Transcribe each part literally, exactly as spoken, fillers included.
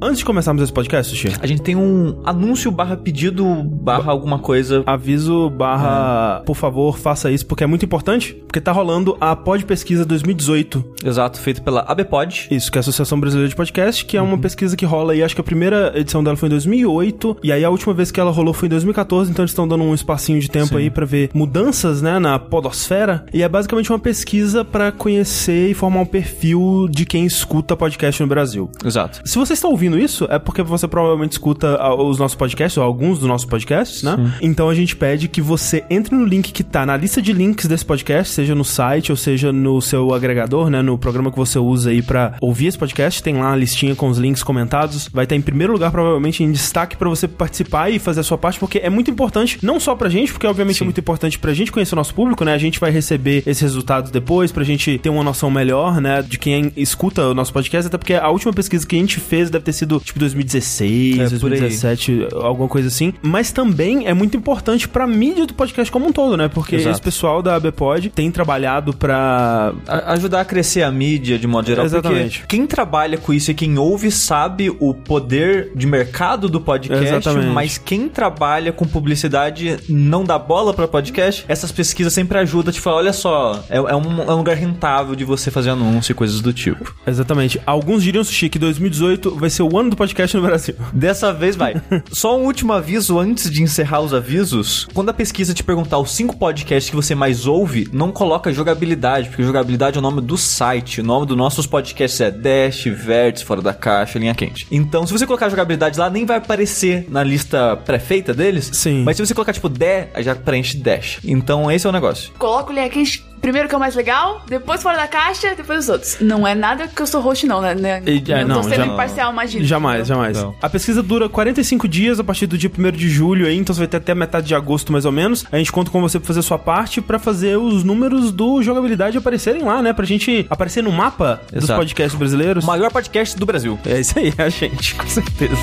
Antes de começarmos esse podcast, Xê, a gente tem um anúncio barra pedido barra alguma coisa. Aviso barra, é. por favor, faça isso, porque é muito importante, porque tá rolando a Pod Pesquisa dois mil e dezoito. Exato, feito pela A B Pod. Isso, que é a Associação Brasileira de Podcast, que é uma uhum. pesquisa que rola aí, acho que a primeira edição dela foi em dois mil e oito, e aí a última vez que ela rolou foi em dois mil e catorze, então eles estão dando um espacinho de tempo Sim. aí pra ver mudanças, né, na podosfera, e é basicamente uma pesquisa pra conhecer e formar um perfil de quem escuta podcast no Brasil. Exato. Se você está ouvindo isso, é porque você provavelmente escuta os nossos podcasts, ou alguns dos nossos podcasts, né? Sim. Então a gente pede que você entre no link que tá na lista de links desse podcast, seja no site ou seja no seu agregador, né? No programa que você usa aí pra ouvir esse podcast, tem lá a listinha com os links comentados. Vai estar em primeiro lugar, provavelmente, em destaque pra você participar e fazer a sua parte, porque é muito importante, não só pra gente, porque obviamente Sim. é muito importante pra gente conhecer o nosso público, né? A gente vai receber esses resultados depois, pra gente ter uma noção melhor, né? De quem escuta o nosso podcast, até porque a última pesquisa que a gente fez deve ter sido, tipo, dois mil e dezesseis, é, dois mil e dezessete, alguma coisa assim. Mas também é muito importante pra mídia do podcast como um todo, né? Porque Exato. Esse pessoal da A B Pod tem trabalhado pra... A- ajudar a crescer a mídia, de modo geral. Exatamente. Porque quem trabalha com isso e quem ouve sabe o poder de mercado do podcast, Exatamente. Mas quem trabalha com publicidade não dá bola pra podcast. Essas pesquisas sempre ajudam a te falar, olha só, é, é, um, é um lugar rentável de você fazer anúncio e coisas do tipo. Exatamente. Alguns diriam, Sushi, que dois mil e dezoito vai ser o ano do podcast no Brasil. Dessa vez vai. Só um último aviso antes de encerrar os avisos. Quando a pesquisa te perguntar os cinco podcasts que você mais ouve, não coloca jogabilidade, porque jogabilidade é o nome do site. O nome dos nossos podcasts é Dash, Vértice, Fora da Caixa, Linha Quente. Então, se você colocar jogabilidade lá, nem vai aparecer na lista pré-feita deles. Sim. Mas se você colocar, tipo, D, aí já preenche Dash. Então, esse é o negócio. Coloca o Linha Quente primeiro, que é o mais legal, depois Fora da Caixa, depois os outros. Não é nada que eu sou host, não, né? E, é, não, não tô sendo já, imparcial, imagina. Jamais, jamais. Não. A pesquisa dura quarenta e cinco dias a partir do dia primeiro de julho aí, então você vai ter até metade de agosto, mais ou menos. A gente conta com você pra fazer a sua parte, pra fazer os números do Jogabilidade aparecerem lá, né? Pra gente aparecer no mapa Exato. Dos podcasts brasileiros. O maior podcast do Brasil. É isso aí, a gente, com certeza.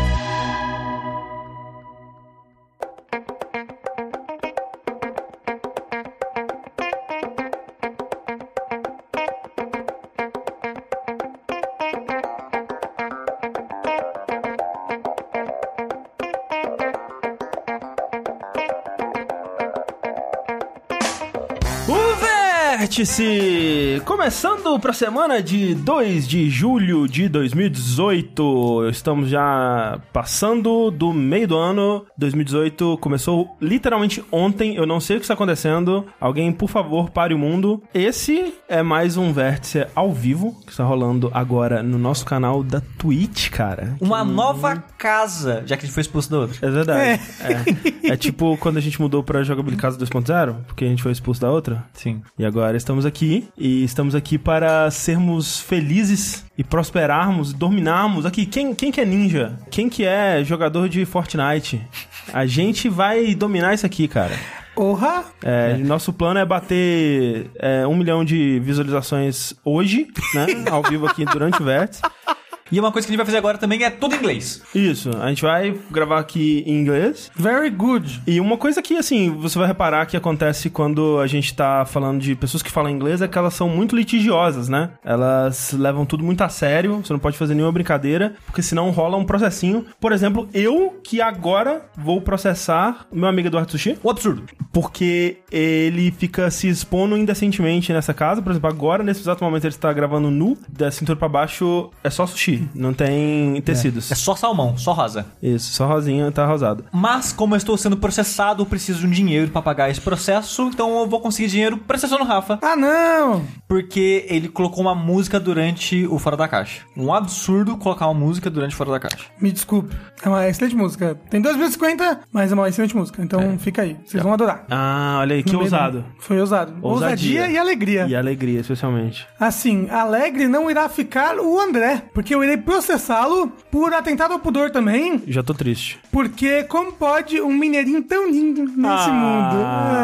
Vértice! Começando para a semana de dois de julho de dois mil e dezoito. Estamos já passando do meio do ano. dois mil e dezoito começou literalmente ontem. Eu não sei o que está acontecendo. Alguém, por favor, pare o mundo. Esse é mais um Vértice ao vivo que está rolando agora no nosso canal da Twitch, cara. Uma que... nova casa, já que a gente foi expulso da outra. É verdade. É, é. É tipo quando a gente mudou para Jogabilidade Casa dois ponto zero, porque a gente foi expulso da outra. Sim. E agora estamos aqui, e estamos aqui para sermos felizes e prosperarmos, dominarmos. Aqui, quem, quem que é ninja? Quem que é jogador de Fortnite? A gente vai dominar isso aqui, cara. Porra! É, é. Nosso plano é bater é, um milhão de visualizações hoje, né? Ao vivo aqui durante o Vértice. E uma coisa que a gente vai fazer agora também é tudo em inglês. Isso, a gente vai gravar aqui em inglês. Very good. E uma coisa que, assim, você vai reparar que acontece quando a gente tá falando de pessoas que falam inglês é que elas são muito litigiosas, né? Elas levam tudo muito a sério, você não pode fazer nenhuma brincadeira, porque senão rola um processinho. Por exemplo, eu que agora vou processar meu amigo Eduardo Sushi. Um absurdo. Porque ele fica se expondo indecentemente nessa casa. Por exemplo, agora, nesse exato momento, ele está gravando nu, da cintura pra baixo é só sushi. Não tem tecidos. É, é só salmão, só rosa. Isso, só rosinha, tá rosado. Mas, como eu estou sendo processado, eu preciso de um dinheiro pra pagar esse processo, então eu vou conseguir dinheiro processando o Rafa. Ah, não! Porque ele colocou uma música durante o Fora da Caixa. Um absurdo colocar uma música durante o Fora da Caixa. Me desculpe. É uma excelente música. Tem dois mil e cinquenta, mas é uma excelente música. Então é. Fica aí. Vocês é. vão adorar. Ah, olha aí, que ousado. Foi ousado. Ousadia. Ousadia e alegria. E alegria, especialmente. Assim, alegre não irá ficar o André, porque eu irei processá-lo por atentado ao pudor também. Já tô triste. Porque como pode um mineirinho tão lindo nesse ah, mundo?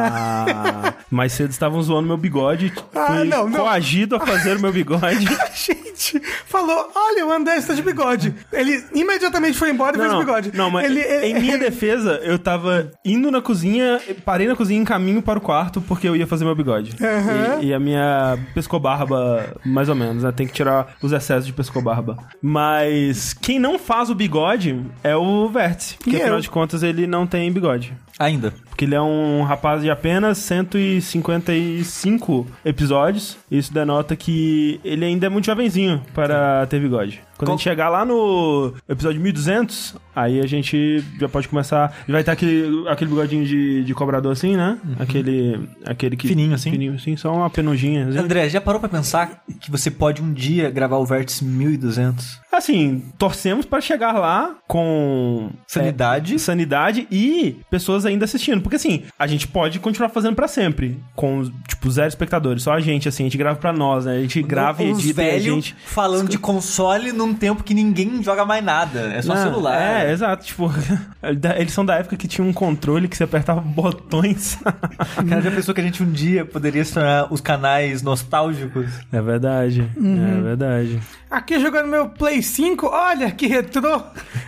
Ah, mais cedo estavam zoando meu bigode. Ah, fui não, não. coagido a fazer o meu bigode. A gente falou, olha, o André está de bigode. Ele imediatamente foi embora e não, fez o bigode. Não, mas ele, ele, em minha defesa, eu tava indo na cozinha, parei na cozinha em caminho para o quarto porque eu ia fazer meu bigode. Uhum. E, e a minha pescobarba, mais ou menos, né? Tem que tirar os excessos de pescobarba. Mas quem não faz o bigode é o Vértice. Porque, E afinal eu? de contas, ele não tem bigode. Ainda. Porque ele é um rapaz de apenas cento e cinquenta e cinco episódios. Isso denota que ele ainda é muito jovenzinho para ter bigode. Quando Qual- a gente chegar lá no episódio mil e duzentos, aí a gente já pode começar... Vai ter aquele, aquele bigodinho de, de cobrador assim, né? Aquele, aquele que... Fininho assim? Fininho assim, só uma penugem. Assim. André, já parou pra pensar que você pode um dia gravar o Vértice mil e duzentos? Assim, torcemos para chegar lá com... Sanidade. é, sanidade e pessoas ainda assistindo. Porque assim, a gente pode continuar fazendo pra sempre. Com, tipo, zero espectadores. Só a gente, assim, a gente grava pra nós, né? A gente grava e Uns edita e a velho gente... falando de console num tempo que ninguém joga mais nada. É só Não, celular. É, exato. Tipo, eles são da época que tinha um controle que você apertava botões. Cara, já pensou que a gente um dia poderia se tornar os canais nostálgicos? É verdade. É verdade. Aqui jogando meu Play cinco, olha que retrô.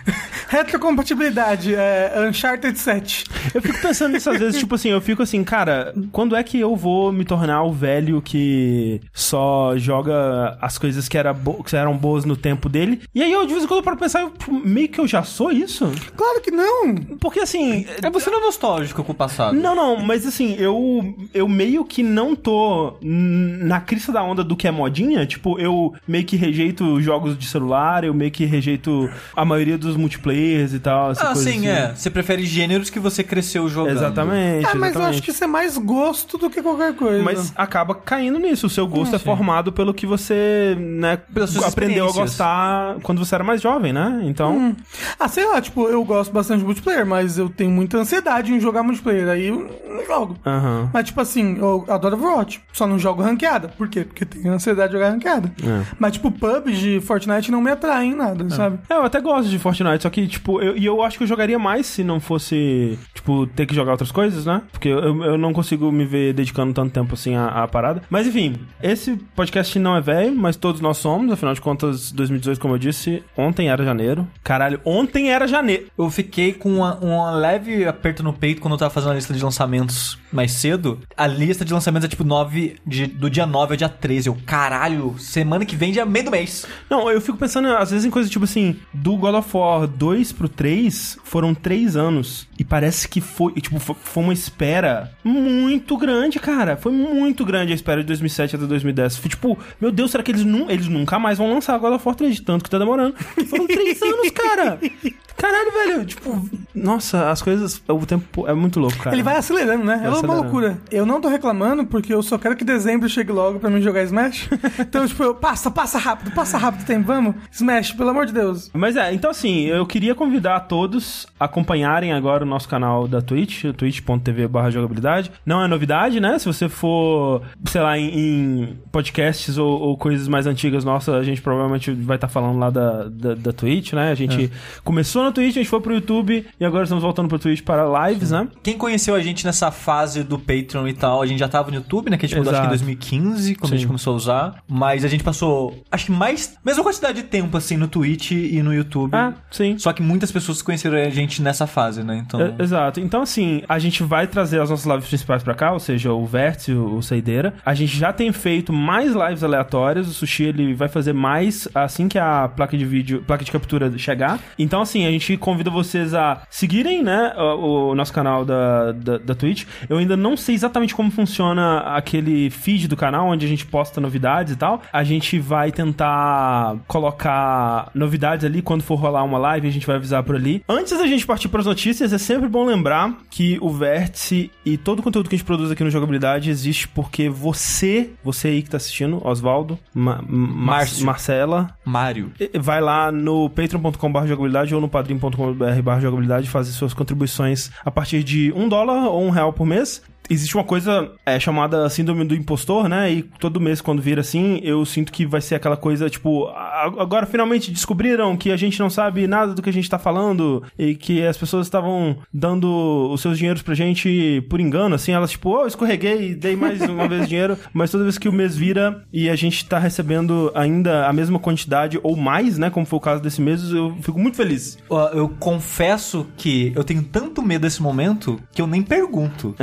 Retrocompatibilidade, é Uncharted sete. Eu fico pensando nisso às vezes, tipo assim, eu fico assim, cara, quando é que eu vou me tornar o velho que só joga as coisas que, era bo- que eram boas no tempo dele? E aí eu, de vez em quando, eu paro pra pensar, eu, tipo, meio que eu já sou isso? Claro que não. Porque assim... É você não é nostálgico com o passado. Não, não, mas assim, eu, eu meio que não tô n- na crista da onda do que é modinha. Tipo, eu meio que rejeito jogos de celular, eu meio que rejeito a maioria dos multiplayers e tal. Essa Ah, coisa sim, assim. é. Você prefere gêneros que você cresceu jogando. Exatamente. Ah, mas eu exatamente. acho que isso é mais gosto do que qualquer coisa. Mas acaba caindo nisso. O seu gosto Hum, é sim. formado pelo que você, né, Pelas suas aprendeu a experiências. gostar quando você era mais jovem, né? Então, Hum. Ah, sei lá, tipo, eu gosto bastante de multiplayer, mas eu tenho muita ansiedade em jogar multiplayer, aí eu não jogo. aham. Mas, tipo assim, eu adoro Overwatch, só não jogo ranqueada. Por quê? Porque tenho ansiedade de jogar ranqueada. É. Mas, tipo, P U B G e Fortnite não me atraem em nada, sabe? É, eu até gosto de Fortnite, só que, tipo, eu, e eu acho que eu jogaria mais se não fosse, tipo, ter que jogar outras coisas, né? Porque eu, eu não consigo me ver dedicando tanto tempo, assim, à, à parada. Mas, enfim, esse podcast não é velho, mas todos nós somos, afinal de contas, dois mil e dezoito, como eu disse, ontem era janeiro. Caralho, ontem era janeiro. Eu fiquei com uma, uma leve aperto no peito quando eu tava fazendo a lista de lançamentos mais cedo. A lista de lançamentos é tipo nove de, do dia nove ao dia treze. Eu, caralho, semana que vem, dia meio do mês. Não, eu fico pensando, às vezes, em coisas tipo assim, do God of War dois pro três, foram três anos. E parece que foi, tipo, foi, foi uma espera muito grande, cara. Foi muito grande a espera de dois mil e sete até dois mil e dez. Foi tipo, meu Deus, será que eles, nu- eles nunca mais vão lançar God of War três, de tanto que tá demorando? Foram três anos, cara. Caralho, velho, tipo, nossa, as coisas, o tempo é muito louco, cara. Ele vai acelerando, né? É uma acelerando. loucura. Eu não tô reclamando porque eu só quero que dezembro chegue logo pra mim jogar Smash. Então, tipo, eu, passa, passa rápido, passa rápido o tempo, vamos. Smash, pelo amor de Deus. Mas é, então assim, eu queria convidar a todos a acompanharem agora o nosso canal da Twitch, twitch ponto tv barra jogabilidade. Não é novidade, né? Se você for, sei lá, em, em podcasts ou, ou coisas mais antigas nossas, a gente provavelmente vai estar falando lá da, da, da Twitch, né? A gente começou na Twitch, a gente foi pro YouTube e agora estamos voltando pro Twitch para lives, né? Quem conheceu a gente nessa fase do Patreon e tal, a gente já tava no YouTube, né? Que a gente mudou acho que em Exato. dois mil e quinze, quando a Sim. gente começou a usar. Mas a gente passou, acho que mais, mesma quantidade de tempo, assim, no Twitch e no YouTube. Ah, sim. Só que muitas pessoas conheceram a gente nessa fase, né? Então... É, exato. Então, assim, a gente vai trazer as nossas lives principais pra cá, ou seja, o Vértice, o, o Saideira. A gente já tem feito mais lives aleatórias. O Sushi, ele vai fazer mais assim que a placa de vídeo, placa de captura chegar. Então, assim, a gente convida vocês a seguirem, né, o, o nosso canal da, da, da Twitch. Eu ainda não sei exatamente como funciona aquele feed do canal, onde a gente posta novidades e tal. A gente vai tentar colocar novidades ali quando for rolar uma live, a gente vai avisar por ali. Antes da gente partir para as notícias, é sempre bom lembrar que o Vértice e todo o conteúdo que a gente produz aqui no Jogabilidade existe porque você, você aí que tá assistindo, Osvaldo, Ma- Mar- Márcio. Marcela, Mário. vai lá no patreon ponto com barra jogabilidade ou no padrim ponto com barra jogabilidade e fazer suas contribuições a partir de um dólar ou um real por mês. Existe uma coisa é, chamada síndrome do impostor, né? E todo mês, quando vira assim, eu sinto que vai ser aquela coisa, tipo... a- Agora, finalmente, descobriram que a gente não sabe nada do que a gente tá falando e que as pessoas estavam dando os seus dinheiros pra gente por engano, assim. Elas, tipo, oh, eu escorreguei e dei mais uma vez dinheiro. Mas toda vez que o mês vira e a gente tá recebendo ainda a mesma quantidade ou mais, né? Como foi o caso desse mês, eu fico muito feliz. Ó, eu confesso que eu tenho tanto medo desse momento que eu nem pergunto. Exato.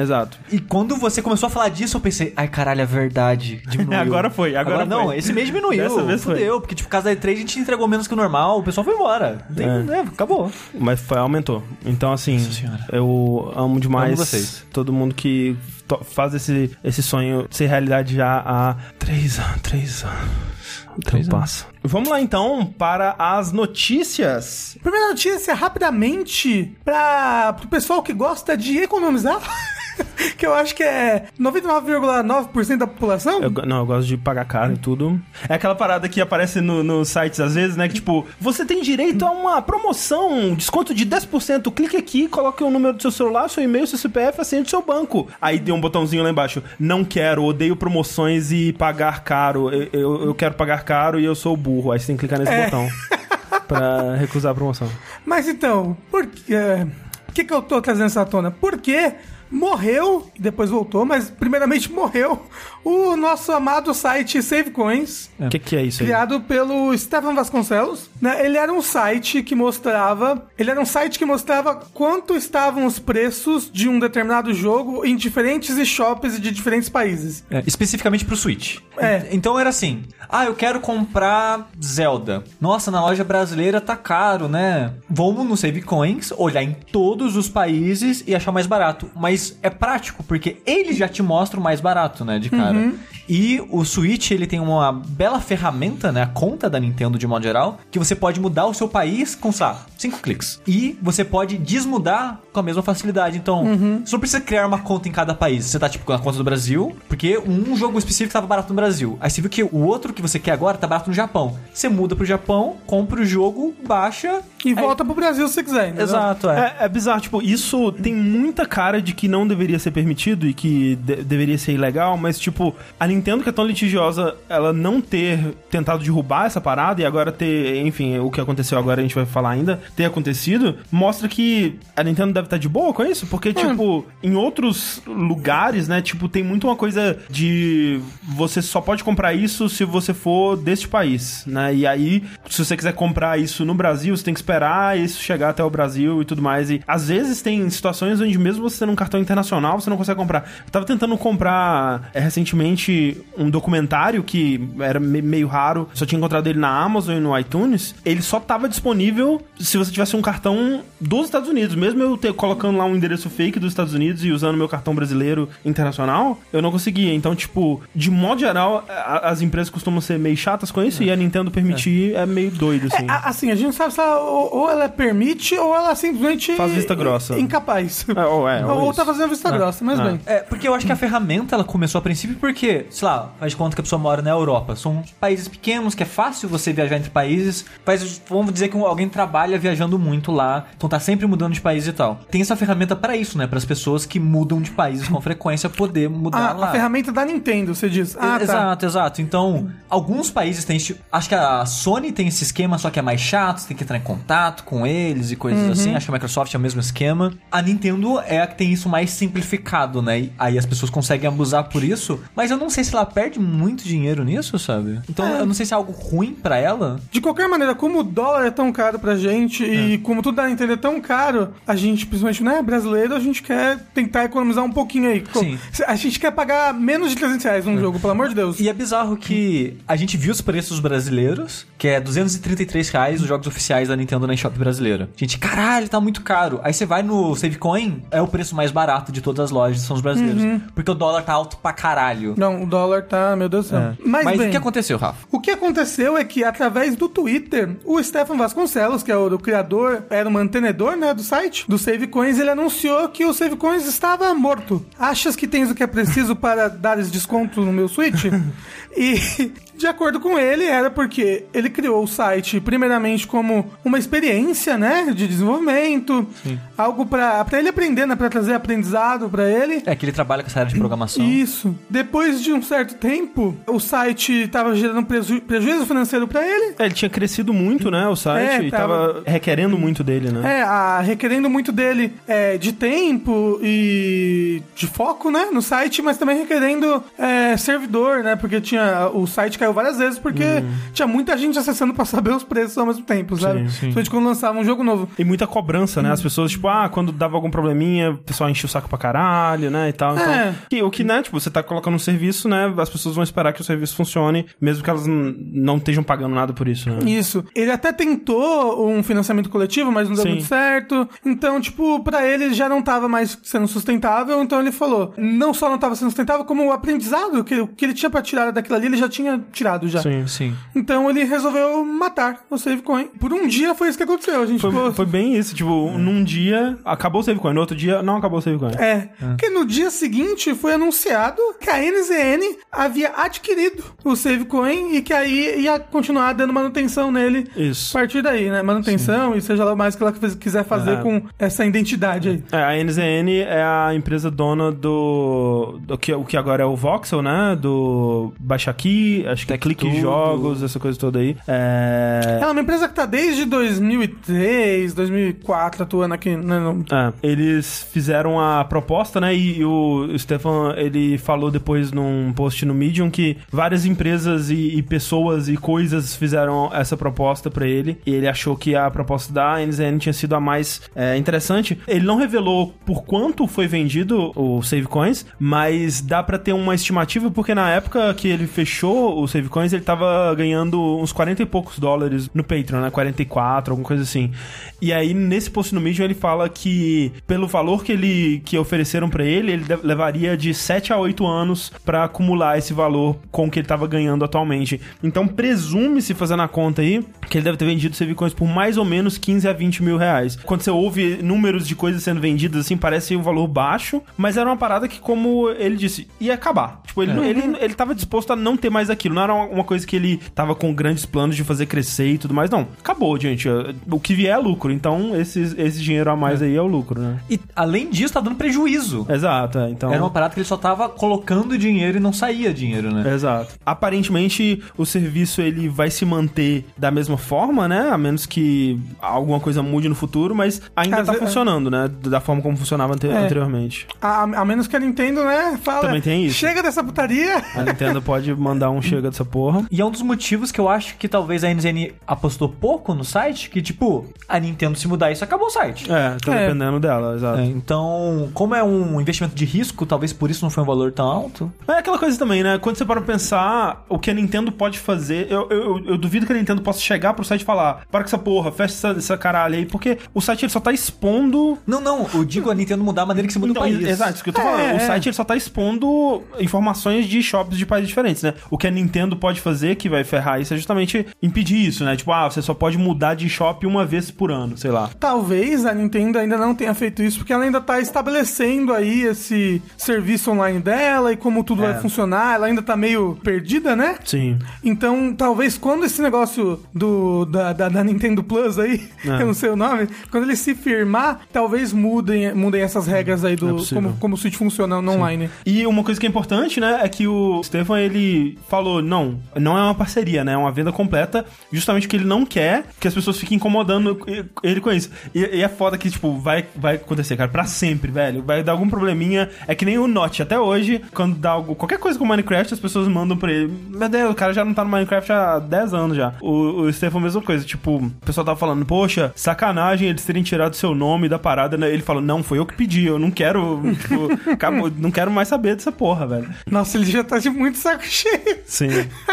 E quando você começou a falar disso, eu pensei, ai caralho, é verdade, diminuiu. Agora foi, agora, agora não, foi. esse mês diminuiu, Dessa vez fudeu, foi. porque tipo, por causa da E três a gente entregou menos que o normal, o pessoal foi embora. Tem, É. né, acabou. Mas foi, aumentou. Então, assim, Nossa senhora. eu amo demais Amo vocês. todo mundo que to- faz esse, esse sonho ser realidade já há três anos. Três anos. Três Então passa. Vamos lá, então, para as notícias. Primeira notícia, rapidamente, para o pessoal que gosta de economizar, que eu acho que é noventa e nove vírgula nove por cento da população. Eu, go- não, eu gosto de pagar caro e tudo. É aquela parada que aparece no- nos sites às vezes, né? Que tipo, você tem direito a uma promoção, um desconto de dez por cento. Clique aqui, coloque o número do seu celular, seu e-mail, seu C P F, assine do seu banco. Aí tem um botãozinho lá embaixo. Não quero, odeio promoções e pagar caro. Eu, eu, eu quero pagar caro e eu sou burro. Aí você tem que clicar nesse É. botão pra recusar a promoção. Mas então, por que, é, que, que eu tô trazendo essa à tona? Porque morreu, depois voltou, mas primeiramente morreu o nosso amado site SaveCoins, O que, que é isso aí? criado pelo Stefan Vasconcelos, né? Ele era um site que mostrava, ele era um site que mostrava quanto estavam os preços de um determinado jogo em diferentes shops de diferentes países. É, especificamente pro Switch. É. Então era assim, ah, eu quero comprar Zelda. Nossa, na loja brasileira tá caro, né? Vamos no SaveCoins, olhar em todos os países e achar mais barato. Mas é prático, porque ele já te mostra o mais barato, né, de cara. E o Switch, ele tem uma bela ferramenta, né, a conta da Nintendo de modo geral, que você pode mudar o seu país com, sei lá, cinco cliques. E você pode desmudar com a mesma facilidade. Então, você não precisa criar uma conta em cada país. Você tá, tipo, na conta do Brasil, porque um jogo específico tava barato no Brasil. Aí você viu que o outro que você quer agora tá barato no Japão. Você muda pro Japão, compra o jogo, baixa... E aí- volta pro Brasil se quiser, entendeu? Exato, é. É, é bizarro, tipo, isso tem muita cara de que não deveria ser permitido e que de- deveria ser ilegal, mas, tipo, a Nintendo, que é tão litigiosa, ela não ter tentado derrubar essa parada e agora ter, enfim, o que aconteceu agora a gente vai falar ainda, ter acontecido, mostra que a Nintendo deve estar de boa com isso, porque, tipo, em outros lugares, né, tipo, tem muito uma coisa de você só pode comprar isso se você for deste país, né, e aí, se você quiser comprar isso no Brasil, você tem que esperar isso chegar até o Brasil e tudo mais, e às vezes tem situações onde mesmo você tendo um cartão internacional, você não consegue comprar. Eu tava tentando comprar é, recentemente um documentário que era me- meio raro, só tinha encontrado ele na Amazon e no iTunes, ele só tava disponível se você tivesse um cartão dos Estados Unidos, mesmo eu ter, colocando lá um endereço fake dos Estados Unidos e usando meu cartão brasileiro internacional, eu não conseguia. Então, tipo, de modo geral, a- as empresas costumam ser meio chatas com isso, e a Nintendo permitir é, meio doido, assim. É, a- assim, a gente não sabe se ela ou, ou ela permite ou ela simplesmente... Faz vista grossa. Incapaz. É, ou é, ou ou isso. tá fazendo vista grossa, mas É. bem. É, porque eu acho que a ferramenta, ela começou a princípio porque, sei lá, faz de conta que a pessoa mora na Europa. São países pequenos, que é fácil você viajar entre países. Países, vamos dizer que alguém trabalha viajando muito lá, então tá sempre mudando de país e tal. Tem essa ferramenta pra isso, né? Para as pessoas que mudam de países com frequência poder mudar A, lá. a ferramenta da Nintendo, você diz. Ah, tá. Exato, exato. Então, alguns países têm... esse- Acho que a Sony tem esse esquema, só que é mais chato, você tem que entrar em contato com eles e coisas assim. Acho que a Microsoft é o mesmo esquema. A Nintendo é a que tem isso mais simplificado, né? E aí as pessoas conseguem abusar por isso, mas eu não sei se ela perde muito dinheiro nisso, sabe? Então, eu não sei se é algo ruim pra ela. De qualquer maneira, como o dólar é tão caro pra gente e como tudo da Nintendo é tão caro, a gente, principalmente, né, brasileiro, a gente quer tentar economizar um pouquinho aí. Sim. A gente quer pagar menos de trezentos reais num jogo, pelo amor de Deus. E é bizarro que a gente viu os preços brasileiros, que é duzentos e trinta e três reais os jogos oficiais da Nintendo na eShop brasileira. Gente, caralho, tá muito caro. Aí você vai no SaveCoin, é o preço mais barato de todas as lojas, são os brasileiros. Porque o dólar tá alto pra caralho. Não, o dólar tá, meu Deus do céu. Mas, Mas bem, o que aconteceu, Rafa? o que aconteceu é que, através do Twitter, o Stefan Vasconcelos, que é o, o criador, era o mantenedor, né, do site, do SaveCoins, ele anunciou que o SaveCoins estava morto. Achas que tens o que é preciso para dar esse desconto no meu Switch? E, de acordo com ele, era porque ele criou o site, primeiramente, como uma experiência, né, de desenvolvimento, algo pra, pra ele aprender, né, pra trazer aprendizado pra ele. É que ele trabalha com essa área de programação. Isso. Depois de um certo tempo, o site tava gerando preju- prejuízo financeiro pra ele. É, ele tinha crescido muito, né, o site, É, e tava- tava requerendo muito dele, né? É, a, requerendo muito dele é, de tempo e de foco, né, no site, mas também requerendo é, servidor, né, porque tinha o site caiu várias vezes porque hum. tinha muita gente acessando pra saber os preços ao mesmo tempo, sabe? Sim, sim. Principalmente quando lançava um jogo novo. E muita cobrança, né? Hum. As pessoas, tipo, ah, quando dava algum probleminha, o pessoal enchia o saco pra caralho, né? E tal. Então, é. que, o que, né? Tipo, você tá colocando um serviço, né? As pessoas vão esperar que o serviço funcione, mesmo que elas n- não estejam pagando nada por isso, né? Isso. Ele até tentou um financiamento coletivo, mas não deu Sim. muito certo. Então, tipo, pra ele já não tava mais sendo sustentável, então ele falou, não só não tava sendo sustentável, como o aprendizado que, o que ele tinha pra tirar daquilo ali, ele já tinha tirado já. Sim, sim. Então ele resolveu matar o Savecoin. Por um dia foi isso que aconteceu. A gente foi, ficou... foi bem isso, tipo, é. num dia acabou o Savecoin, no outro dia não acabou o Savecoin. É. é. Porque no dia seguinte foi anunciado que a N Z N havia adquirido o Savecoin e que aí ia continuar dando manutenção nele. Isso. A partir daí, né? Manutenção Sim. e seja lá mais que ela quiser fazer é. com essa identidade aí. É, a N Z N é a empresa dona do, do que, o que agora é o Voxel, né? Do Baixa Aqui, acho que é Clique Jogos, essa coisa toda aí. É... Ela é uma empresa que tá desde dois mil e três, dois mil e quatro atuando aqui. Né? É, eles fizeram a proposta, né? E, e o Stefan, ele falou depois num post no Medium que várias empresas e, e pessoas e coisas fizeram essa proposta pra ele. E ele achou que a proposta da N Z N tinha sido a mais é, interessante. Ele não revelou por quanto foi vendido o Savecoins, mas dá pra ter uma estimativa, porque na época que ele fechou o Savecoins, ele tava ganhando uns quarenta e poucos dólares no Patreon, né? quarenta e quatro, alguma coisa assim. E aí, nesse post no Medium, ele fala que pelo valor que ele que ofereceram pra ele, ele de- levaria de sete a oito anos pra acumular esse valor com o que ele tava ganhando atualmente. Então, presume-se, fazendo a conta aí, que ele deve ter vendido Savecoins por mais ou menos quinze a vinte mil reais. Quando você ouve números de coisas sendo vendidas, assim, parece um valor baixo, mas era uma parada que, como ele disse, ia acabar. Tipo, ele, é. ele, ele tava disposto a não ter mais aquilo. Não era uma coisa que ele tava com grandes planos de fazer crescer e tudo mais. Não, acabou, gente. O que vier é lucro. Então, esse, esse dinheiro a mais é. aí é o lucro, né? E, além disso, tá dando prejuízo. Exato, é. Então... Era uma parada que ele só tava colocando dinheiro e não saía dinheiro, né? Exato. Aparentemente, o serviço, ele vai se manter da mesma forma, né? A menos que alguma coisa mude no futuro, mas ainda Às tá vezes, funcionando, é. né? Da forma como funcionava ante- é. anteriormente. A, a menos que a Nintendo, né? Fala, Também tem isso. Chega dessa putaria. A Nintendo pode mandar um chega dessa porra. E é um dos motivos que eu acho que talvez a N Z N apostou pouco no site, que tipo, a Nintendo se mudar isso, acabou o site. É, tá é. dependendo dela, exato. É, então, como é um investimento de risco, talvez por isso não foi um valor tão alto. É aquela coisa também, né? Quando você para pensar o que a Nintendo pode fazer, eu, eu, eu duvido que a Nintendo possa chegar pro site e falar, para com essa porra, fecha essa, essa caralho aí, porque o site ele só tá expondo... Não, não, eu digo a Nintendo mudar a maneira que se muda então, o país. Exato, isso que eu tô é, falando. É. O site ele só tá expondo informações de shops de países diferentes, né? O que a Nintendo pode fazer, que vai ferrar isso, é justamente impedir isso, né? Tipo, ah, você só pode mudar de shop uma vez por ano, sei lá. Talvez a Nintendo ainda não tenha feito isso, porque ela ainda tá estabelecendo aí esse serviço online dela e como tudo é. vai funcionar, ela ainda tá meio perdida, né? Sim. Então, talvez quando esse negócio do, da, da, da Nintendo Plus aí, é. eu não sei o nome, quando ele se firmar, talvez mudem, mudem essas regras aí do é como, como o Switch funciona no online. E uma coisa que é importante, né, é que o Stefan, ele falou, não, não é uma parceria, né, é uma venda completa, justamente porque ele não quer que as pessoas fiquem incomodando ele com isso. E, e é foda que, tipo, vai, vai acontecer, cara, pra sempre, velho. Vai dar algum probleminha. É que nem o Notch, até hoje, quando dá algo, qualquer coisa com Minecraft, as pessoas mandam pra ele. Meu Deus, o cara já não tá no Minecraft há dez anos já. O, o Stefan, a mesma coisa. Tipo, o pessoal tava falando, poxa, sacanagem eles terem tirado seu nome da parada, né? Ele falou, não, foi eu que pedi, eu não quero, tipo, acabou, não quero mais saber dessa porra, velho. Nossa, ele já tá de muito saco cheio. Sim.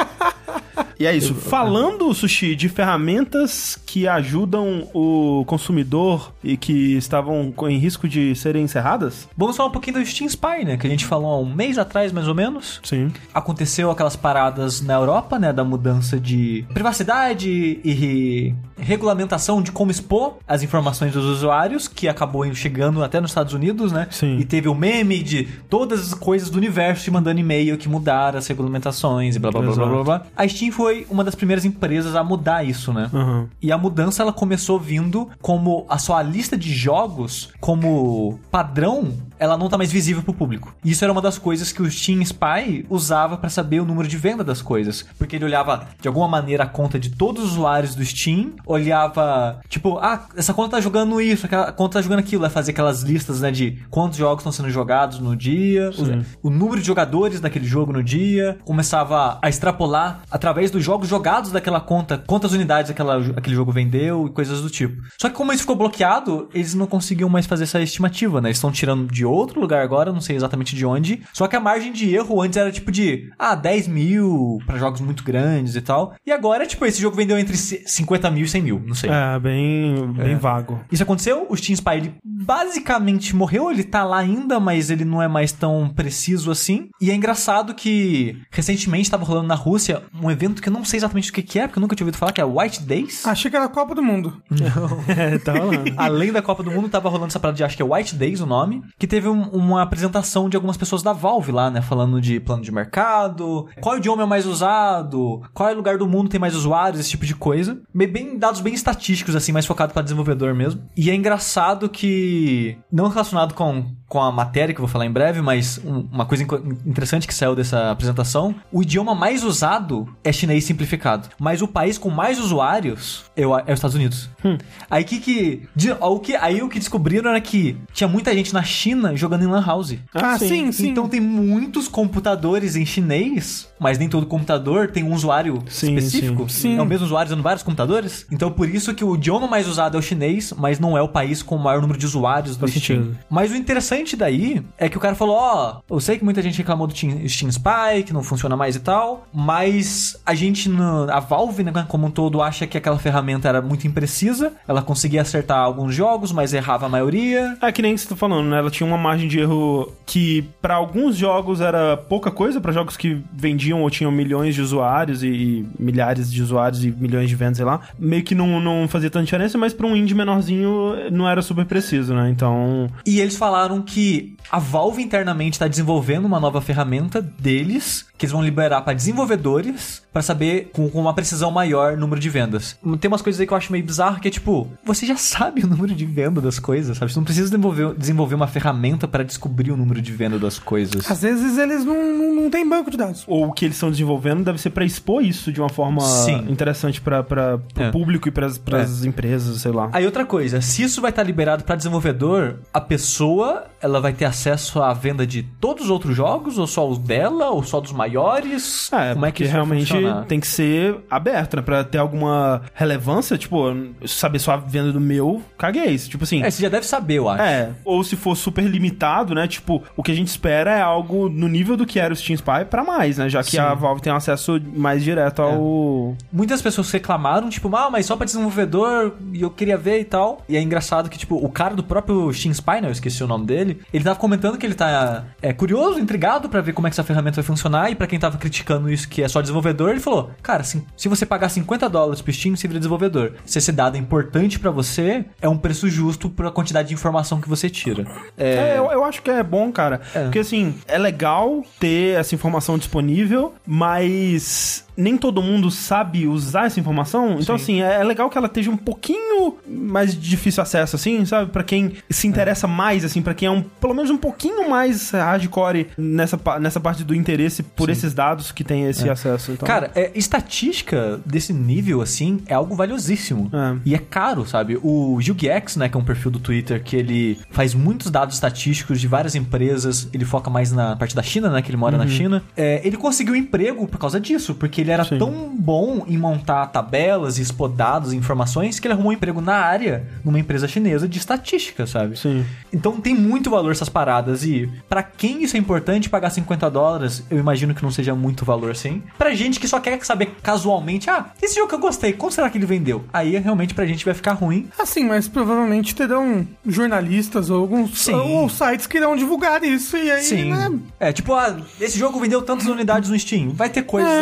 E é isso. Falando, Sushi, de ferramentas que ajudam o consumidor e que estavam em risco de serem encerradas? Vamos falar um pouquinho do Steam Spy, né? Que a gente falou há um mês atrás, mais ou menos. Sim. Aconteceu aquelas paradas na Europa, né? Da mudança de privacidade e regulamentação de como expor as informações dos usuários, que acabou chegando até nos Estados Unidos, né? Sim. E teve o meme de todas as coisas do universo te mandando e-mail que mudaram as regulamentações e blá blá blá blá blá blá. A Steam foi foi uma das primeiras empresas a mudar isso, né? Uhum. E a mudança, ela começou vindo como a sua lista de jogos, como padrão, ela não tá mais visível pro público. E isso era uma das coisas que o Steam Spy usava pra saber o número de venda das coisas. Porque ele olhava, de alguma maneira, a conta de todos os usuários do Steam, olhava, tipo, ah, essa conta tá jogando isso, aquela conta tá jogando aquilo, vai fazer aquelas listas, né, de quantos jogos estão sendo jogados no dia, o, o número de jogadores daquele jogo no dia, começava a extrapolar através dos jogos jogados daquela conta, quantas unidades aquela, aquele jogo vendeu e coisas do tipo. Só que como isso ficou bloqueado, eles não conseguiam mais fazer essa estimativa, né? Eles estão tirando de outro lugar agora, não sei exatamente de onde, só que a margem de erro antes era tipo de, ah, dez mil pra jogos muito grandes e tal, e agora, tipo, esse jogo vendeu entre cinquenta mil e cem mil, não sei. É, bem, bem É. vago. Isso aconteceu, o Steam Spy ele basicamente morreu, ele tá lá ainda, mas ele não é mais tão preciso assim. E é engraçado que recentemente estava rolando na Rússia um evento que eu não sei exatamente o que que é, porque eu nunca tinha ouvido falar, que é White Days. Achei que era a Copa do Mundo. É, tá rolando. Além da Copa do Mundo, tava rolando essa parada de, acho que é White Days o nome, que teve um- uma apresentação de algumas pessoas da Valve lá, né, falando de plano de mercado, qual idioma é mais usado, qual lugar do mundo tem mais usuários, esse tipo de coisa. Bem, bem- dados bem estatísticos, assim, mais focado para desenvolvedor mesmo. E é engraçado que, não relacionado com, com a matéria que eu vou falar em breve, mas um- uma coisa inco- interessante que saiu dessa apresentação, o idioma mais usado é chinês simplificado, mas o país com mais usuários é, o- é os Estados Unidos. Aí que que, de- o que... Aí o que descobriram era que tinha muita gente na China jogando em Lan House. Ah, sim, sim. Então tem muitos computadores em chinês, mas nem todo computador tem um usuário Sim, específico. sim. Sim. É o mesmo usuário usando vários computadores. Então por isso que o idioma mais usado é o chinês, mas não é o país com o maior número de usuários do Faz Steam. sentido. Mas o interessante daí é que o cara falou, ó, eu sei que muita gente reclamou do Steam, Steam Spy, que não funciona mais e tal, mas a gente, no- a Valve, né, como um todo, acha que aquela ferramenta era muito imprecisa, ela conseguia acertar alguns jogos, mas errava a maioria. É que nem você tá falando, né? Ela tinha uma margem de erro que pra alguns jogos era pouca coisa, pra jogos que vendiam ou tinham milhões de usuários e, e milhares de usuários e milhões de vendas, sei lá, meio que não, não fazia tanta diferença, mas pra um indie menorzinho não era super preciso, né? Então... E eles falaram que a Valve internamente está desenvolvendo uma nova ferramenta deles, que eles vão liberar para desenvolvedores, para saber com, com uma precisão maior o número de vendas. Tem umas coisas aí que eu acho meio bizarro, que é tipo, você já sabe o número de venda das coisas, sabe? Você não precisa desenvolver, desenvolver uma ferramenta para descobrir o número de venda das coisas. Às vezes eles não, não, não têm banco de dados. Ou o que eles estão desenvolvendo deve ser pra expor isso de uma forma Sim. interessante para pro É. público e pras, pras empresas, sei lá. Aí outra coisa, se isso vai estar liberado para desenvolvedor, a pessoa, ela vai ter acesso à venda de todos os outros jogos, ou só os dela, ou só dos maiores? É, Como é porque que isso vai realmente funcionar? tem que ser aberto, né? Pra ter alguma relevância, tipo, saber só a venda do meu, caguei. Tipo assim... É, você já deve saber, eu acho. É, ou se for super limitado, né? Tipo, o que a gente espera é algo no nível do que era o Steam Spy pra mais, né? Já que Sim. a Valve tem um acesso mais direto ao... Muitas pessoas reclamaram, tipo, ah, mas só pra desenvolvedor, e eu queria ver e tal. E é engraçado que, tipo, o cara do próprio Steam Spy, né, eu esqueci o nome dele, ele tava comentando que ele tá é, curioso, intrigado pra ver como é que essa ferramenta vai funcionar, e pra quem tava criticando isso que é só desenvolvedor, ele falou, cara, assim, se você pagar cinquenta dólares pro Steam, você vira desenvolvedor. Se esse dado é importante pra você, é um preço justo pela quantidade de informação que você tira. É, eu, eu acho que é bom, cara. É. Porque, assim, é legal ter essa informação disponível, mas nem todo mundo sabe usar essa informação. Então, Sim. assim, é, é legal que ela esteja um pouquinho mais de difícil acesso, assim, sabe? Pra quem se interessa mais, assim, pra quem é um, pelo menos um pouquinho mais hardcore nessa, pa- nessa parte do interesse por Sim. esses dados que tem esse acesso. Então, Cara, é, estatística desse nível, assim, é algo valiosíssimo. É. E é caro, sabe? O Gilgex, né, que é um perfil do Twitter, que ele faz muitos dados estatísticos de várias empresas, ele foca mais na parte da China, né, que ele mora na China. É, ele conseguiu emprego por causa disso, porque ele era Sim. tão bom em montar tabelas e expor dados e informações que ele arrumou um emprego na área, numa empresa chinesa de estatística, sabe? Sim. Então tem muito valor essas paradas e pra quem isso é importante pagar cinquenta dólares, eu imagino que não seja muito valor assim. Pra gente que só quer saber casualmente, ah, esse jogo que eu gostei, quanto será que ele vendeu? Aí realmente pra gente vai ficar ruim. Assim, mas provavelmente terão jornalistas ou alguns Sim. ou sites que irão divulgar isso e aí, Sim. né? É, tipo, ah, esse jogo vendeu tantas unidades no Steam. Vai ter coisas É. assim, né?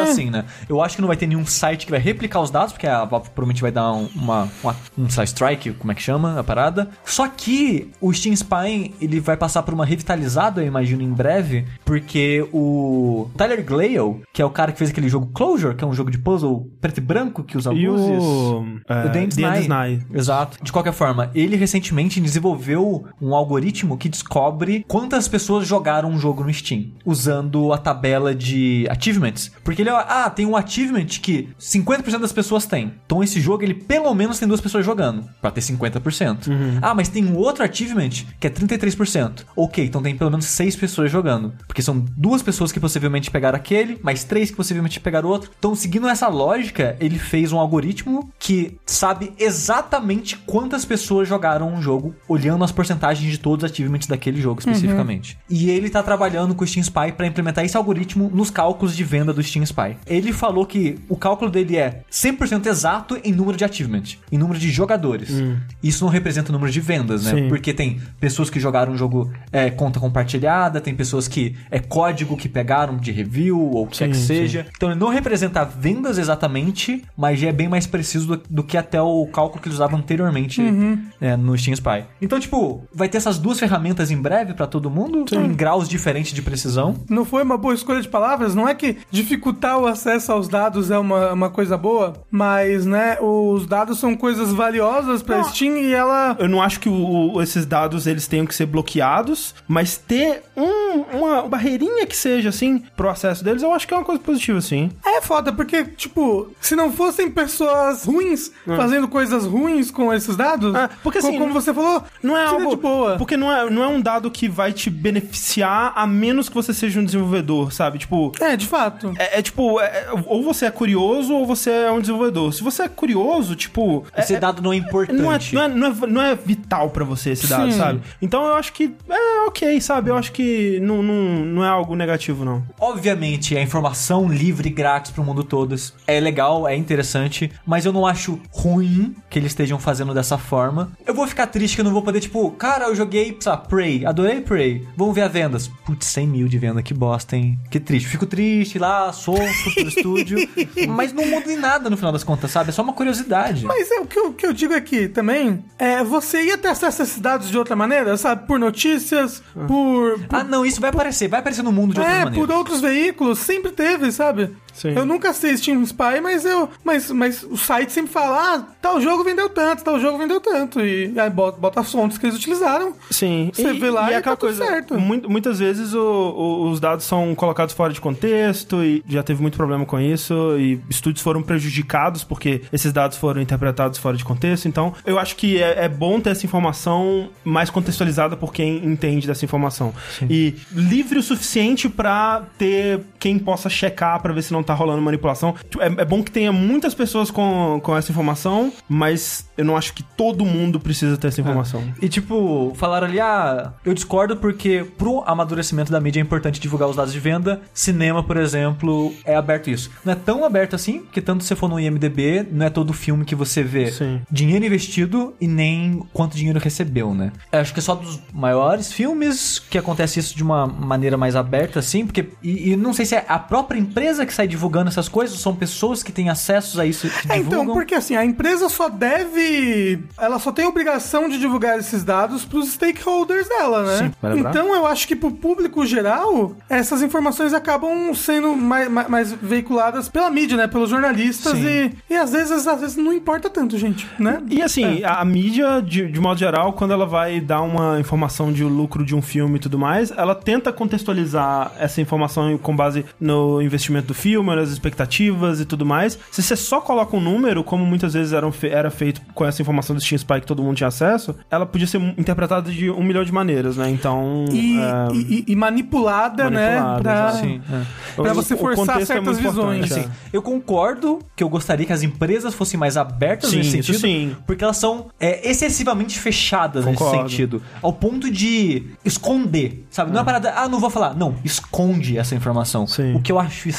Eu acho que não vai ter nenhum site que vai replicar os dados, porque a Valve provavelmente vai dar um, uma, uma, um strike, como é que chama a parada. Só que o Steam Spy, ele vai passar por uma revitalizada, eu imagino, em breve, porque o Tyler Glale, que é o cara que fez aquele jogo Closure, que é um jogo de puzzle preto e branco, que usa E luzes... o... É, O Dan Snai. Exato. De qualquer forma, ele recentemente desenvolveu um algoritmo que descobre quantas pessoas jogaram um jogo no Steam, usando a tabela de achievements. Porque ele, ah, tem um achievement que cinquenta por cento das pessoas têm. Então esse jogo, ele pelo menos tem duas pessoas jogando, pra ter cinquenta por cento. Uhum. Ah, mas tem um outro achievement que é trinta e três por cento. Ok, então tem pelo menos seis pessoas jogando. Porque são duas pessoas que possivelmente pegaram aquele, mais três que possivelmente pegaram outro. Então, seguindo essa lógica, ele fez um algoritmo que sabe exatamente quantas pessoas jogaram um jogo, olhando as porcentagens de todos os achievements daquele jogo especificamente. Uhum. E ele tá trabalhando com o Steam Spy para implementar esse algoritmo nos cálculos de venda do Steam Spy. Ele falou que o cálculo dele é cem por cento exato em número de achievement, em número de jogadores. Hum. Isso não representa o número de vendas, né? Sim. Porque tem pessoas que jogaram um jogo é, conta compartilhada, tem pessoas que é código que pegaram de review ou o que quer que seja. Sim. Então ele não representa vendas exatamente, mas já é bem mais preciso do, do que até o cálculo que eles usavam anteriormente uhum. é, no Steam Spy. Então, tipo, vai ter essas duas ferramentas em breve pra todo mundo, Sim. em graus diferentes de precisão. Não foi uma boa escolha de palavras? Não é que dificultar o acesso aos dados é uma, uma coisa boa, mas, né, os dados são coisas valiosas pra não, Steam e ela... Eu não acho que o, o, esses dados, eles tenham que ser bloqueados, mas ter um, uma barreirinha que seja, assim, pro acesso deles, eu acho que é uma coisa positiva, sim. É foda, porque, tipo, se não fossem pessoas ruins é. fazendo coisas ruins com esses dados, é, porque, assim, como você falou, não é algo de boa. Porque não é, não é um dado que vai te beneficiar a menos que você seja um desenvolvedor, sabe? Tipo... É, de fato. É, é tipo, é, ou você é curioso ou você é um desenvolvedor. Se você é curioso, tipo... Esse é, dado não é importante. Não é, não é, não é, não é vital pra você esse dado, Sim. sabe? Então eu acho que é ok, sabe? Eu acho que não, não, não é algo negativo, não. Obviamente, a informação livre e grátis pro mundo todo é legal, é interessante, mas eu não acho ruim que eles estejam fazendo dessa forma. Eu vou ficar triste que eu não vou poder, tipo, cara, eu joguei, sabe, Prey, adorei Prey, vamos ver as vendas. Putz, cem mil de venda, que bosta, hein? Que triste. Fico triste lá, sofro pelo estúdio, mas não muda em nada no final das contas, sabe? É só uma curiosidade. Mas é, o, que eu, o que eu digo aqui também é você ia ter acesso a esses dados de outra maneira, sabe? Por notícias, ah. por, por... Ah, não, isso vai aparecer, vai aparecer no mundo de outras é, maneiras. É, por outros veículos, sempre teve, sabe? Sim. Eu nunca sei Steam Spy, mas eu. Mas, mas o site sempre fala: ah, tal jogo vendeu tanto, tal jogo vendeu tanto. E aí bota, bota as fontes que eles utilizaram. Sim. Você e, vê lá e, e é aquela tá tudo coisa, certo. Muito, muitas vezes o, o, os dados são colocados fora de contexto e já teve muito problema com isso. E estúdios foram prejudicados porque esses dados foram interpretados fora de contexto. Então, eu acho que é, é bom ter essa informação mais contextualizada por quem entende dessa informação. Sim. E livre o suficiente pra ter quem possa checar pra ver se não tá rolando manipulação. É, é bom que tenha muitas pessoas com, com essa informação, mas eu não acho que todo mundo precisa ter essa informação. É. E tipo, falaram ali, ah, eu discordo porque pro amadurecimento da mídia é importante divulgar os dados de venda. Cinema, por exemplo, é aberto isso. Não é tão aberto assim, porque tanto se você for no I M D B, não é todo filme que você vê Sim. dinheiro investido e nem quanto dinheiro recebeu, né? Eu acho que é só dos maiores filmes que acontece isso de uma maneira mais aberta, assim, porque... E, e não sei se é a própria empresa que sai divulgando essas coisas, ou são pessoas que têm acesso a isso que é, divulgam. Então, porque assim, a empresa só deve... Ela só tem a obrigação de divulgar esses dados pros stakeholders dela, né? Sim, vai lembrar. Então, eu acho que pro público geral, essas informações acabam sendo mais, mais, mais veiculadas pela mídia, né? Pelos jornalistas e, e às vezes, às vezes não importa tanto, gente, né? E assim, é. a mídia, de, de modo geral, quando ela vai dar uma informação de lucro de um filme e tudo mais, ela tenta contextualizar essa informação com base no investimento do filme, nas expectativas e tudo mais. Se você só coloca um número, como muitas vezes eram fe- era feito com essa informação do Steam Spy que todo mundo tinha acesso, ela podia ser interpretada de um milhão de maneiras, né? Então... E, é... e, e manipulada, manipulada, né? Pra, sim, é. pra você forçar certas é visões. Assim, eu concordo que eu gostaria que as empresas fossem mais abertas sim, nesse sentido, sim. porque elas são é, excessivamente fechadas Concordo. nesse sentido, ao ponto de esconder, sabe? Não é uma parada, ah, não vou falar. Não, esconde essa informação. Sim. O que eu acho estranho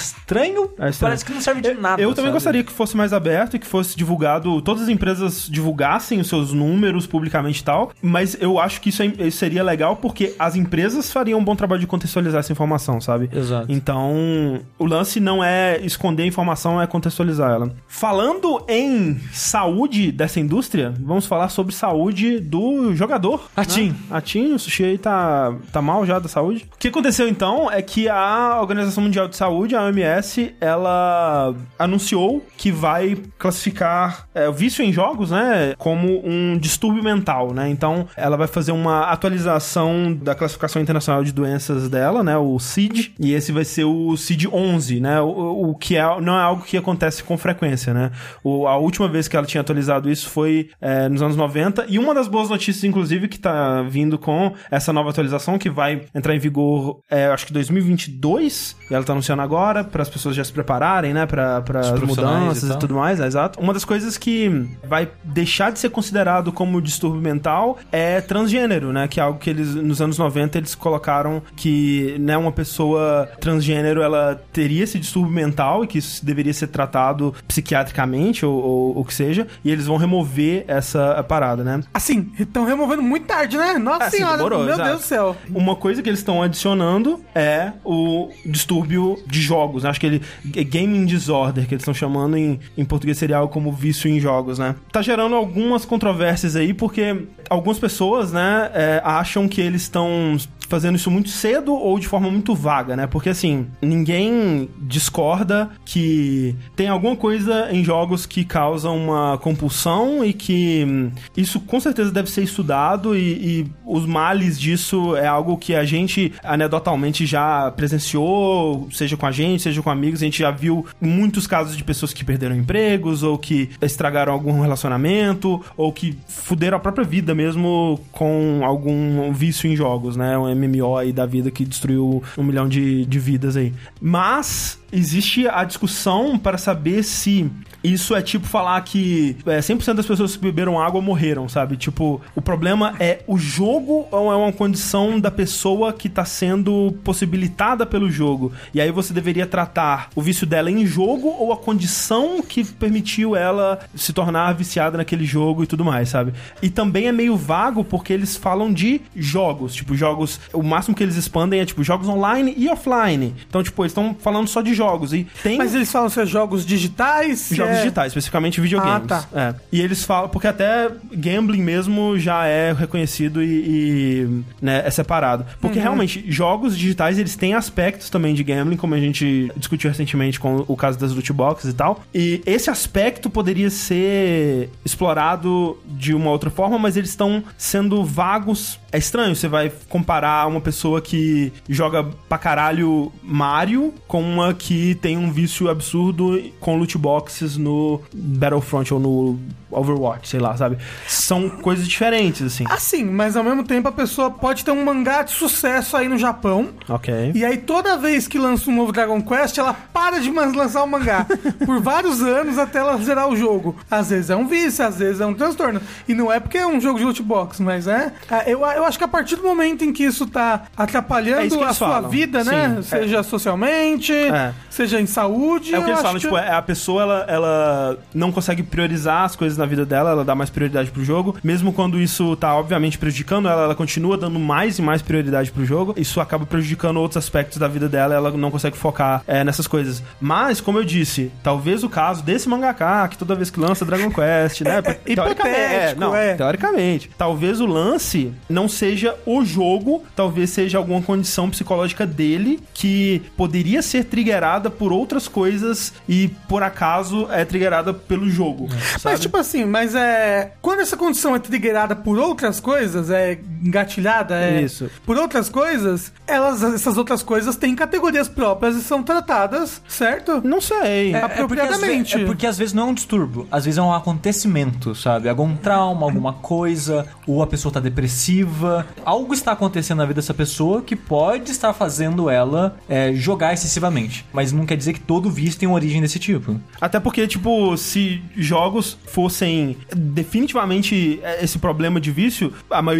estranho, É estranho. parece que não serve de nada. Eu também sabe? gostaria que fosse mais aberto e que fosse divulgado, todas as empresas divulgassem os seus números publicamente e tal, mas eu acho que isso, é, isso seria legal porque as empresas fariam um bom trabalho de contextualizar essa informação, sabe? Exato. Então, o lance não é esconder a informação, é contextualizar ela. Falando em saúde dessa indústria, vamos falar sobre saúde do jogador. A Team. Né? A Team, o Sushi aí tá, tá mal já da saúde. O que aconteceu então é que a Organização Mundial de Saúde, a O M S, ela anunciou que vai classificar é, o vício em jogos, né, como um distúrbio mental, né? Então, ela vai fazer uma atualização da classificação internacional de doenças dela, né, o C I D, e esse vai ser o C I D onze, né, o, o que é, não é algo que acontece com frequência, né? O, a última vez que ela tinha atualizado isso foi é, nos anos noventa, e uma das boas notícias, inclusive, que tá vindo com essa nova atualização, que vai entrar em vigor, é, acho que dois mil e vinte e dois, e ela tá anunciando agora, para as pessoas já se prepararem, né, para as mudanças e, e tudo mais, é, exato. Uma das coisas que vai deixar de ser considerado como distúrbio mental é transgênero, né, que é algo que eles, nos anos noventa, eles colocaram que, né, uma pessoa transgênero, ela teria esse distúrbio mental e que isso deveria ser tratado psiquiatricamente ou, ou o que seja, e eles vão remover essa parada, né? Assim, estão removendo muito tarde, né? Nossa Assim, senhora, demorou, meu exato. Deus do céu. Uma coisa que eles estão adicionando é o distúrbio de jogos, né? Acho que ele é gaming disorder, que eles estão chamando em, em português seria algo como vício em jogos, né? Tá gerando algumas controvérsias aí, porque algumas pessoas, né, é, acham que eles estão fazendo isso muito cedo ou de forma muito vaga, né? Porque, assim, ninguém discorda que tem alguma coisa em jogos que causa uma compulsão e que hum, isso com certeza deve ser estudado e, e os males disso é algo que a gente anedotalmente já presenciou, seja com a gente, seja com amigos. A gente já viu muitos casos de pessoas que perderam empregos ou que estragaram algum relacionamento ou que fuderam a própria vida mesmo com algum vício em jogos, né? Um M M O aí da vida que destruiu um milhão de, de vidas aí. Mas existe a discussão para saber se isso é tipo falar que é, cem por cento das pessoas que beberam água morreram, sabe? Tipo, o problema é o jogo ou é uma condição da pessoa que tá sendo possibilitada pelo jogo? E aí você deveria tratar o vício dela em jogo ou a condição que permitiu ela se tornar viciada naquele jogo e tudo mais, sabe? E também é meio vago porque eles falam de jogos, tipo, jogos, o máximo que eles expandem é tipo jogos online e offline. Então, tipo, eles estão falando só de jogos e tem... Mas eles falam se é jogos digitais? Jogos é... digitais, especificamente videogames. Ah, tá. É. E eles falam, porque até gambling mesmo já é reconhecido e, e né, é separado. Porque uhum. realmente, jogos digitais, eles têm aspectos também de gambling, como a gente discutiu recentemente com o caso das loot boxes e tal. E esse aspecto poderia ser explorado de uma outra forma, mas eles estão sendo vagos. É estranho, você vai comparar uma pessoa que joga pra caralho Mario com uma que tem um vício absurdo com loot boxes no Battlefront ou no Overwatch, sei lá, sabe? São coisas diferentes, assim. Assim, mas ao mesmo tempo a pessoa pode ter um mangá de sucesso aí no Japão. Ok. E aí toda vez que lança um novo Dragon Quest, ela para de lançar o mangá por vários anos até ela zerar o jogo. Às vezes é um vício, às vezes é um transtorno. E não é porque é um jogo de loot box, mas é... Eu, eu acho que a partir do momento em que isso tá atrapalhando é a sua falam. vida, né? Sim, seja é. socialmente, é. seja em saúde... É o que eles falam, que... tipo, é a pessoa, ela, ela não consegue priorizar as coisas na vida dela, ela dá mais prioridade pro jogo, mesmo quando isso tá obviamente prejudicando ela, ela continua dando mais e mais prioridade pro jogo, isso acaba prejudicando outros aspectos da vida dela, ela não consegue focar é, nessas coisas. Mas, como eu disse, talvez o caso desse mangaka, que toda vez que lança Dragon Quest, né, é, é, teoricamente, é, não, é. teoricamente, talvez o lance não seja o jogo, talvez seja alguma condição psicológica dele que poderia ser triggerada por outras coisas e, por acaso, é triggerada pelo jogo. É. Mas, tipo assim, mas é... Quando essa condição é triggerada por outras coisas, é engatilhada, é... Isso. Por outras coisas, elas, essas outras coisas têm categorias próprias e são tratadas, certo? Não sei. É, apropriadamente. É porque, vezes, é porque às vezes não é um distúrbio, às vezes é um acontecimento, sabe? Algum trauma, alguma coisa, ou a pessoa tá depressiva. Algo está acontecendo na vida dessa pessoa que pode estar fazendo ela é, jogar excessivamente. Mas não quer dizer que todo vício tem uma origem desse tipo. Até porque, tipo, se jogos fossem definitivamente esse problema de vício, a maioria das pessoas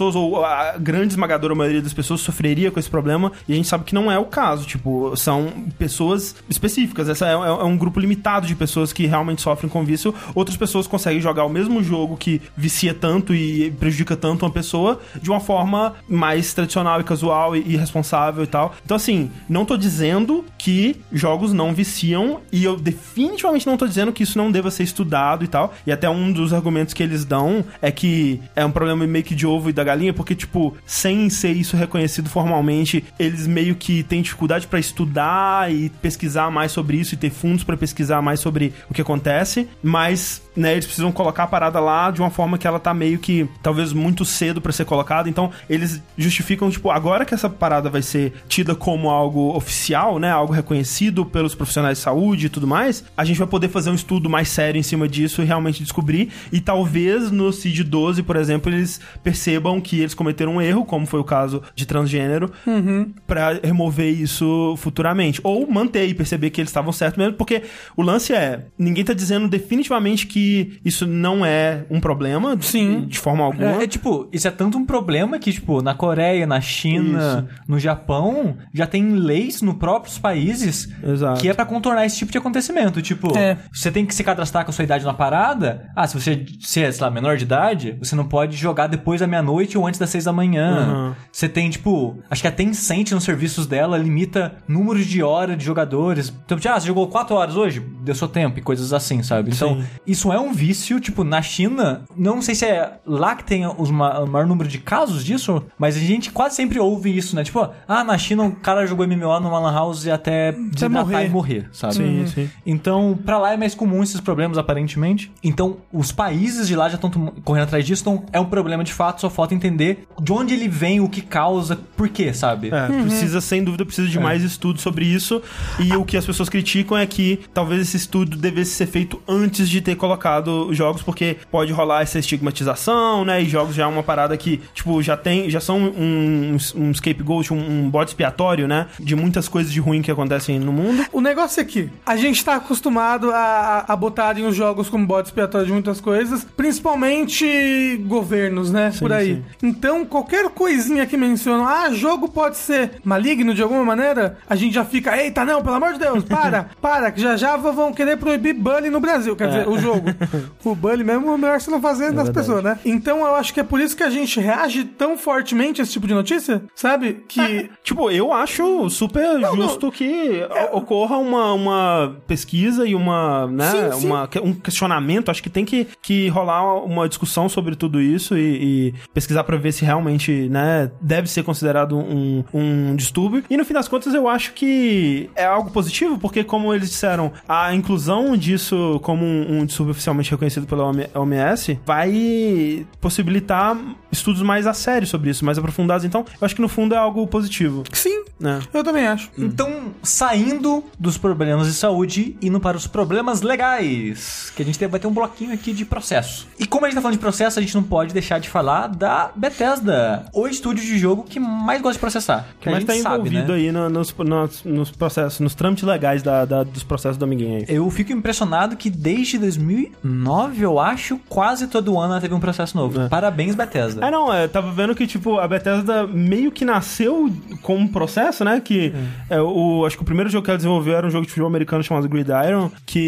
pessoas, ou a grande esmagadora maioria das pessoas, sofreria com esse problema, e a gente sabe que não é o caso. Tipo, são pessoas específicas. Essa é, é um grupo limitado de pessoas que realmente sofrem com vício. Outras pessoas conseguem jogar o mesmo jogo que vicia tanto e prejudica tanto uma pessoa de uma forma mais tradicional e casual e, e responsável e tal. Então, assim, não tô dizendo que jogos não viciam, e eu definitivamente não tô dizendo que isso não deva ser estudado e tal. E até um dos argumentos que eles dão é que é um problema meio que de ovo e da galinha, porque, tipo, sem ser isso reconhecido formalmente, eles meio que têm dificuldade pra estudar e pesquisar mais sobre isso e ter fundos pra pesquisar mais sobre o que acontece, mas, né, eles precisam colocar a parada lá de uma forma que ela tá meio que, talvez, muito cedo pra ser colocada. Então, eles justificam, tipo, agora que essa parada vai ser tida como algo oficial, né, algo reconhecido pelos profissionais de saúde e tudo mais, a gente vai poder fazer um estudo mais sério em cima disso e realmente descobrir, e talvez no C I D doze, por exemplo, eles percebam que eles cometeram um erro, como foi o caso de transgênero, uhum. pra remover isso futuramente, ou manter e perceber que eles estavam certos mesmo, porque o lance é, ninguém tá dizendo definitivamente que isso não é um problema, Sim. de forma alguma. É, é tipo, isso é tanto um problema que, tipo, na Coreia, na China, isso. no Japão, já tem leis nos próprios países Exato. Que é pra contornar esse tipo de acontecimento. Tipo, é. você tem que se cadastrar com a sua idade na parada. Ah, se você se é, sei lá, menor de idade, você não pode jogar depois da meia-noite ou antes das seis da manhã. Uhum. Você tem, tipo, acho que a Tencent nos serviços dela limita números de horas de jogadores. Então, tipo, ah, você jogou quatro horas hoje? Deu seu tempo e coisas assim, sabe? Então, Sim. isso é um vício. Tipo, na China, não sei se é lá que tem os ma- o maior número de casos disso, mas a gente quase sempre ouve isso, né? Tipo, ah, na China o cara jogou M M O numa lan house até desmatar e morrer, sabe? Sim, uhum. sim. Então, pra lá é mais comum esses problemas, aparentemente. Então, os países de lá já estão correndo atrás disso, então é um problema de fato, só falta entender de onde ele vem, o que causa, por quê, sabe? É, uhum. precisa, sem dúvida, precisa de é. mais estudo sobre isso, e o que as pessoas criticam é que talvez esse estudo devesse ser feito antes de ter colocado os jogos, porque pode rolar essa estigmatização, né, e jogos já é uma parada que, tipo, já tem, já são um, um, um scapegoat, um, um bode expiatório, né, de muitas coisas de ruim que acontecem no mundo. O negócio é que a gente tá acostumado a, a botarem os jogos como bode expiatório de muitas coisas, principalmente governos, né, sim, por aí. Sim. Então, qualquer coisinha que mencionam, ah, jogo pode ser maligno de alguma maneira, a gente já fica, eita, não, pelo amor de Deus, para, para, que já já vão querer proibir bullying no Brasil, quer é. dizer, o jogo. O bullying mesmo é melhor você não fazer é das verdade. pessoas, né? Então, eu acho que é por isso que a gente reage tão fortemente a esse tipo de notícia, sabe? Que... É, tipo, eu acho super não, justo não. que é... ocorra uma, uma pesquisa e uma, né, sim, sim. Uma, um questionamento. Acho que tem que, que rolar uma discussão sobre tudo isso e, e pesquisar pra ver se realmente, né, deve ser considerado um, um distúrbio. E no fim das contas, eu acho que é algo positivo, porque como eles disseram, a inclusão disso como um, um distúrbio oficialmente reconhecido pela O M S vai possibilitar estudos mais a sério sobre isso, mais aprofundados. Então, eu acho que no fundo é algo positivo. Sim, é. eu também acho. Então, saindo dos problemas de saúde, indo para os problemas legais, que a gente vai ter um bloquinho aqui de processo. E como a gente tá falando de processo, a gente não pode deixar de falar da Bethesda, o estúdio de jogo que mais gosta de processar. Que, que mais tá envolvido, né, aí no, nos, nos, nos processos, nos trâmites legais da, da, dos processos do amiguinho aí. Eu fico impressionado que desde dois mil e nove, eu acho, quase todo ano ela teve um processo novo. É. Parabéns, Bethesda. É, não, eu tava vendo que, tipo, a Bethesda meio que nasceu com um processo, né, que é. É, o, acho que o primeiro jogo que ela desenvolveu era um jogo de futebol americano chamado Gridiron,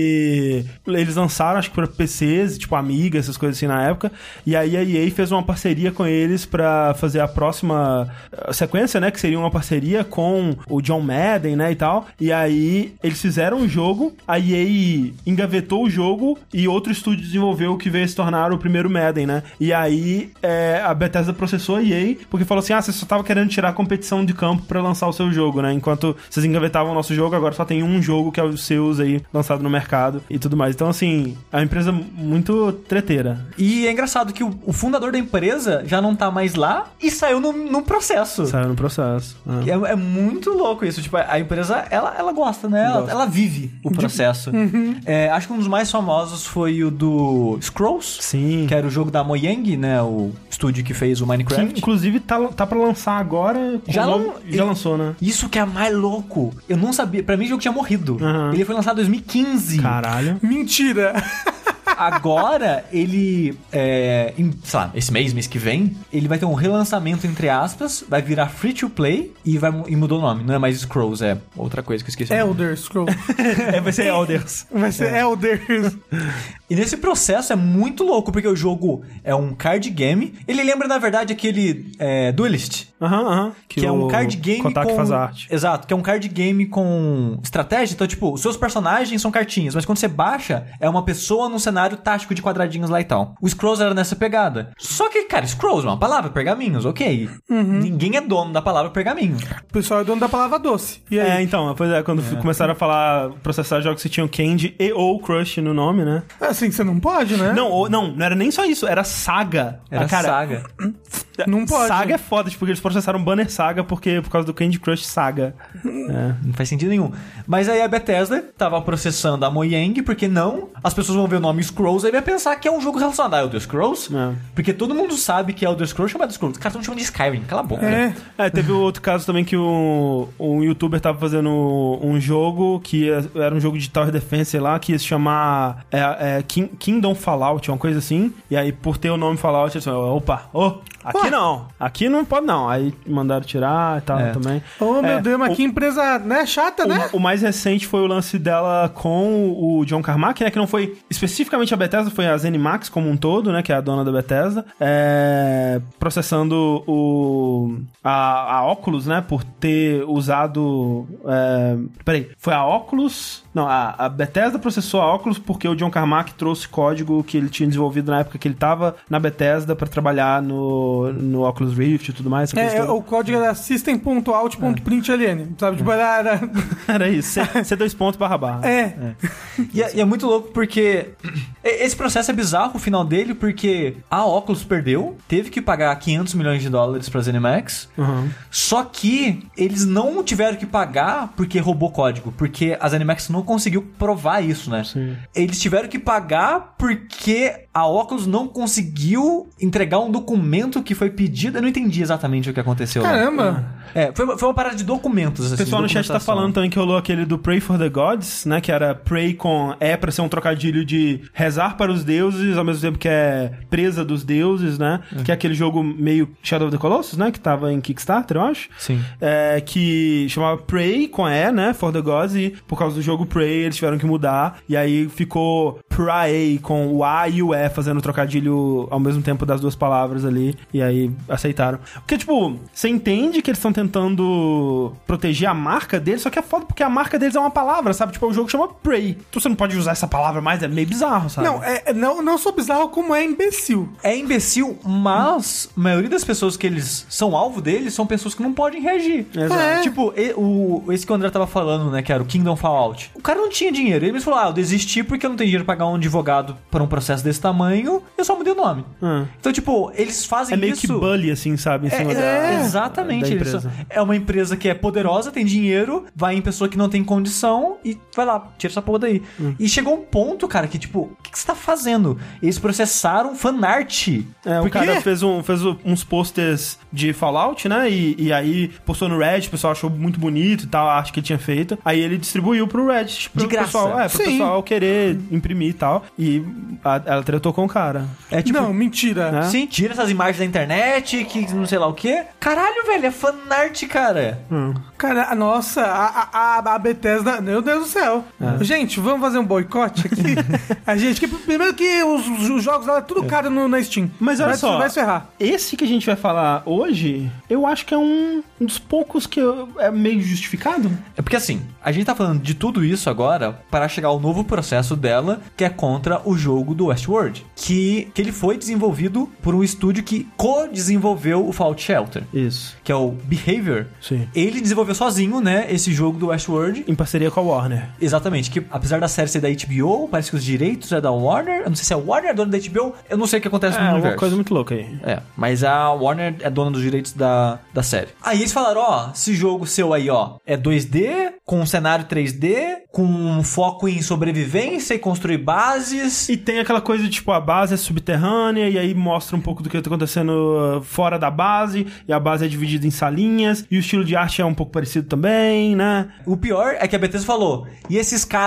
que eles lançaram, acho que pra P Cs, tipo Amiga, essas coisas assim na época, e aí a E A fez uma parceria com eles pra fazer a próxima sequência, né, que seria uma parceria com o John Madden, né, e tal, e aí eles fizeram o jogo, a E A engavetou o jogo e outro estúdio desenvolveu o que veio se tornar o primeiro Madden, né, e aí é, a Bethesda processou a E A porque falou assim, ah, você só tava querendo tirar a competição de campo pra lançar o seu jogo, né, enquanto vocês engavetavam o nosso jogo, agora só tem um jogo que é o seus aí, lançado no mercado e tudo mais. Então, assim, é uma empresa muito treteira. E é engraçado que o, o fundador da empresa já não tá mais lá e saiu no, no processo. Saiu no processo. É. É, é muito louco isso. Tipo, a empresa, ela, ela gosta, né? Ela, ela vive o processo. Uhum. É, acho que um dos mais famosos foi o do Scrolls. Sim. Que era o jogo da Mojang, né? O estúdio que fez o Minecraft. Que, inclusive, tá, tá pra lançar agora. Já, logo, já eu, lançou, né? Isso que é mais louco. Eu não sabia. Pra mim, o jogo tinha morrido. Uhum. Ele foi lançado em dois mil e quinze. Caralho. Mentira! agora ele, é, em, sei lá, esse mês, mês que vem, ele vai ter um relançamento, entre aspas, vai virar free to play e, vai, e mudou o nome. Não é mais Scrolls, é outra coisa que eu esqueci. Elder Scrolls. É, vai ser Elders. Vai ser é. Elders. E nesse processo é muito louco, porque o jogo é um card game. Ele lembra, na verdade, aquele é, Duelist. Aham, uhum, aham. Uhum. Que, que é um card game Kotaku com... faz arte. Exato, que é um card game com estratégia. Então, tipo, os seus personagens são cartinhas, mas quando você baixa, é uma pessoa num cenário tático de quadradinhos lá e tal. O Scrolls era nessa pegada. Só que, cara, Scrolls é uma palavra, pergaminhos, ok. Uhum. Ninguém é dono da palavra pergaminho. O pessoal é dono da palavra doce. E aí? É, então, pois é, quando é. começaram a falar, processar jogos que tinham Candy e ou Crush no nome, né? Assim, você não pode, né? Não, ou, não, não era nem só isso, era Saga. Era ah, cara, Saga. Não pode. Saga é foda, tipo, porque eles processaram Banner Saga porque, por causa do Candy Crush Saga. É, não faz sentido nenhum. Mas aí a Bethesda tava processando a Mojang, porque não, as pessoas vão ver o nome Scrolls e vai pensar que é um jogo relacionado a Elder Scrolls. É. Porque todo mundo sabe que Elder Scrolls chama Elder Scrolls. Os caras estão chamando de Skyrim, cala a boca. É. é, teve outro caso também que o, um youtuber tava fazendo um jogo que era um jogo de Tower Defense, sei lá, que ia se chamar é, é, King, Kingdom Fallout, uma coisa assim. E aí, por ter o nome Fallout, eles falaram, opa, ô, oh, aqui Ué? não, aqui não pode não. Aí mandaram tirar e tal é. também. Oh, meu é, Deus, mas o, que empresa, né, chata, o, né? O mais recente foi o lance dela com o John Carmack, né, que não foi especificamente a Bethesda, foi a ZeniMax como um todo, né, que é a dona da Bethesda, é, processando o, a, a Oculus, né, por ter usado... É, peraí, foi a Oculus... Não, a, a Bethesda processou a Oculus porque o John Carmack trouxe código que ele tinha desenvolvido na época que ele tava na Bethesda pra trabalhar no, no Oculus Rift e tudo mais. É, o código era system ponto out ponto println, sabe? Tipo, era... Era, era isso, C dois pontos barra barra. É. é. E, é. E é muito louco porque esse processo é bizarro, o final dele, porque a Oculus perdeu, teve que pagar quinhentos milhões de dólares pra ZeniMax, uhum. Só que eles não tiveram que pagar porque roubou código, porque a ZeniMax não conseguiu provar isso, né? Sim. Eles tiveram que pagar porque a Oculus não conseguiu entregar um documento que foi pedido. Eu não entendi exatamente o que aconteceu. Caramba! Lá. É, foi, foi uma parada de documentos. O assim, pessoal no chat tá falando também que rolou aquele do Pray for the Gods, né? Que era Pray com é pra ser um trocadilho de rezar para os deuses, ao mesmo tempo que é presa dos deuses, né? É. Que é aquele jogo meio Shadow of the Colossus, né? Que tava em Kickstarter, eu acho. Sim. É, que chamava Pray com é, né? For the Gods, e por causa do jogo Pray eles tiveram que mudar, e aí ficou Pray com o A e o E fazendo trocadilho ao mesmo tempo das duas palavras ali, e aí aceitaram. Porque, tipo, você entende que eles estão tentando proteger a marca deles, só que é foda porque a marca deles é uma palavra, sabe? Tipo, o jogo chama Prey. Então você não pode usar essa palavra mais, é meio bizarro, sabe? Não, é, não, não só bizarro, como é imbecil. É imbecil, mas a maioria das pessoas que eles são alvo deles são pessoas que não podem reagir. Exato. É. Tipo, e, o, esse que o André tava falando, né, que era o Kingdom Fallout. O cara não tinha dinheiro. Ele mesmo falou, ah, eu desisti porque eu não tenho dinheiro pra pagar um advogado para um processo desse tamanho, eu só mudei o nome. Hum. Então, tipo, eles fazem isso... É meio isso... que bully, assim, sabe? Em cima é, da, é, exatamente. da Eles, é uma empresa que é poderosa, tem dinheiro, vai em pessoa que não tem condição e vai lá, tira essa porra daí. Hum. E chegou um ponto, cara, que tipo, o que, que você tá fazendo? Eles processaram fanart. É, o cara fez, um, fez uns posters de Fallout, né? E, e aí postou no Reddit, o pessoal achou muito bonito e tal, a arte que ele tinha feito. Aí ele distribuiu pro Reddit. Pro de graça. Pessoal, é, pro Sim. pessoal querer imprimir e tal. E a, ela tretou com o cara. É tipo, não, mentira. Né? Sim, tira essas imagens da internet, que não sei lá o quê. Caralho, velho, é fanart, cara. Hum. Cara, nossa, a, a, a Bethesda, meu Deus do céu. É. Gente, vamos fazer um boicote aqui? a gente, que, primeiro que os, os jogos lá é tudo caro no, na Steam. Mas olha vai, só, vai se ferrar. Esse que a gente vai falar hoje, eu acho que é um, um dos poucos que eu, é meio justificado. É porque assim, a gente tá falando de tudo isso agora para chegar ao novo processo dela, que é contra o jogo do Westworld. Que, que ele foi desenvolvido por um estúdio que co-desenvolveu o Fallout Shelter. Isso. Que é o Behavior. Sim. Ele desenvolveu sozinho, né, esse jogo do Westworld. Em parceria com a Warner. Exatamente. Que apesar da série ser da H B O, parece que os direitos é da Warner. Eu não sei se é a Warner é dona da H B O. Eu não sei o que acontece é, no universo. É uma coisa muito louca aí. É, mas a Warner é dona dos direitos da, da série. Aí eles falaram, ó, esse jogo seu aí, ó, é dois D, com um cenário três D, com um foco em sobrevivência e construir bases. E tem aquela coisa de, tipo, a base é subterrânea, e aí mostra um pouco do que tá acontecendo fora da base, e a base é dividida em salinhas, e o estilo de arte é um pouco parecido também, né? O pior é que a Bethesda falou, e esses caras aí,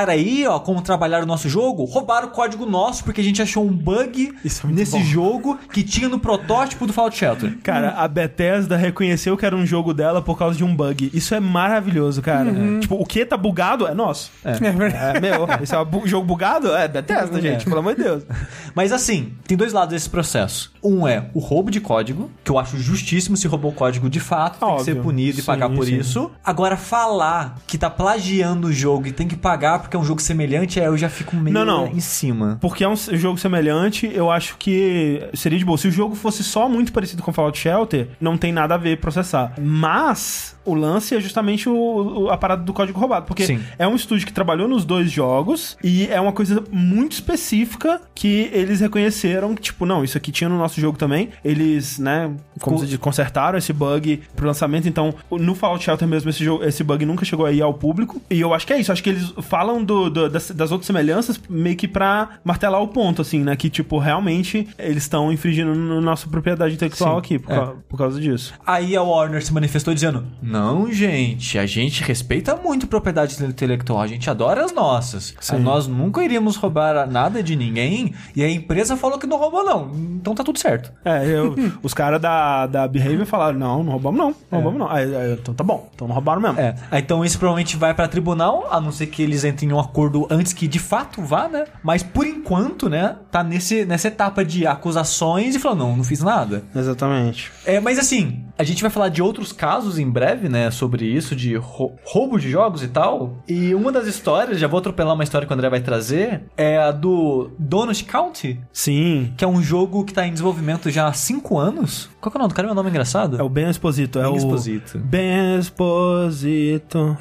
ó, como trabalhar o nosso jogo, roubaram o código nosso porque a gente achou um bug Isso é muito nesse bom. jogo que tinha no protótipo do Fallout Shelter. Cara, a Bethesda reconheceu que era um jogo dela por causa de um bug. Isso é maravilhoso, cara. Tipo, o que tá bugado é nosso. É verdade. É meu. Esse é um bu- jogo bugado? É Bethesda, gente. Pelo amor de Deus. Mas assim, tem dois lados desse processo. Um é o roubo de código, que eu acho justíssimo se roubou o código de fato, tem Óbvio. que ser punido e Sim, pagar por sim. isso. Agora, falar que tá plagiando o jogo e tem que pagar porque é um jogo semelhante, aí eu já fico meio Não, não. em cima. Porque é um s- jogo semelhante, eu acho que seria de boa. Se o jogo fosse só muito parecido com Fallout Shelter, não tem nada a ver processar. Mas o lance é justamente o, o- a parada do código roubado. Porque Sim. é um estúdio que trabalhou nos dois jogos e é uma coisa muito específica que eles reconheceram que, tipo, não, isso aqui tinha no nosso jogo também. Eles, né, como Co- se diz, consertaram esse bug pro lançamento. Então, no Fallout Shelter mesmo, esse, jogo, esse bug nunca chegou aí ao público. E eu acho que é isso. Acho que eles falam do, do- das, das outras semelhanças meio que pra martelar o ponto, assim, né? Que, tipo, realmente eles estão infringindo na nossa propriedade intelectual Sim, aqui por, é. cau- por causa disso. Aí a Warner se manifestou dizendo: não, gente, a gente respeita muito propriedade intelectual, a gente adora as nossas. Sim. Nós nunca iríamos roubar nada de ninguém. E a empresa falou que não roubou, não. Então tá tudo certo. É, eu, os caras da, da Behavior falaram, não, não roubamos não, não roubamos não. Aí, aí, então tá bom, então não roubaram mesmo. É, então isso provavelmente vai pra tribunal, a não ser que eles entrem em um acordo antes que de fato vá, né? Mas por enquanto, né, tá nesse, nessa etapa de acusações e falando, não, não fiz nada. Exatamente. É, mas assim, a gente vai falar de outros casos em breve, né, sobre isso, de rou- roubo de jogos e tal. E uma das histórias, já vou atropelar uma história que o André vai trazer, é a do Donut County, Sim. que é um jogo que tá em desenvolvimento já há cinco anos. Qual que é o nome do cara? Meu nome é engraçado? É o Ben Exposito. É Ben o Exposito. Ben Exposito.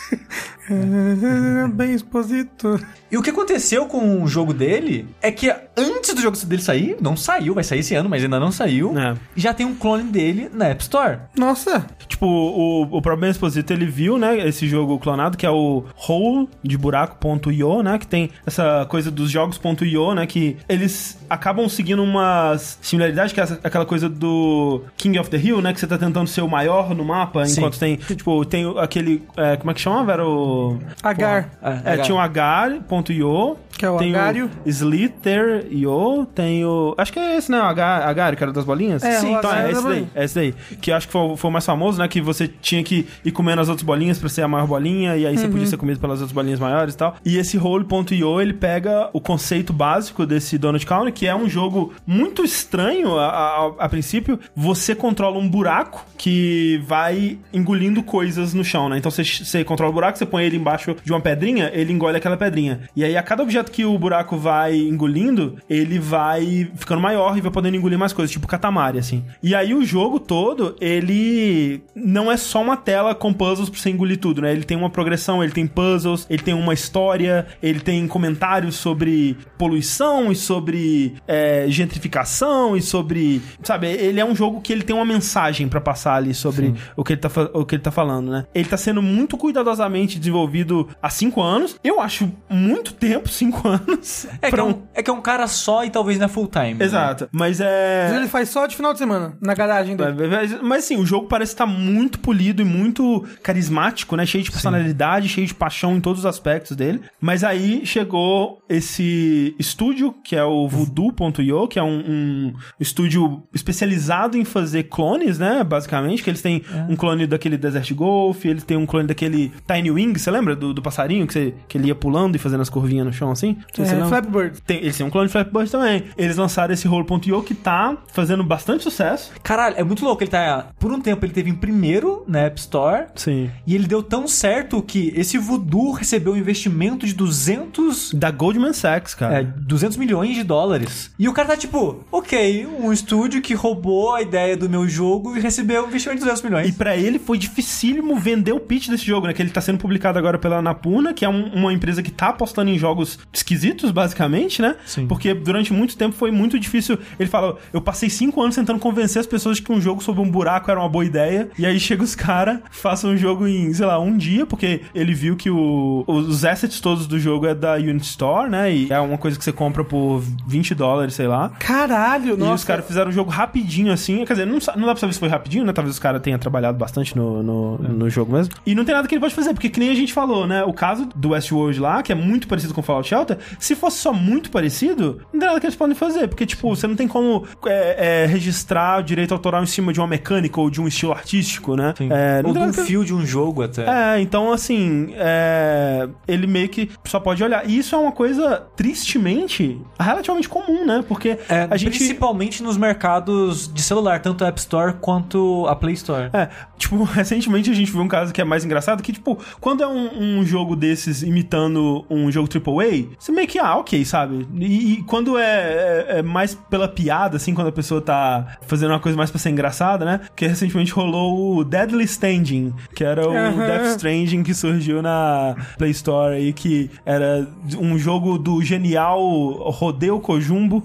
É, bem exposito. E o que aconteceu com o jogo dele é que antes do jogo dele sair, não saiu, vai sair esse ano, mas ainda não saiu, É. já tem um clone dele na App Store. Nossa. Tipo, o, o próprio Ben Exposito, ele viu, né, esse jogo clonado, que é o hole de buraco.io, né, que tem essa coisa dos jogos.io, né, que eles acabam seguindo umas similaridades, que é essa- aquela coisa do King of the Hill, né, que você tá tentando ser o maior no mapa, Sim. enquanto tem, tipo, tem aquele, é, como é que chamava? Era o... Agar. É, tinha o agar.io, Que é o tem Agário. o Slither.io, tem o... Acho que é esse, né? O Agar- Agário, que era das bolinhas? É, Sim, o então é Agário esse da daí. bolinha. É esse daí. Que eu acho que foi, foi o mais famoso, né? Que você tinha que ir comendo as outras bolinhas pra ser a maior bolinha, e aí você podia ser comido pelas outras bolinhas maiores e tal. E esse Roll.io, ele pega o conceito básico desse Donut County, que é um jogo muito estranho a, a, a princípio. Você controla um buraco que vai engolindo coisas no chão, né? Então você, você controla o buraco, você põe ele embaixo de uma pedrinha, ele engole aquela pedrinha. E aí a cada objeto que o buraco vai engolindo, ele vai ficando maior e vai podendo engolir mais coisas, tipo Katamari, assim. E aí o jogo todo, ele não é só uma tela com puzzles pra você engolir tudo, né? Ele tem uma progressão, ele tem puzzles, ele tem uma história, ele tem comentários sobre poluição e sobre é, gentrificação e sobre... Sabe, ele é um jogo que ele tem uma mensagem pra passar ali sobre o que, ele tá, fa- o que ele tá falando, né? Ele tá sendo muito cuidadosamente desenvolvido há cinco anos. Eu acho muito tempo, cinco anos. É que pra é, um, é que é um cara só e talvez não é full time. né? Exato. Mas é... Mas ele faz só de final de semana, na garagem dele. Mas, mas assim, o jogo parece estar muito polido e muito carismático, né? Cheio de personalidade, cheio de paixão em todos os aspectos dele. Mas aí chegou esse estúdio, que é o Voodoo.io, que é um, um estúdio especializado em fazer clones, né? Basicamente, que eles têm um clone daquele Desert Golf, eles têm um clone daquele Tiny Wing, você lembra? Do, do passarinho, que, você, que ele ia pulando e fazendo as curvinhas no chão, assim? Você É, lembra? Flappy Bird. Tem, eles têm um clone de Flappy Bird também. Eles lançaram esse Roll.io que tá fazendo bastante sucesso. Caralho, é muito louco. Ele tá. Por um tempo ele teve em primeiro na App Store. Sim. E ele deu tão certo que esse Voodoo recebeu um investimento de duzentos. Da Goldman Sachs, cara. É, duzentos milhões de dólares. E o cara tá tipo, ok, um estúdio que roubou a ideia do meu jogo e recebeu um investimento de duzentos milhões. E pra ele foi dificílimo vender o pitch desse jogo, né? Que ele tá sendo publicado agora pela Anapurna, que é um- uma empresa que tá apostando em jogos esquisitos, basicamente, né? Sim. Porque durante muito tempo foi muito difícil. Ele fala, eu passei cinco anos tentando convencer as pessoas de que um jogo sobre um buraco era uma boa ideia, e aí chega os caras, façam um jogo em, sei lá, um dia, porque ele viu que o, os assets todos do jogo é da Unity Store, né? E é uma coisa que você compra por vinte dólares, sei lá. Caralho, E nossa. os caras fizeram um jogo rapidinho, assim. Quer dizer, não, não dá pra saber se foi rapidinho, né? Talvez os caras tenham trabalhado bastante no, no, no jogo mesmo. E não tem nada que ele pode fazer, porque que nem a gente falou, né? O caso do Westworld lá, que é muito parecido com Fallout Shelter, se fosse só muito parecido, não tem nada que eles podem fazer, porque, tipo, você não tem como é, é, registrar o direito autoral em cima de uma mecânica ou de um estilo artístico, né? É, Ou não de tem um nada que- fio de um jogo até. É, então, assim, é, ele meio que só pode olhar. E isso é uma coisa, tristemente, relativamente comum, né? Porque É, a gente... Principalmente nos mercados de celular, tanto a App Store quanto a Play Store. É, tipo, recentemente a gente viu um caso que é mais engraçado, que, tipo, quando é um, um jogo desses imitando um jogo triplo A, você meio que, ah, ok, sabe? E, e quando é, é, é mais pela piada, assim, quando a pessoa tá fazendo uma coisa mais pra ser engraçada, né? Porque recentemente rolou o Deadly Standing, que era o Aham. Death Stranding que surgiu na Play Store aí, que era um jogo do genial Rodeo Kojumbo.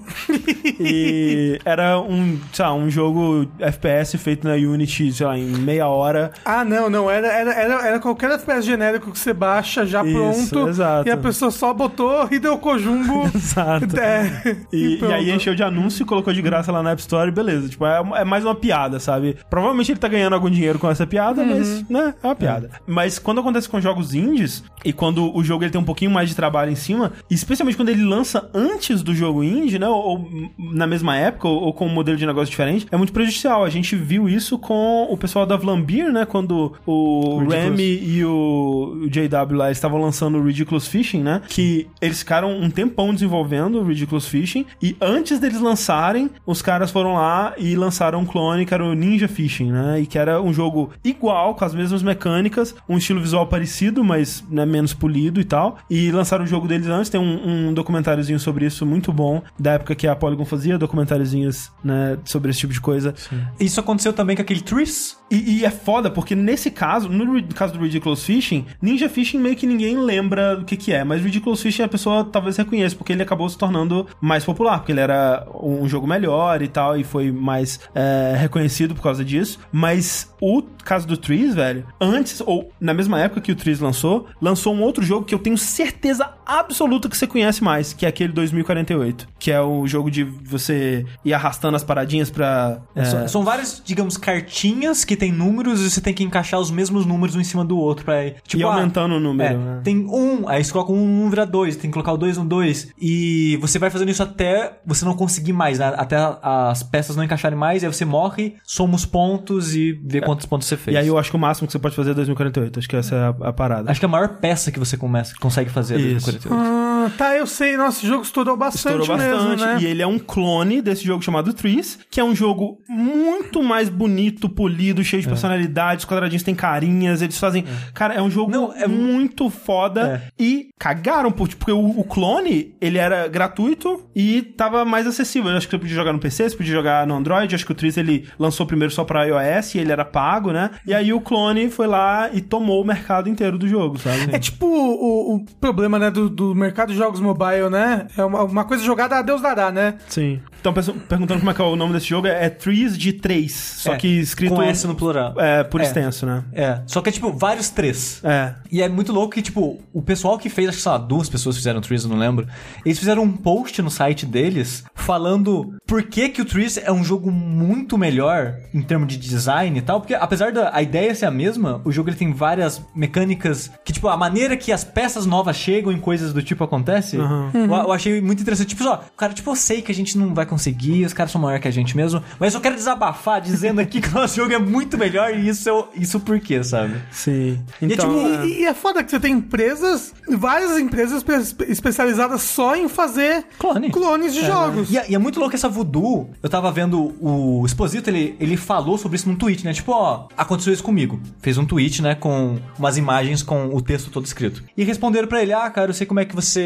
E era um, sei lá, um jogo F P S feito na Unity, sei lá, em meia hora. Ah, não, não. Era, era, era, era qualquer F P S genérico que você baixa já Isso, pronto. exato. E a pessoa só botou Hideo Kojumbo. Exato. É, E, e pronto. aí encheu de anúncio e colocou de graça lá na App Store e beleza. Tipo, é, é mais uma piada, sabe? Provavelmente ele tá ganhando algum dinheiro com essa piada, Uhum. mas, né, é uma piada. Mas quando acontece com jogos indies, e quando o jogo ele tem um pouquinho mais de trabalho em cima, especialmente quando ele lança antes do jogo indie, né, ou, ou na mesma época, ou, ou com um modelo de negócio diferente, é muito prejudicial. A gente viu isso com o pessoal da Vlambeer, né, quando o Ridiculous. Remy e o, o J W lá estavam lançando o Ridiculous Fishing, né, que eles ficaram um tempão desenvolvendo o Ridiculous Fishing, e antes deles lançarem, os caras foram lá e lançaram um clone que era o Ninja Fishing, né, e que era um jogo igual, com as mesmas mecânicas, um estilo visual parecido, mas, né, menos polido e tal, e lançaram o jogo deles antes. Tem um, um documentáriozinho sobre isso muito bom, da época que a Polygon fazia documentáriozinhos, né, sobre esse tipo de coisa. Isso aconteceu também com aquele Tris. E, e é foda, porque nesse caso, no ri- caso do Ridiculous Fishing, Ninja Fishing meio que ninguém lembra o que que é, mas Ridiculous Fishing a pessoa talvez reconheça, porque ele acabou se tornando mais popular, porque ele era um jogo melhor e tal, e foi mais é, reconhecido por causa disso. Mas o caso do Trees, velho, antes, ou na mesma época que o Trees lançou, lançou um outro jogo que eu tenho certeza absoluta que você conhece mais, que é aquele dois mil e quarenta e oito, que é o jogo de você ir arrastando as paradinhas pra... é, São, são várias, digamos, cartinhas que tem números e você tem que encaixar os mesmos números um em cima do outro pra... Tipo, e aumentando ah, o número. É, né? tem um, aí você coloca um, um vira dois, tem que colocar o dois no dois. E você vai fazendo isso até você não conseguir mais, né? Até as peças não encaixarem mais, aí você morre, soma os pontos e vê quantos pontos você fez. E aí eu acho que o máximo que você pode fazer é dois mil e quarenta e oito. Acho que essa é a, a parada. Acho que é a maior peça que você começa, consegue fazer é dois mil e quarenta e oito. Ah, tá, eu sei. Nossa, esse jogo estourou bastante, Estourou bastante. mesmo, né? E ele é um clone desse jogo chamado Trees, que é um jogo muito mais bonito, polido, cheio de personalidades, os quadradinhos têm carinhas, eles fazem... Cara, é um jogo Não, é muito foda. E cagaram, por- porque o, o clone, ele era gratuito e tava mais acessível. Eu acho que você podia jogar no P C, você podia jogar no Android. Eu acho que o Trees, ele lançou primeiro só pra iOS e ele era pago, né? E aí o clone foi lá e tomou o mercado inteiro do jogo, sabe? É tipo o, o problema, né, do, do mercado de jogos mobile, né? É uma, uma coisa jogada a Deus dará, né? Sim. Então, perso- perguntando como é que é o nome desse jogo, é, é Trees de três, só É, que escrito... com S no plural. É, por É. extenso, né? É, só que é tipo vários três. É. E é muito louco que, tipo, o pessoal que fez, acho que, sei lá, duas pessoas fizeram o Trees, eu não lembro. Eles fizeram um post no site deles falando por que que o Trees é um jogo muito melhor em termos de design e tal. Porque, apesar da a ideia ser a mesma, o jogo ele tem várias mecânicas que, tipo, a maneira que as peças novas chegam em coisas do tipo acontece, Uhum. eu, eu achei muito interessante. Tipo, só, cara, tipo, eu sei que a gente não vai conseguir, os caras são maior que a gente mesmo, mas eu quero desabafar dizendo aqui que o nosso jogo é muito melhor e isso, eu, isso por quê, sabe? Sim. E é Então, tipo, é. E, e é foda que você tem empresas, várias empresas espe- especializadas só em fazer Clone. clones de jogos. E é, e é muito louco essa Voodoo. Eu tava vendo o Exposito, ele, ele falou sobre isso num tweet, né? Tipo, ó, aconteceu isso comigo. Fez um tweet, né, com umas imagens com o texto todo escrito. E responderam pra ele, ah, cara, eu sei como é que você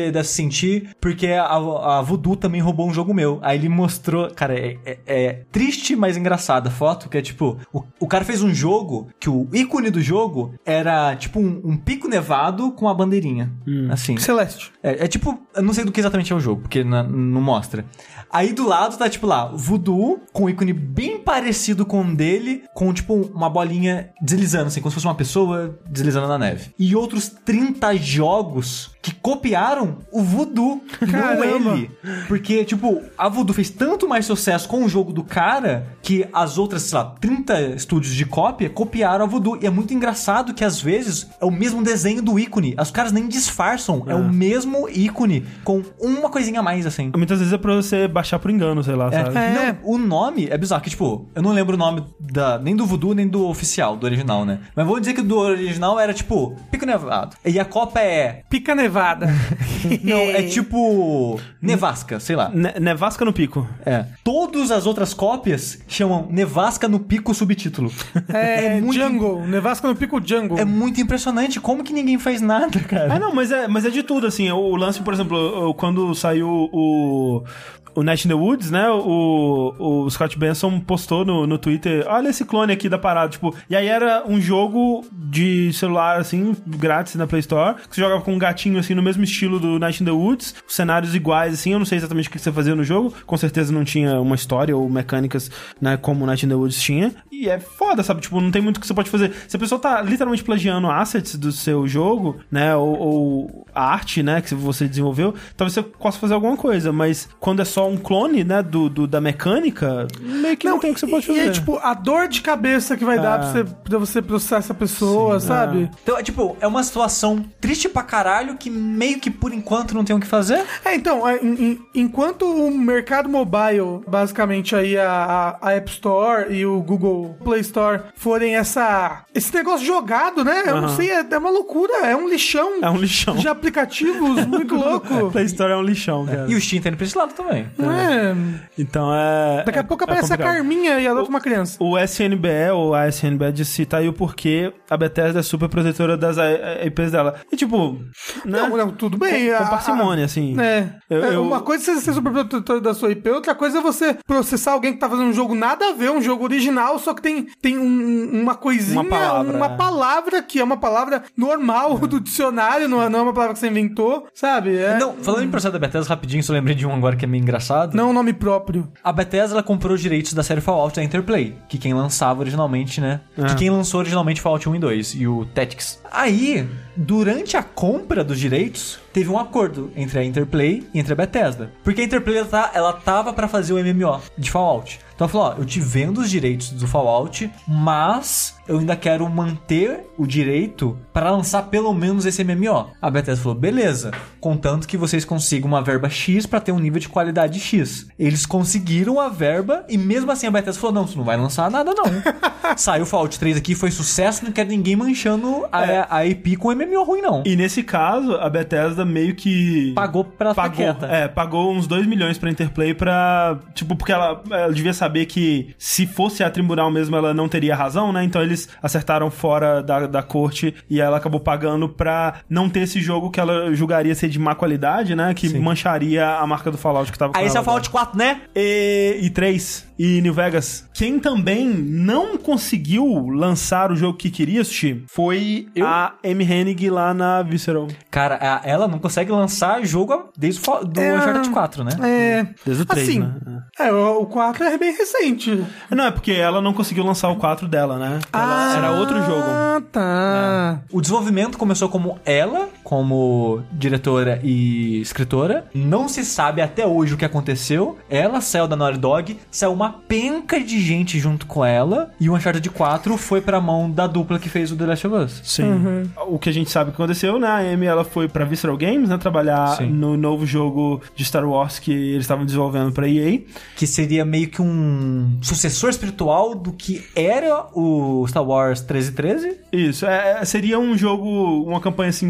você deve sentir, porque a, a Voodoo também roubou um jogo meu. Aí ele mostrou, cara, é, é, é triste, mas engraçada a foto, que é tipo, o, o cara fez um jogo que o ícone do jogo era tipo um, um pico nevado com a bandeirinha, hum. assim. Celeste. É, é tipo, eu não sei do que exatamente é o jogo, porque na, não mostra. Aí do lado tá tipo lá, Voodoo, com um ícone bem parecido com o dele, com tipo uma bolinha deslizando, assim, como se fosse uma pessoa deslizando na neve. E outros trinta jogos que copiaram o Voodoo, não ele. Porque, tipo, a Voodoo fez tanto mais sucesso com o jogo do cara que as outras, sei lá, trinta estúdios de cópia copiaram a Voodoo. E é muito engraçado que às vezes é o mesmo desenho do ícone. Os caras nem disfarçam, é, é o mesmo ícone com uma coisinha a mais, assim. Muitas vezes é pra você baixar por engano, sei lá, é. sabe? É. Não, o nome é bizarro, que tipo, eu não lembro o nome da, nem do Voodoo, nem do oficial, do original, né? Mas vou dizer que do original era tipo, Pico Nevado. E a Copa é... Pica Nevada. Não, é tipo... Nevasca, sei lá. Ne- Nevasca no Pico. É. Todas as outras cópias chamam Nevasca no Pico subtítulo. É, é muito... Jungle. Nevasca no Pico Jungle. É muito impressionante. Como que ninguém faz nada, cara? Ah, não, mas é, mas é de tudo, assim. O lance, por exemplo, quando saiu o... O Night in the Woods, né? O, o Scott Benson postou no, no Twitter, olha esse clone aqui da parada, tipo... E aí era um jogo de celular, assim, grátis na Play Store, que você jogava com um gatinho, assim, no mesmo estilo do Night in the Woods, cenários iguais, assim, eu não sei exatamente o que você fazia no jogo, com certeza não tinha uma história ou mecânicas, né, como o Night in the Woods tinha, e é foda, sabe? Tipo, não tem muito o que você pode fazer. Se a pessoa tá literalmente plagiando assets do seu jogo, né, ou, ou a arte, né, que você desenvolveu, talvez você possa fazer alguma coisa, mas quando é só um clone, né, do, do, da mecânica, meio que não, não tem o que você pode fazer. E é tipo, a dor de cabeça que vai é. dar pra você, pra você processar essa pessoa, Sim, sabe? É. Então, é tipo, é uma situação triste pra caralho que meio que por enquanto não tem o que fazer. É, então, é, em, em, enquanto o mercado mobile, basicamente aí a, a, a App Store e o Google Play Store forem essa, esse negócio jogado, né? Eu uhum. não sei, é, é uma loucura, é um lixão. É um lixão. De aplicativos muito louco. Play Store é um lixão, cara. E o Steam tá indo pra esse lado também. É. Então é... Daqui a é, pouco aparece é a Carminha e adota uma criança. O S N B E, ou a S N B E, disse tá aí o porquê a Bethesda é super protetora das I Ps dela. E tipo... Né? Não, não, tudo bem. Com, com parcimônia, assim. É. Eu, é eu... Uma coisa é você ser super protetor da sua I P, outra coisa é você processar alguém que tá fazendo um jogo nada a ver, um jogo original, só que tem, tem um, uma coisinha, uma palavra, uma é. palavra que é uma palavra normal é. do dicionário, não é, não é uma palavra que você inventou, sabe? É... Não, falando em processo da Bethesda, rapidinho, só lembrei de um agora que é meio engraçado. Não, nome próprio. A Bethesda, ela comprou os direitos da série Fallout da Interplay, que quem lançava originalmente, né? É. Que quem lançou originalmente Fallout um e dois, e o Tactics. Aí, durante a compra dos direitos, teve um acordo entre a Interplay e entre a Bethesda. Porque a Interplay, ela, tá, ela tava pra fazer o M M O de Fallout. Então ela falou, ó, eu te vendo os direitos do Fallout, mas eu ainda quero manter o direito para lançar pelo menos esse M M O. A Bethesda falou, beleza, contanto que vocês consigam uma verba X para ter um nível de qualidade X. Eles conseguiram a verba e mesmo assim a Bethesda falou, não, você não vai lançar nada não. Saiu o Fallout três aqui, foi sucesso, não quero ninguém manchando a, é. a I P com M M O ruim não. E nesse caso, a Bethesda meio que... Pagou pra pagou, quieta. É, pagou uns dois milhões pra Interplay pra... Tipo, porque ela, ela devia saber que se fosse a tribunal mesmo, ela não teria razão, né? Então eles acertaram fora da, da corte e ela acabou pagando pra não ter esse jogo que ela julgaria ser de má qualidade, né? Que Sim. mancharia a marca do Fallout que tava com Aí ela. Esse é o Fallout quatro, né? E, e três. E New Vegas. Quem também não conseguiu lançar o jogo que queria assistir foi Eu? a Amy Hennig lá na Visceral. Cara, ela não consegue lançar jogo desde o do é, Uncharted quatro, né? É. Desde o três, assim, né? É, o quatro é bem recente. Não, é porque ela não conseguiu lançar o quatro dela, né? Ela, ah, era outro jogo. Ah, tá. É. O desenvolvimento começou como ela, como diretora e escritora. Não se sabe até hoje o que aconteceu. Ela saiu da Naughty Dog, saiu uma penca de gente junto com ela, e o Uncharted quatro foi pra mão da dupla que fez o The Last of Us. Sim. Uhum. O que a gente sabe que aconteceu, né? A Amy, ela foi pra Visceral Games, né? Trabalhar Sim. no novo jogo de Star Wars que eles estavam desenvolvendo pra E A. Que seria meio que um sucessor espiritual do que era o Star Wars treze treze. Isso. É, seria um jogo, uma campanha single player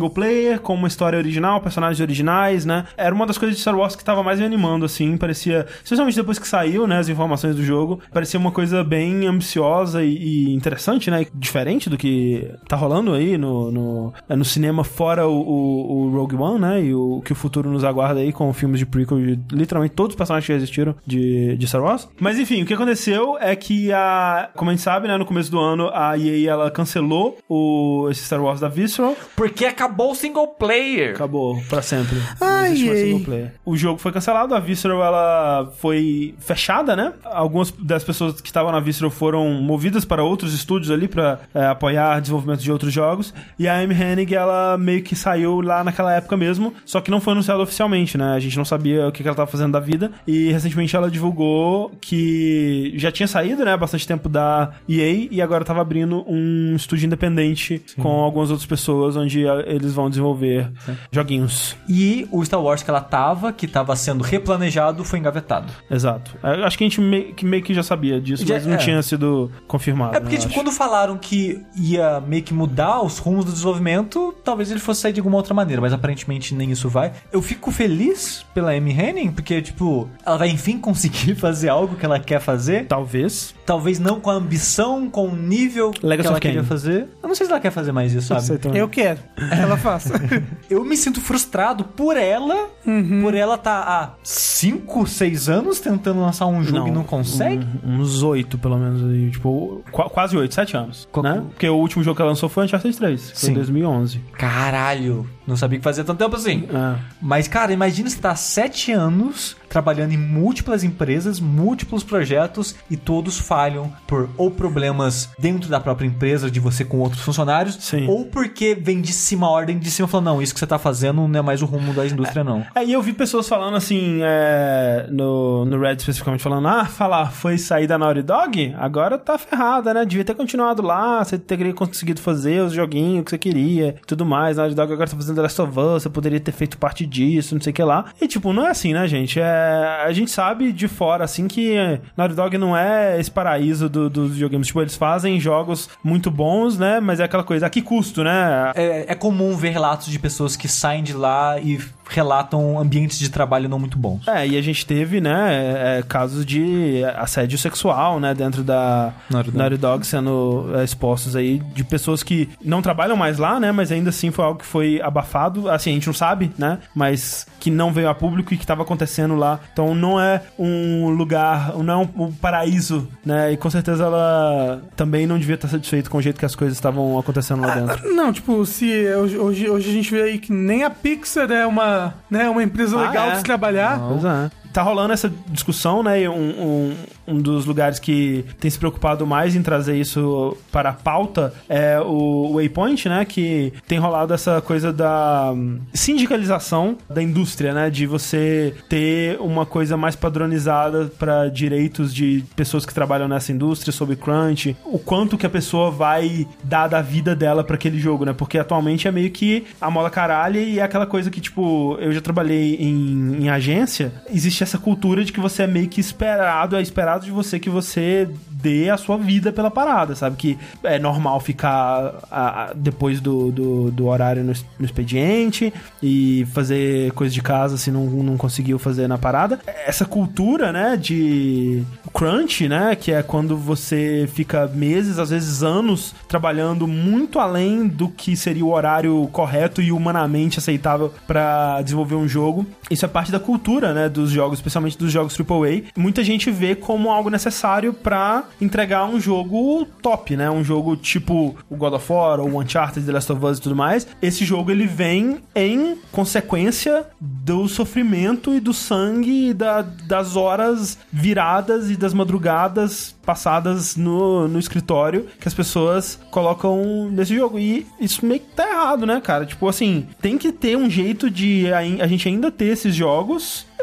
player, com uma história original, personagens originais, né? Era uma das coisas de Star Wars que tava mais me animando, assim, parecia, especialmente depois que saiu, né, as informações do jogo, parecia uma coisa bem ambiciosa e, e interessante, né, diferente do que tá rolando aí no, no, no cinema, fora o, o, o Rogue One, né, e o que o futuro nos aguarda aí com filmes de prequel de literalmente todos os personagens que já existiram de, de Star Wars. Mas enfim, o que aconteceu é que a, como a gente sabe, né, no começo do ano, a E A, ela cancelou o, esse Star Wars da Visceral. Porque acabou o single player. Acabou, pra sempre. Ai, Não existe mais ei. single player. O jogo foi cancelado, a Visceral, ela foi fechada, né? Algumas das pessoas que estavam na Visceral foram movidas para outros estúdios ali pra é, apoiar desenvolvimento de outros jogos. E a Amy Hennig, ela meio que saiu lá naquela época mesmo, só que não foi anunciado oficialmente, né? A gente não sabia o que ela tava fazendo da vida. E recentemente ela divulgou que já tinha saído, né? Há bastante tempo da E A e agora tava abrindo um estúdio independente Sim. com algumas outras pessoas onde eles vão desenvolver Sim. joguinhos. E o Star Wars que ela tava, que tava sendo replanejado, foi engavetado. Exato. Eu acho que a gente meio que, meio que já sabia disso, já, mas não é. tinha sido confirmado. É porque, né, tipo, acho. quando falaram que ia meio que mudar os rumos do desenvolvimento, talvez ele fosse sair de alguma outra maneira, mas aparentemente nem isso vai. Eu fico feliz pela Amy Hennig, porque, tipo, ela vai enfim conseguir fazer algo que ela quer fazer. Talvez. Talvez não com a ambição, com o nível Legacy que ela of queria Kain. fazer. Eu não sei se ela quer fazer mais isso, sabe? Eu quero. Ela faça. Eu me sinto frustrado por ela, uhum. por ela tá há cinco, seis anos tentando lançar um jogo não, e não consegue. Um, uns oito, pelo menos. Aí, tipo, qu- quase oito, sete anos. Qual... né? Porque o último jogo que ela lançou foi Uncharted três. Foi em dois mil e onze. Caralho. Não sabia que fazia tanto tempo assim. É. Mas, cara, imagina você tá há sete anos trabalhando em múltiplas empresas, múltiplos projetos e todos falham por ou problemas dentro da própria empresa, de você com outros funcionários, Sim. ou porque vem de cima a ordem de cima falando, não, isso que você tá fazendo não é mais o rumo da indústria, é. não. É, e eu vi pessoas falando assim, é, no, no Reddit especificamente, falando, ah, falar, foi sair da Naughty Dog? Agora tá ferrada, né? Devia ter continuado lá, você teria conseguido fazer os joguinhos que você queria, tudo mais. Naughty Dog agora tá fazendo The Last of Us, você poderia ter feito parte disso, não sei o que lá. E tipo, não é assim, né, gente? É, a gente sabe de fora, assim, que Naughty Dog não é esse paraíso do, dos videogames. Tipo, eles fazem jogos muito bons, né? Mas é aquela coisa, a que custo, né? É, é comum ver relatos de pessoas que saem de lá e relatam ambientes de trabalho não muito bons. É, e a gente teve, né, é, casos de assédio sexual, né, dentro da Naughty Dog, Naughty Dog sendo é, expostos aí de pessoas que não trabalham mais lá, né, mas ainda assim foi algo que foi abafado, assim, a gente não sabe, né, mas que não veio a público e que estava acontecendo lá. Então não é um lugar, não é um, um paraíso, né, e com certeza ela também não devia estar satisfeita com o jeito que as coisas estavam acontecendo lá dentro. Ah, não, tipo, se hoje, hoje, hoje a gente vê aí que nem a Pixar é uma, né, uma empresa Ah, legal é? de se trabalhar. Pois é. Tá rolando essa discussão, né? E um, um, um dos lugares que tem se preocupado mais em trazer isso para a pauta é o Waypoint, né? Que tem rolado essa coisa da sindicalização da indústria, né? De você ter uma coisa mais padronizada para direitos de pessoas que trabalham nessa indústria, sobre crunch, o quanto que a pessoa vai dar da vida dela para aquele jogo, né? Porque atualmente é meio que a mola caralho e é aquela coisa que, tipo, eu já trabalhei em, em agência, existe essa cultura de que você é meio que esperado, é esperado de você que você dê a sua vida pela parada, sabe? Que é normal ficar a, a, depois do, do, do horário no, no expediente e fazer coisa de casa se não, não conseguiu fazer na parada. Essa cultura, né, de crunch, né, que é quando você fica meses, às vezes anos, trabalhando muito além do que seria o horário correto e humanamente aceitável para desenvolver um jogo. Isso é parte da cultura, né, dos jogos, especialmente dos jogos triplo A. Muita gente vê como algo necessário pra entregar um jogo top, né? Um jogo tipo o God of War ou o Uncharted, The Last of Us e tudo mais. Esse jogo, ele vem em consequência do sofrimento e do sangue e da, das horas viradas e das madrugadas passadas no, no escritório que as pessoas colocam nesse jogo. E isso meio que tá errado, né, cara? Tipo assim, tem que ter um jeito de a, a gente ainda ter esses jogos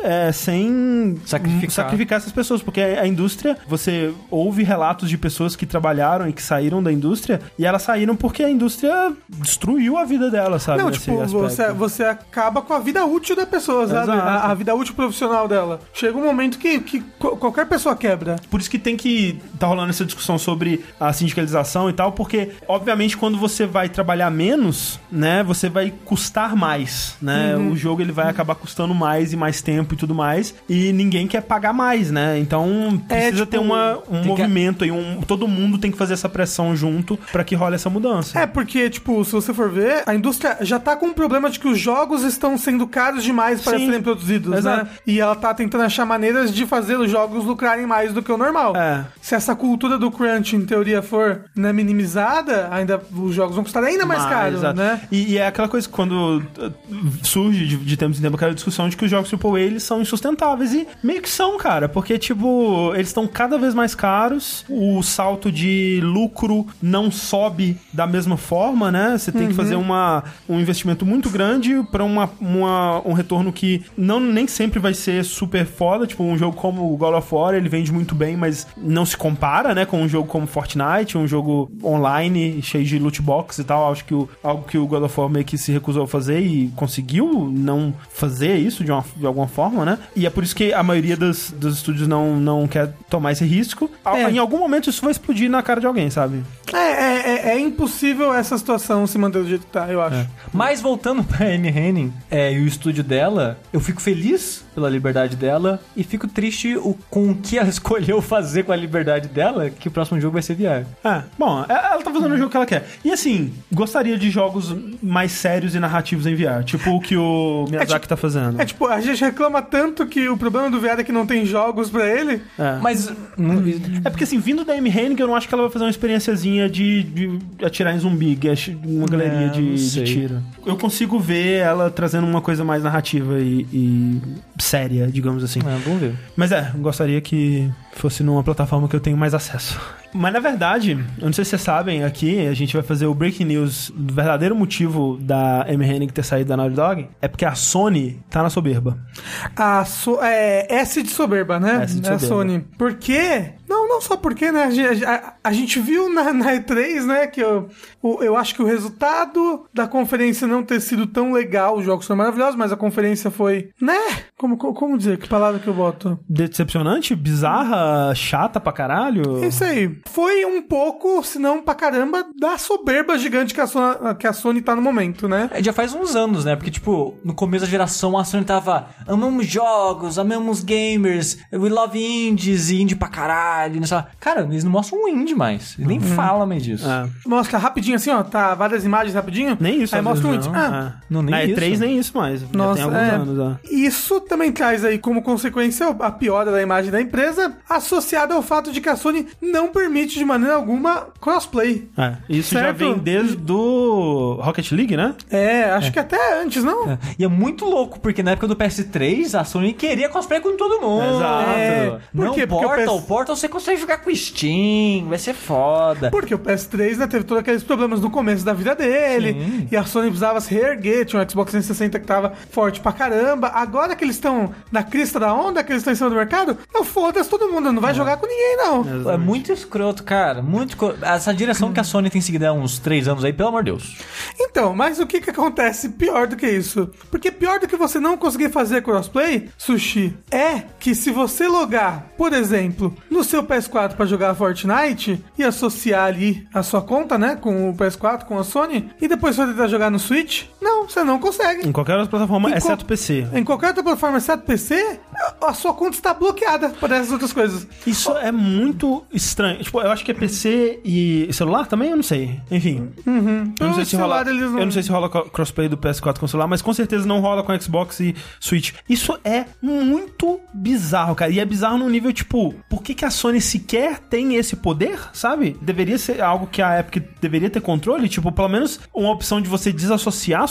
é, sem Sacrificar. sacrificar essas pessoas, porque a indústria, você ouve relatos de pessoas que trabalharam e que saíram da indústria, e elas saíram porque a indústria destruiu a vida delas, sabe? Não, nesse tipo, aspecto. você, você acaba com a vida útil da pessoa, sabe? Exato. A, a vida útil profissional dela. Chega um momento que, que co- qualquer pessoa quebra. Por isso que tem que tá rolando essa discussão sobre a sindicalização e tal, porque, obviamente, quando você vai trabalhar menos, né, você vai custar mais, né? Uhum. O jogo, ele vai acabar custando mais e mais tempo e tudo mais, e ninguém quer pagar mais, né? Então, É, precisa tipo, ter uma, um que- movimento aí, um, todo mundo tem que fazer essa pressão junto pra que role essa mudança. É, porque, tipo, se você for ver, a indústria já tá com o problema de que os jogos estão sendo caros demais para Sim. serem produzidos, Exato. né? E ela tá tentando achar maneiras de fazer os jogos lucrarem mais do que o normal. É. Se essa cultura do crunch, em teoria, for, né, minimizada, ainda os jogos vão custar ainda mais Mas, caro, exato. né? E, e é aquela coisa que quando uh, surge de, de tempos em tempos aquela discussão de que os jogos triple A eles são insustentáveis, e meio que são, cara, porque, tipo, eles estão cada vez mais caros, o salto de lucro não sobe da mesma forma, né? Você tem Uhum. que fazer uma, um investimento muito grande pra uma, uma, um retorno que não, nem sempre vai ser super foda, tipo, um jogo como o God of War, ele vende muito bem, mas não se compara, né, com um jogo como Fortnite, um jogo online, cheio de loot box e tal. Acho que o, algo que o God of War meio que se recusou a fazer e conseguiu não fazer isso de, uma, de alguma forma, né? E é por isso que a maioria dos, dos estúdios não, não quer tomar esse risco. É. Em algum momento isso vai explodir na cara de alguém, sabe? É, é, é, é impossível essa situação se manter do jeito que tá, eu acho. Mas voltando pra Amy Hennig é, e o estúdio dela, eu fico feliz pela liberdade dela e fico triste o, com o que ela escolheu fazer com a liberdade dela, que o próximo jogo vai ser V R. É, bom, ela tá fazendo o jogo que ela quer. E assim, gostaria de jogos mais sérios e narrativos em V R, tipo o que o Miyazaki É, tipo- tá fazendo. É tipo, a gente reclama tanto que o problema do V R é que não tem jogos pra ele. É. Mas não- É porque assim, vindo da Amy Hennig, eu não acho que ela vai fazer uma experiênciazinha de, de atirar em zumbi, guess, uma galeria É, de, não de sei. tiro. Eu consigo ver ela trazendo uma coisa mais narrativa e, e séria, digamos assim. é, vamos ver. Mas é, eu gostaria que fosse numa plataforma que eu tenho mais acesso. Mas na verdade, eu não sei se vocês sabem, aqui a gente vai fazer o Breaking News. O verdadeiro motivo da Amy Hennig ter saído da Naughty Dog é porque a Sony tá na soberba. A so, é, S de soberba, né? S de É a soberba. Sony. Por quê? Não, não só porque, né? A, gente- a- a gente viu na, na E três, né? Que eu, o- eu acho que o resultado da conferência não ter sido tão legal. Os jogos foram maravilhosos, mas a conferência foi, né? Como, como, como dizer? Que palavra que eu boto? Decepcionante, bizarra, chata pra caralho. É isso aí. Foi um pouco, se não pra caramba, da soberba gigante que a, Sony, que a Sony tá no momento, né? É, já faz uns anos, né? Porque, tipo, no começo da geração a Sony tava amamos jogos, amamos gamers, we love indies e indie pra caralho. Não sei lá. Cara, eles não mostram um indie mais. Eles nem falam mais disso. É. Mostra rapidinho assim, ó. Tá várias imagens rapidinho. Nem isso. Aí às mostra um vezes, índice. não. Ah, É. não, nem Na E três isso. nem isso mais. Já Nossa, tem alguns é. anos, ó. Isso também traz aí como consequência a piora da imagem da empresa, associada ao fato de que a Sony não permite de maneira alguma crossplay. É, isso já Certo. vem desde do Rocket League, né? É, acho que até antes, não? É. E é muito louco, porque na época do P S três, a Sony queria cosplay com todo mundo. Exato. É. Por Não quê? Porque o Portal, P S o Portal você consegue jogar com Steam, vai ser foda. Porque o P S três, né, teve todos aqueles problemas no começo da vida dele, Sim. e a Sony precisava se reerguer, tinha um Xbox trezentos e sessenta que tava forte pra caramba. Agora que eles estão na crista da onda, que eles estão em cima do mercado, não foda-se todo mundo, não vai jogar com ninguém, não. É muito escroto, cara. Muito escroto. Essa direção que a Sony tem seguido há uns três anos aí, pelo amor de Deus. Então, mas o que que acontece pior do que isso? Porque pior do que você não conseguir fazer crossplay, Sushi, é que se você logar, por exemplo, no seu P S quatro pra jogar Fortnite e associar ali a sua conta, né, com o P S quatro, com a Sony, e depois você tentar jogar no Switch, não, você não consegue. Em qualquer outra plataforma, Em exceto qual- P C. Em qualquer outra plataforma, exceto P C, a sua conta está bloqueada por essas outras coisas. Isso é muito estranho. Tipo, eu acho que é P C e celular também, eu não sei. Enfim. Eu não Pelo sei se rola, celular, eles não- eu não sei se rola co- crossplay do P S quatro com celular, mas com certeza não rola com Xbox e Switch. Isso é muito bizarro, cara. E é bizarro no nível, tipo, por que, que a Sony sequer tem esse poder, sabe? Deveria ser algo que a Epic deveria ter controle, tipo, pelo menos uma opção de você desassociar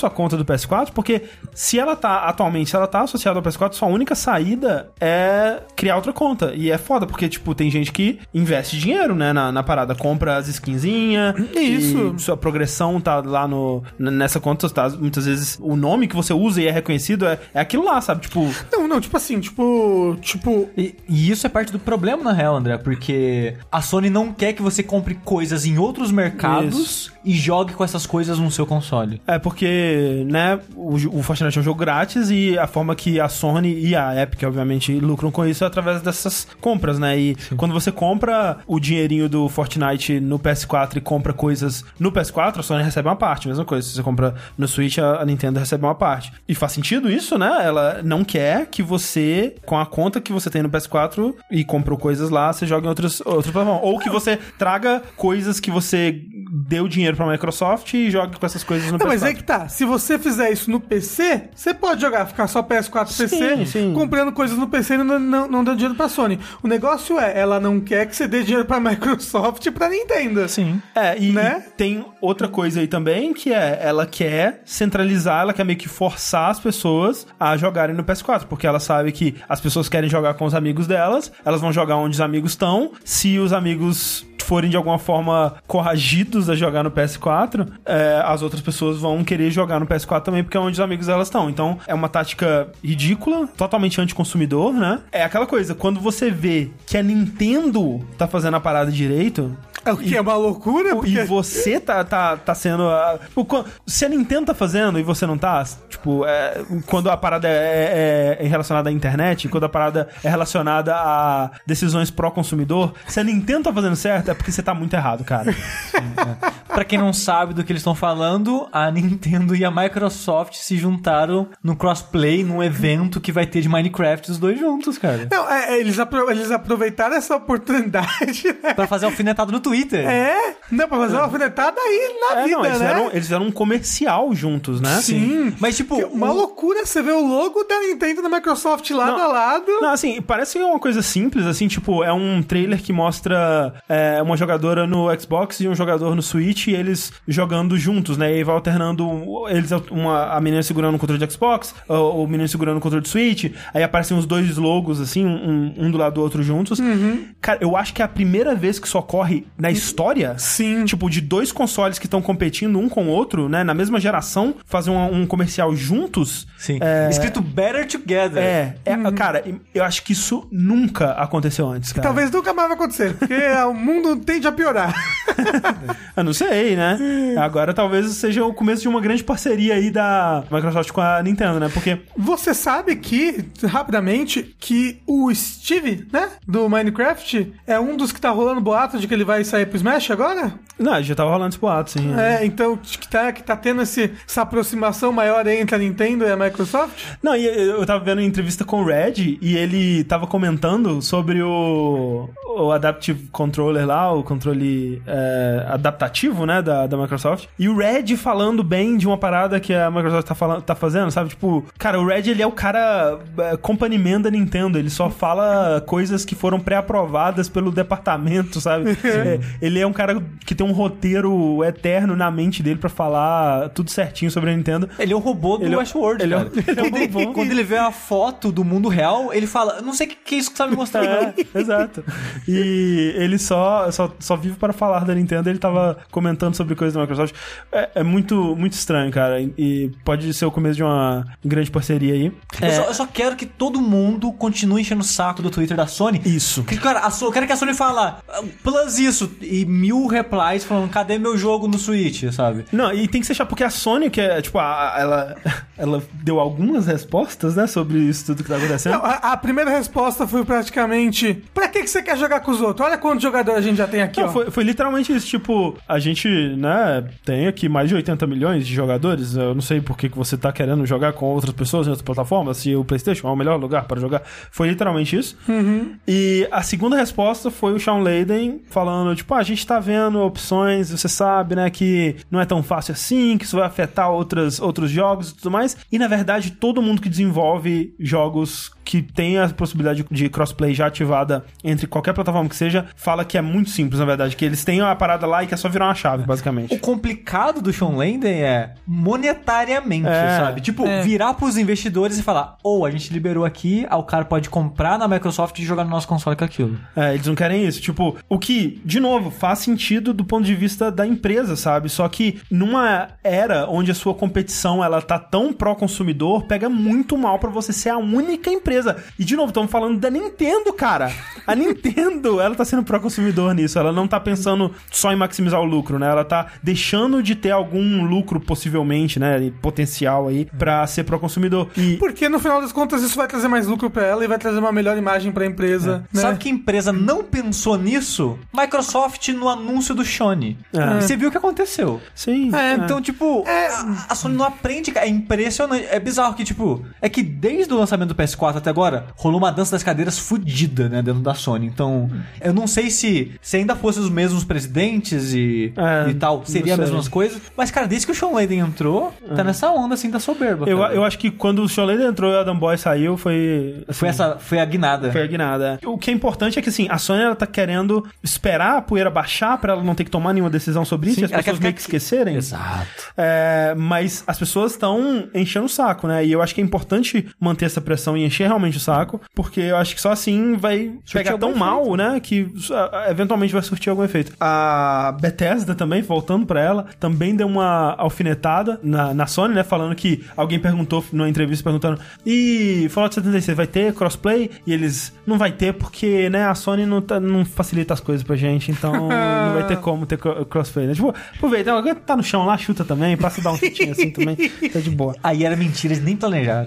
sua conta do P S quatro, porque se ela tá, atualmente, se ela tá associada ao P S quatro, sua única saída é criar outra conta. E é foda, porque, tipo, tem gente que investe dinheiro, né, na, na parada, compra as skinzinhas. Isso. E sua progressão tá lá no, nessa conta, tá, muitas vezes o nome que você usa e é reconhecido é, é aquilo lá, sabe? Tipo... Não, não, tipo assim, tipo... tipo... E, e isso é parte do problema, na real, André, porque a Sony não quer que você compre coisas em outros mercados isso. e jogue com essas coisas no seu console. É, porque, né, o, o Fortnite é um jogo grátis e a forma que a Sony e a Epic, obviamente, lucram com isso é através dessas compras, né? E Sim. quando você compra o dinheirinho do Fortnite no P S quatro e compra coisas no P S quatro, a Sony recebe uma parte, mesma coisa. Se você compra no Switch, a Nintendo recebe uma parte. E faz sentido isso, né? Ela não quer que você, com a conta que você tem no P S quatro e comprou coisas lá, você joga em outras, outras plataformas. Ou que você traga coisas que você deu dinheiro pra Microsoft e jogue com essas coisas no não, P S quatro. Mas é que tá. Se você fizer isso no P C, você pode jogar, ficar só P S quatro P C, sim, sim. comprando coisas no P C e não, não, não dando dinheiro pra Sony. O negócio é, ela não quer que você dê dinheiro pra Microsoft e pra Nintendo. Sim. É, e, né? e tem outra coisa aí também, que é, ela quer centralizar, ela quer meio que forçar as pessoas a jogarem no P S quatro, porque ela sabe que as pessoas querem jogar com os amigos delas, elas vão jogar onde os amigos estão, se os amigos forem de alguma forma coagidos a jogar no P S quatro, é, as outras pessoas vão querer jogar no P S quatro também, porque é onde os amigos delas estão. Então, é uma tática ridícula, totalmente anticonsumidor, né? É aquela coisa, quando você vê que a Nintendo tá fazendo a parada direito... É o que e, é uma loucura? Porque... E você tá, tá, tá sendo... A, se a Nintendo tá fazendo e você não tá, tipo, é, quando a parada é, é, é relacionada à internet, quando a parada é relacionada a decisões pró-consumidor, se a Nintendo tá fazendo certo, é porque você tá muito errado, cara. Sim, é. Pra quem não sabe do que eles estão falando, a Nintendo e a Microsoft se juntaram no crossplay, num evento que vai ter de Minecraft os dois juntos, cara. Não, é, eles, apro- eles aproveitaram essa oportunidade, né? Pra fazer alfinetado no Twitter. É, não, pra fazer uma alfinetada aí na é, vida, não, eles né? Fizeram, eles fizeram um comercial juntos, né? Sim. Mas, tipo... Uma o... loucura, você vê o logo da Nintendo e da Microsoft lado não, a lado. Não, assim, parece uma coisa simples, assim, tipo, é um trailer que mostra é, uma jogadora no Xbox e um jogador no Switch, e eles jogando juntos, né? E aí vai alternando eles, uma, a menina segurando o controle de Xbox, o, o menino segurando o controle de Switch, aí aparecem os dois logos, assim, um, um do lado do outro juntos. Uhum. Cara, eu acho que é a primeira vez que isso ocorre na história. Sim. Tipo, de dois consoles que estão competindo um com o outro, né? Na mesma geração, fazer um, um comercial juntos. Sim. É... Escrito Better Together. É. é Uhum. Cara, eu acho que isso nunca aconteceu antes, cara. Talvez nunca mais vai acontecer, porque o mundo tende a piorar. Eu não sei, né? Agora talvez seja o começo de uma grande parceria aí da Microsoft com a Nintendo, né? Porque... Você sabe que, rapidamente, que o Steve, né? Do Minecraft, é um dos que tá rolando boato de que ele vai sair pro Smash agora? Não, já tava rolando esse boato, sim. É, então que tá, que tá tendo esse, essa aproximação maior entre a Nintendo e a Microsoft? Não, e eu tava vendo uma entrevista com o Red e ele tava comentando sobre o, o Adaptive Controller lá, o controle é, adaptativo, né, da, da Microsoft. E o Red falando bem de uma parada que a Microsoft tá, falando, tá fazendo, sabe? Tipo, cara, o Red, ele é o cara é, company man da Nintendo, ele só fala coisas que foram pré-aprovadas pelo departamento, sabe? É, ele é um cara que tem um roteiro eterno na mente dele pra falar tudo certinho sobre a Nintendo. Ele é o robô do Ele é- Westworld, ele é- cara. ele é um quando, ele, robô. quando ele vê a foto do mundo real, ele fala, não sei o que, que é isso que você tá me mostrando. É, exato. E ele só, só, só vive para falar da Nintendo, ele tava comentando sobre coisas da Microsoft. É, é muito, muito estranho, cara. E pode ser o começo de uma grande parceria aí. Eu, só, eu só quero que todo mundo continue enchendo o saco do Twitter da Sony. Isso. Que, cara, a So- eu quero que a Sony fala plus isso e mil replies falando, cadê meu jogo no Switch, sabe? Não, e tem que ser chato, porque a Sony, que é, tipo, a, a- ela, ela deu algumas respostas, né, sobre isso tudo que tá acontecendo. Não, a, a primeira resposta foi praticamente: pra que, que você quer jogar com os outros? Olha quantos jogadores a gente já tem aqui, Não, ó. foi, foi literalmente isso, tipo, a gente, né, tem aqui mais de oitenta milhões de jogadores, eu não sei por que que você tá querendo jogar com outras pessoas em outras plataformas, se o PlayStation é o melhor lugar para jogar. Foi literalmente isso. Uhum. E a segunda resposta foi o Shawn Layden falando, tipo, ah, a gente tá vendo opções, você sabe, né, que não é tão fácil assim, que isso vai afetar outras, outros jogos e tudo mais. E, na verdade, todo mundo que desenvolve jogos que tem a possibilidade de crossplay já ativada entre qualquer plataforma que seja, fala que é muito simples, na verdade, que eles têm a, a parada lá e quer só virar uma chave, basicamente. O complicado do Shawn Layden é monetariamente, É. sabe? Tipo, É. virar pros investidores e falar, ou oh, a gente liberou aqui, aí o cara pode comprar na Microsoft e jogar no nosso console com aquilo. É, eles não querem isso. Tipo, o que, de novo, faz sentido do ponto de vista da empresa, sabe? Só que numa era onde a sua competição, ela tá tão pró-consumidor, pega muito mal pra você ser a única empresa. E, de novo, estamos falando da Nintendo, cara. A Nintendo, ela tá sendo pró-consumidor nisso. Ela não tá pensando só em maximizar o lucro, né? Ela tá deixando de ter algum lucro, possivelmente, né? Potencial aí, pra ser pró-consumidor. E... Porque no final das contas isso vai trazer mais lucro pra ela e vai trazer uma melhor imagem pra empresa. É. Né? Sabe que empresa não pensou nisso? Microsoft no anúncio do Sony. É. E você viu o que aconteceu. Sim. É, Então, tipo, a, a Sony não aprende, cara. É impressionante. É bizarro que, tipo, é que desde o lançamento do P S quatro até agora, rolou uma dança das cadeiras fodida, né, dentro da Sony. Então, eu não sei se, se ainda fossem os mesmos presidentes e, É, e tal, seria as não sei. mesmas coisas. Mas, cara, desde que o Shawn Layden entrou, tá nessa onda, assim, da soberba. Eu, cara. eu acho que quando o Shawn Layden entrou e o Adam Boy saiu, foi... assim, Foi essa, foi a guinada. Foi a guinada. O que é importante é que, assim, a Sony, ela tá querendo esperar a poeira baixar pra ela não ter que tomar nenhuma decisão sobre isso Sim, e as ela pessoas quer meio que ficar- esquecerem. Exato. É, mas as pessoas estão enchendo o saco, né? E eu acho que é importante manter essa pressão e encher realmente o saco, porque eu acho que só assim vai pegar algum tão mal, né? Que uh, eventualmente vai surtir algum efeito. A Bethesda também, voltando pra ela, também deu uma alfinetada na, na Sony, né? Falando que alguém perguntou numa entrevista, perguntando e Fallout setenta e seis vai ter crossplay? E eles, não vai ter porque, né, a Sony não, tá, não facilita as coisas pra gente, então não vai ter como ter cro- crossplay, né? Tipo, aproveita, alguém tá no chão lá, chuta também, passa a dar um chutinho assim também, tá de boa. Aí era mentira, eles nem planejaram.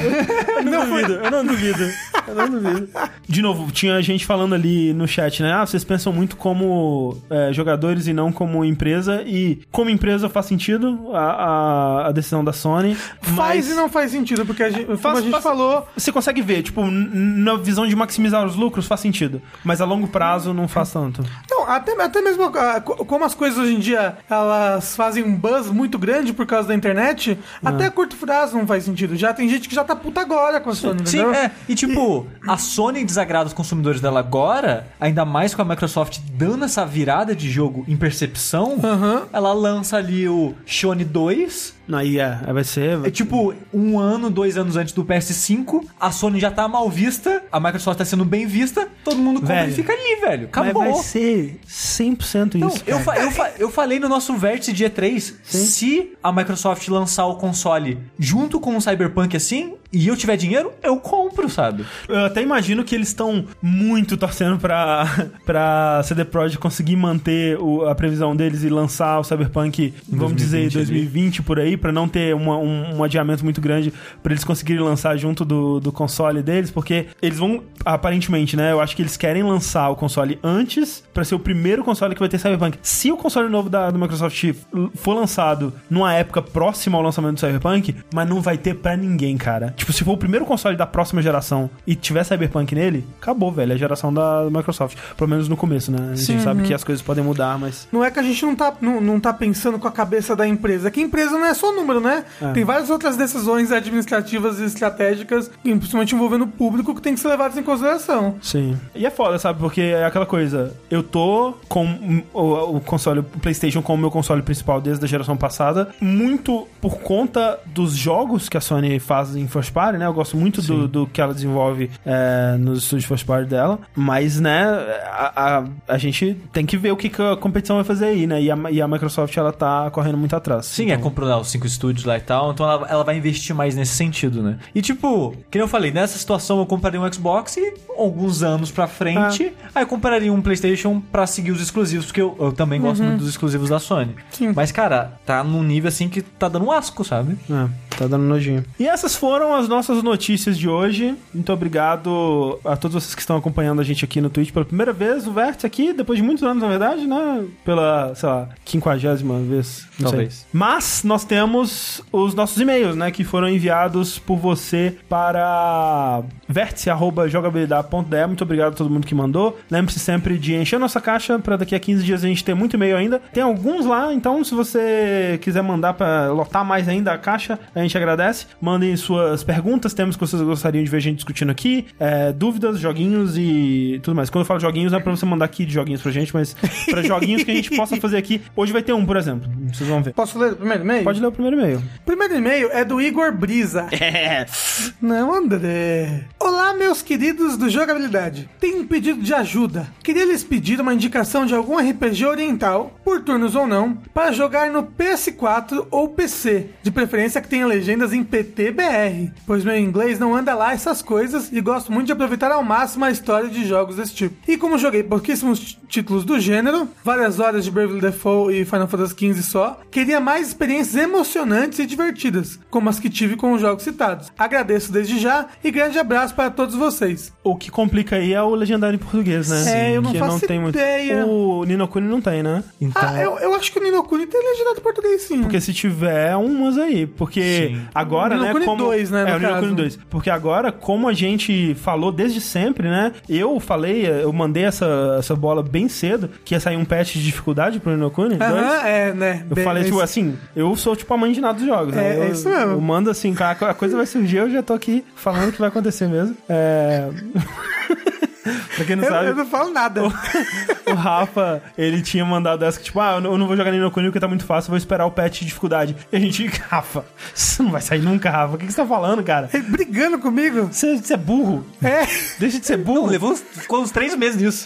Eu não, duvido, eu não duvido. Eu não duvido. De novo, tinha gente falando ali no chat, né? Ah, vocês pensam muito como é, jogadores e não como empresa. E como empresa faz sentido a, a, a decisão da Sony. Faz mas e não faz sentido, porque a gente, como Faz- a gente faz- falou, Você consegue ver, tipo, n- na visão de maximizar os lucros faz sentido. Mas a longo prazo não faz tanto. não, até, até mesmo ah, co- como as coisas hoje em dia elas fazem um buzz muito grande por causa da internet, até a curto prazo não faz sentido. Já tem gente que já tá puta agora com a Sony, Sim, entendeu? é. E tipo, a Sony desagrada os consumidores dela agora, ainda mais com a Microsoft dando essa virada de jogo em percepção, Aham. ela lança ali o Shone dois. Aí é, aí vai ser. É tipo, um ano, dois anos antes do P S cinco, a Sony já tá mal vista, a Microsoft tá sendo bem vista, todo mundo compra Velho. e fica ali, velho. Mas Acabou. vai ser cem por cento Não, isso. eu, cara. fa- eu, fa- eu falei no nosso vértice de E três, se a Microsoft lançar o console junto com o Cyberpunk assim, e eu tiver dinheiro, eu compro, sabe? Eu até imagino que eles estão muito torcendo pra, pra C D Projekt conseguir manter o- a previsão deles e lançar o Cyberpunk, vamos dizer, em dois mil e vinte por aí, pra não ter uma- um, um adiamento muito grande pra eles conseguirem lançar junto do, do console deles, porque eles vão, aparentemente, né, eu acho que eles querem lançar o console antes pra ser o primeiro console que vai ter Cyberpunk. Se o console novo da, do Microsoft for lançado numa época próxima ao lançamento do Cyberpunk, mas não vai ter pra ninguém, cara. Tipo, se for o primeiro console da próxima geração e tiver Cyberpunk nele, acabou, velho, é a geração da Microsoft. Pelo menos no começo, né? A gente Sim. sabe que as coisas podem mudar, mas... Não é que a gente não tá, não, não tá pensando com a cabeça da empresa, é que a empresa não é só número, né? É. Tem várias outras decisões administrativas e estratégicas, principalmente envolvendo o público, que tem que ser levadas em consideração. Sim. E é foda, sabe? Porque é aquela coisa, eu tô com o, o console, o PlayStation como meu console principal desde a geração passada, muito por conta dos jogos que a Sony faz em first party, né? Eu gosto muito do, do que ela desenvolve é, nos estúdios first party dela, mas, né, a, a, a gente tem que ver o que, que a competição vai fazer aí, né? E a, e a Microsoft, ela tá correndo muito atrás. Sim, então... é, comprou lá os cinco estúdios lá e tal, então ela, ela vai investir mais nesse sentido, né? E tipo, que nem eu falei, nessa situação eu compraria um Xbox e alguns anos pra frente, aí eu compraria um PlayStation pra seguir os exclusivos, porque eu, eu também gosto muito dos exclusivos da Sony. Sim. Mas, cara, tá num nível assim que tá dando um asco, sabe? É, tá dando nojinho. E essas foram as nossas notícias de hoje. Muito obrigado a todos vocês que estão acompanhando a gente aqui no Twitch pela primeira vez, o Vértice aqui, depois de muitos anos, na verdade, né? Pela, sei lá, quinquagésima vez. Não Talvez. sei. Mas nós temos os nossos e-mails, né? Que foram enviados por você para vértice arroba jogabilidade ponto d e. Muito obrigado a todo mundo que mandou. Lembre-se sempre de encher a nossa caixa para daqui a quinze dias a gente ter muito e-mail ainda. Tem alguns lá, então se você quiser mandar para lotar mais ainda a caixa, a gente agradece. Mandem suas perguntas, temas que vocês gostariam de ver a gente discutindo aqui, é, dúvidas, joguinhos e tudo mais. Quando eu falo joguinhos, não é pra você mandar aqui de joguinhos pra gente, mas pra joguinhos que a gente possa fazer aqui. Hoje vai ter um, por exemplo. Vocês vão ver. Posso ler o primeiro e-mail? Pode ler o primeiro e-mail. O primeiro e-mail é do Igor Brisa. É. Não, André. Olá, meus queridos do Jogabilidade. Tenho um pedido de ajuda. Queria lhes pedir uma indicação de algum R P G oriental, por turnos ou não, para jogar no P S quatro ou P C. De preferência que tenha legendas em P T B R, pois meu inglês não anda lá essas coisas e gosto muito de aproveitar ao máximo a história de jogos desse tipo. E como joguei pouquíssimos títulos do gênero, várias horas de Bravely Default e Final Fantasy quinze só, queria mais experiências emocionantes e divertidas, como as que tive com os jogos citados. Agradeço desde já e grande abraço para todos vocês. O que complica aí é o legendário em português, né? É, eu não que faço não tem ideia. Muito... O Ni no Kuni não tem, né? Então, Ah, eu, eu acho que o Ni no Kuni tem legendado em português, sim. Porque se tiver, umas aí. Porque Sim. agora, Ni no né? Kuni como... dois, né, no É, o Ni no caso. Kuni dois. Porque agora, como a gente falou desde sempre, né? Eu falei, eu mandei essa, essa bola bem cedo, que ia sair um patch de dificuldade pro Ni no Kuni dois. Aham, é, né? Eu Bem, falei, tipo, mas- assim, eu sou tipo a mãe de nada dos jogos. É, né? Eu, é isso mesmo. Eu mando assim, cara, a coisa vai surgir, eu já tô aqui falando que vai acontecer mesmo. É... Pra quem não Eu, sabe, eu não falo nada. o Rafa, ele tinha mandado essa que, tipo, ah, eu não- eu não vou jogar Ni no Kuni porque tá muito fácil, eu vou esperar o patch de dificuldade. E a gente, Rafa, isso não vai sair nunca, Rafa. O que, que você tá falando, cara? Ele brigando comigo. Você, você é burro. É. Deixa de ser burro. levou uns, ficou uns três meses nisso.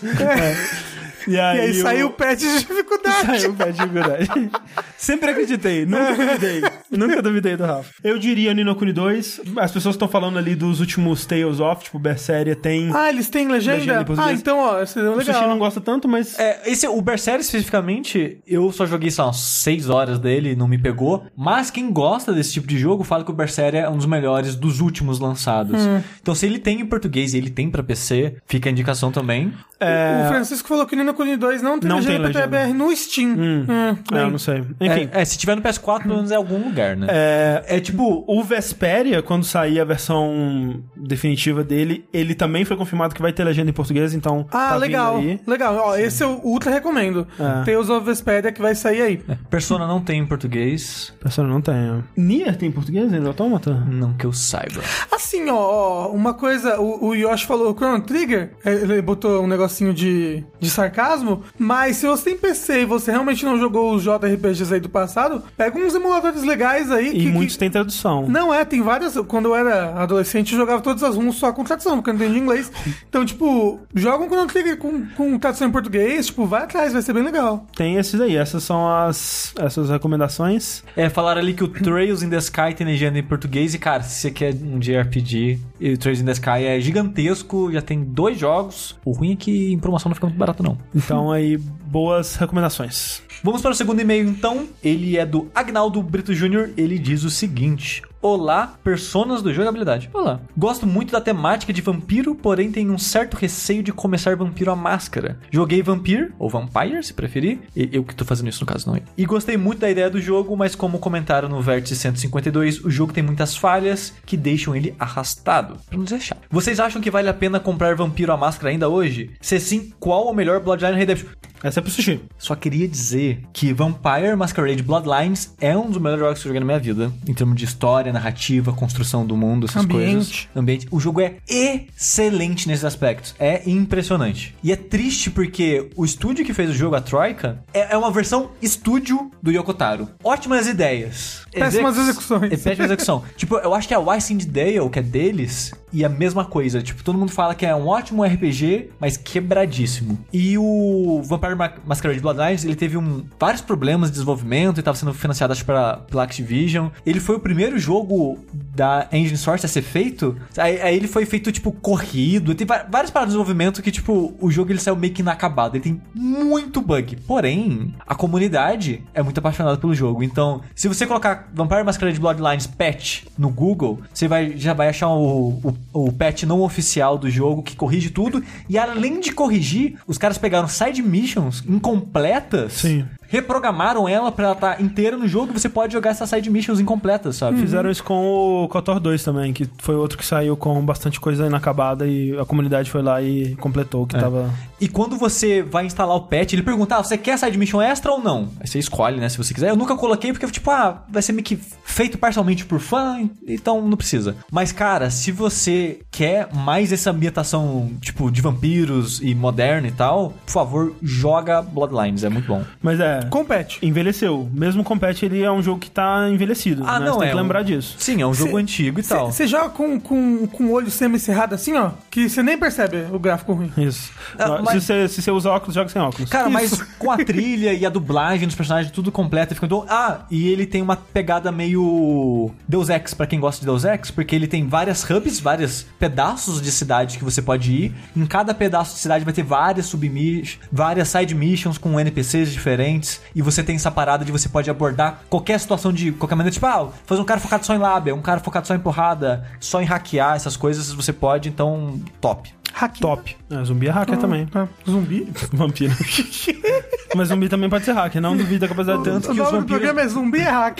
E E aí, aí o- saiu o patch de dificuldade. Saiu o patch de dificuldade. Sempre acreditei, nunca duvidei. Nunca duvidei do Rafa. Eu diria Ni no Kuni dois. As pessoas estão falando ali dos últimos Tales of, tipo, Berseria tem... Ah, eles têm legenda? Legenda em português. Ah, então, ó, esse é o Sushi legal. não gosta tanto, mas... É, esse, o Berserk especificamente, eu só joguei, sei lá, umas seis horas dele, não me pegou. Mas quem gosta desse tipo de jogo fala que o Berserk é um dos melhores dos últimos lançados. Hum. Então, se ele tem em português e ele tem pra P C, fica a indicação também. É... O Francisco falou que o Ni no Kuni dois não tem Não legenda tem pra T B R no Steam. Hum, É, eu bem. não sei. Enfim. É, é, se tiver no P S quatro, pelo menos é algum lugar, né? É, é tipo, o Vesperia, quando sair a versão definitiva dele, ele também foi confirmado que vai ter legenda em português, então Ah, tá legal. vindo aí. Legal. Ó, esse eu ultra recomendo. É. Tales of Vesperia que vai sair aí. Persona não tem em português, Persona não tem. Nier tem em português, Nier Automata? não que eu saiba. Assim, ó, ó, uma coisa, o, o Yoshi falou, o Chrono Trigger, ele botou um negocinho de, de sarcasmo, mas se você tem P C e você realmente não jogou os J R P Gs aí do passado, pega uns emuladores legais aí. E que, muitos que... têm tradução. Não, é, tem várias. Quando eu era adolescente, eu jogava todas as ROMs só com tradução, porque eu não entendi inglês. Então, tipo, joga um Chrono Trigger com, com tradução em português, tipo, vai atrás, vai ser bem legal. Tem esses aí, essas são as essas recomendações. É, falaram ali que o Trails in the Sky tem legenda em português e, cara, se você quer um J R P G, e o Trails in the Sky é gigantesco, já tem dois jogos. O ruim é que em promoção não fica muito barato, não. Então aí, boas recomendações. Vamos para o segundo e-mail, então. Ele é do Agnaldo Brito Júnior. Ele diz o seguinte: olá, personas do Jogabilidade. Olá. Gosto muito da temática de vampiro, porém tenho um certo receio de começar Vampiro à Máscara. Joguei Vampire, ou Vampire, se preferir. E- Eu que tô fazendo isso no caso, não é? E gostei muito da ideia do jogo, mas como comentaram no Vértice cento e cinquenta e dois, o jogo tem muitas falhas que deixam ele arrastado. Pra não dizer chato. Vocês acham que vale a pena comprar Vampiro à Máscara ainda hoje? Se sim, qual o melhor Bloodline Redemption? Essa é pro Sushi. Só queria dizer que Vampire Masquerade Bloodlines é um dos melhores jogos que eu joguei na minha vida. Em termos de história, narrativa, construção do mundo, essas Ambiente. coisas. Ambiente. O jogo é excelente nesses aspectos. É impressionante. E é triste porque o estúdio que fez o jogo, a Troika, é, é uma versão estúdio do Yoko Taro. Ótimas ideias. Péssimas Execu- execuções. É péssima execução. Tipo, eu acho que a Wiseand Dale, que é deles, e a mesma coisa. Tipo, todo mundo fala que é um ótimo R P G, mas quebradíssimo. E o Vampire Ma- Masquerade Bloodlines, ele teve um, vários problemas de desenvolvimento e estava sendo financiado, acho, pela, pela Activision. Ele foi o primeiro jogo da Engine Source a ser feito. Aí, aí ele foi feito, tipo, corrido. Tem va- várias paradas de desenvolvimento que, tipo, o jogo ele saiu meio que inacabado. Ele tem muito bug. Porém, a comunidade é muito apaixonada pelo jogo. Então, se você colocar Vampire Masquerade Bloodlines patch no Google, você vai, já vai achar o, o, o patch não oficial do jogo que corrige tudo. E além de corrigir, os caras pegaram side missions incompletas. Sim. reprogramaram ela pra ela estar inteira no jogo e você pode jogar essas side missions incompletas, sabe? Fizeram isso com o KOTOR dois também, que foi outro que saiu com bastante coisa inacabada e a comunidade foi lá e completou o que É. tava... E quando você vai instalar o patch, ele pergunta, ah, você quer side mission extra ou não? Aí você escolhe, né, se você quiser. Eu nunca coloquei porque, tipo, ah, vai ser meio que feito parcialmente por fã, então não precisa. Mas, cara, se você quer mais essa ambientação, tipo, de vampiros e moderna e tal, por favor, joga Bloodlines, é muito bom. Mas é... Compete. Envelheceu. Mesmo com patch, ele é um jogo que tá envelhecido. Ah, né? não, Você tem é que um- lembrar disso. Sim, é um jogo Cê- antigo e tal. Você joga com, com, com o olho semi-cerrado assim, ó, que você nem percebe o gráfico ruim. Isso. Ah, mas- Se você se você usa óculos, joga sem óculos. Cara, mas Isso. com a trilha e a dublagem dos personagens tudo completo, fica do... Ah, e ele tem uma pegada meio Deus Ex, pra quem gosta de Deus Ex, porque ele tem várias hubs, vários pedaços de cidade que você pode ir. Em cada pedaço de cidade vai ter várias submissions, várias side missions com N P Cs diferentes, e você tem essa parada de você pode abordar qualquer situação de qualquer maneira, tipo, ah, fazer um cara focado só em lábia, um cara focado só em porrada, só em hackear, essas coisas você pode, então, top. Hack. Top. É, zumbi é hacker também. Ah, zumbi? Vampiro. Mas zumbi também pode ser hacker, não duvido da capacidade tanto O que os nome do vampiros... programa é Zumbi é Hack.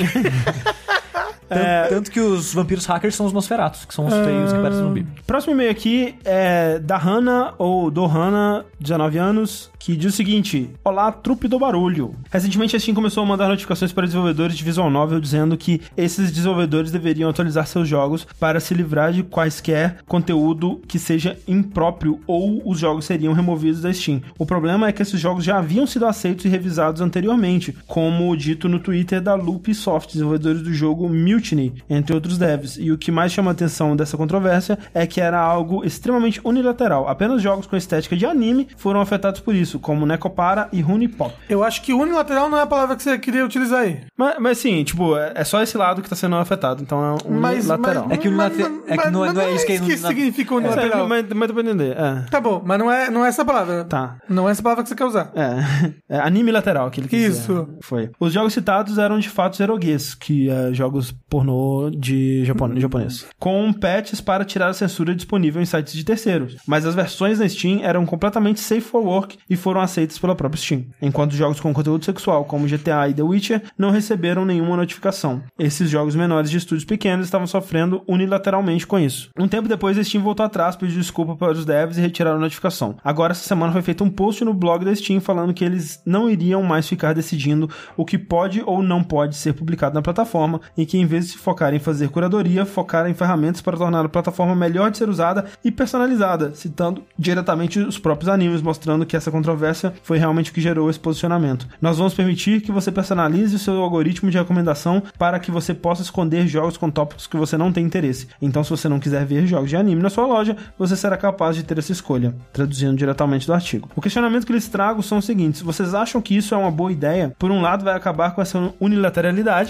Tanto, tanto que os vampiros hackers são os Nosferatus, que são os feios que parecem zumbi. Próximo e-mail aqui é da Hannah, ou do Hannah, dezenove anos, que diz o seguinte: olá, trupe do barulho. Recentemente a Steam começou a mandar notificações para desenvolvedores de visual novel dizendo que esses desenvolvedores deveriam atualizar seus jogos para se livrar de quaisquer conteúdo que seja impróprio ou os jogos seriam removidos da Steam. O problema é que esses jogos já haviam sido aceitos e revisados anteriormente, como dito no Twitter da Loop Soft, desenvolvedores do jogo Mutiny, entre outros devs. E o que mais chama a atenção dessa controvérsia é que era algo extremamente unilateral. Apenas jogos com estética de anime foram afetados por isso, como Necopara e Runipop. Eu acho que unilateral não é a palavra que você queria utilizar aí. Mas, mas sim, tipo, é é só esse lado que tá sendo afetado, então é Mas, unilateral. mas, É que unilate- mas- é que mas- não é- mas não é isso que é isso unilate- significa É, unilateral. mas, mas dá pra entender, é. Tá bom, mas não é, não é essa palavra. Tá. Não é essa palavra que você quer usar. É, é anime lateral que ele quis dizer. Isso. Foi. Os jogos citados eram de fato eroguês, que é jogos pornô de japon- japonês, com patches para tirar a censura disponível em sites de terceiros. Mas as versões na Steam eram completamente safe for work e foram aceitas pela própria Steam. Enquanto jogos com conteúdo sexual, como G T A e The Witcher, não receberam nenhuma notificação. Esses jogos menores de estúdios pequenos estavam sofrendo unilateralmente com isso. Um tempo depois, a Steam voltou atrás, pediu desculpa para os devs e retiraram a notificação. Agora, essa semana foi feito um post no blog da Steam falando que eles não iriam mais ficar decidindo o que pode ou não pode ser publicado na plataforma e que, em vez de se focar em fazer curadoria, focar em ferramentas para tornar a plataforma melhor de ser usada e personalizada, citando diretamente os próprios animes, mostrando que essa controvérsia foi realmente o que gerou esse posicionamento. Nós vamos permitir que você personalize o seu algoritmo de recomendação para que você possa esconder jogos com tópicos que você não tem interesse. Então, se você não quiser ver jogos de anime na sua loja, você será capaz de ter essa escolha, traduzindo diretamente do artigo. O questionamento que eles tragam são os seguintes: vocês acham que isso é uma boa ideia? Por um lado, vai acabar com essa unilateralidade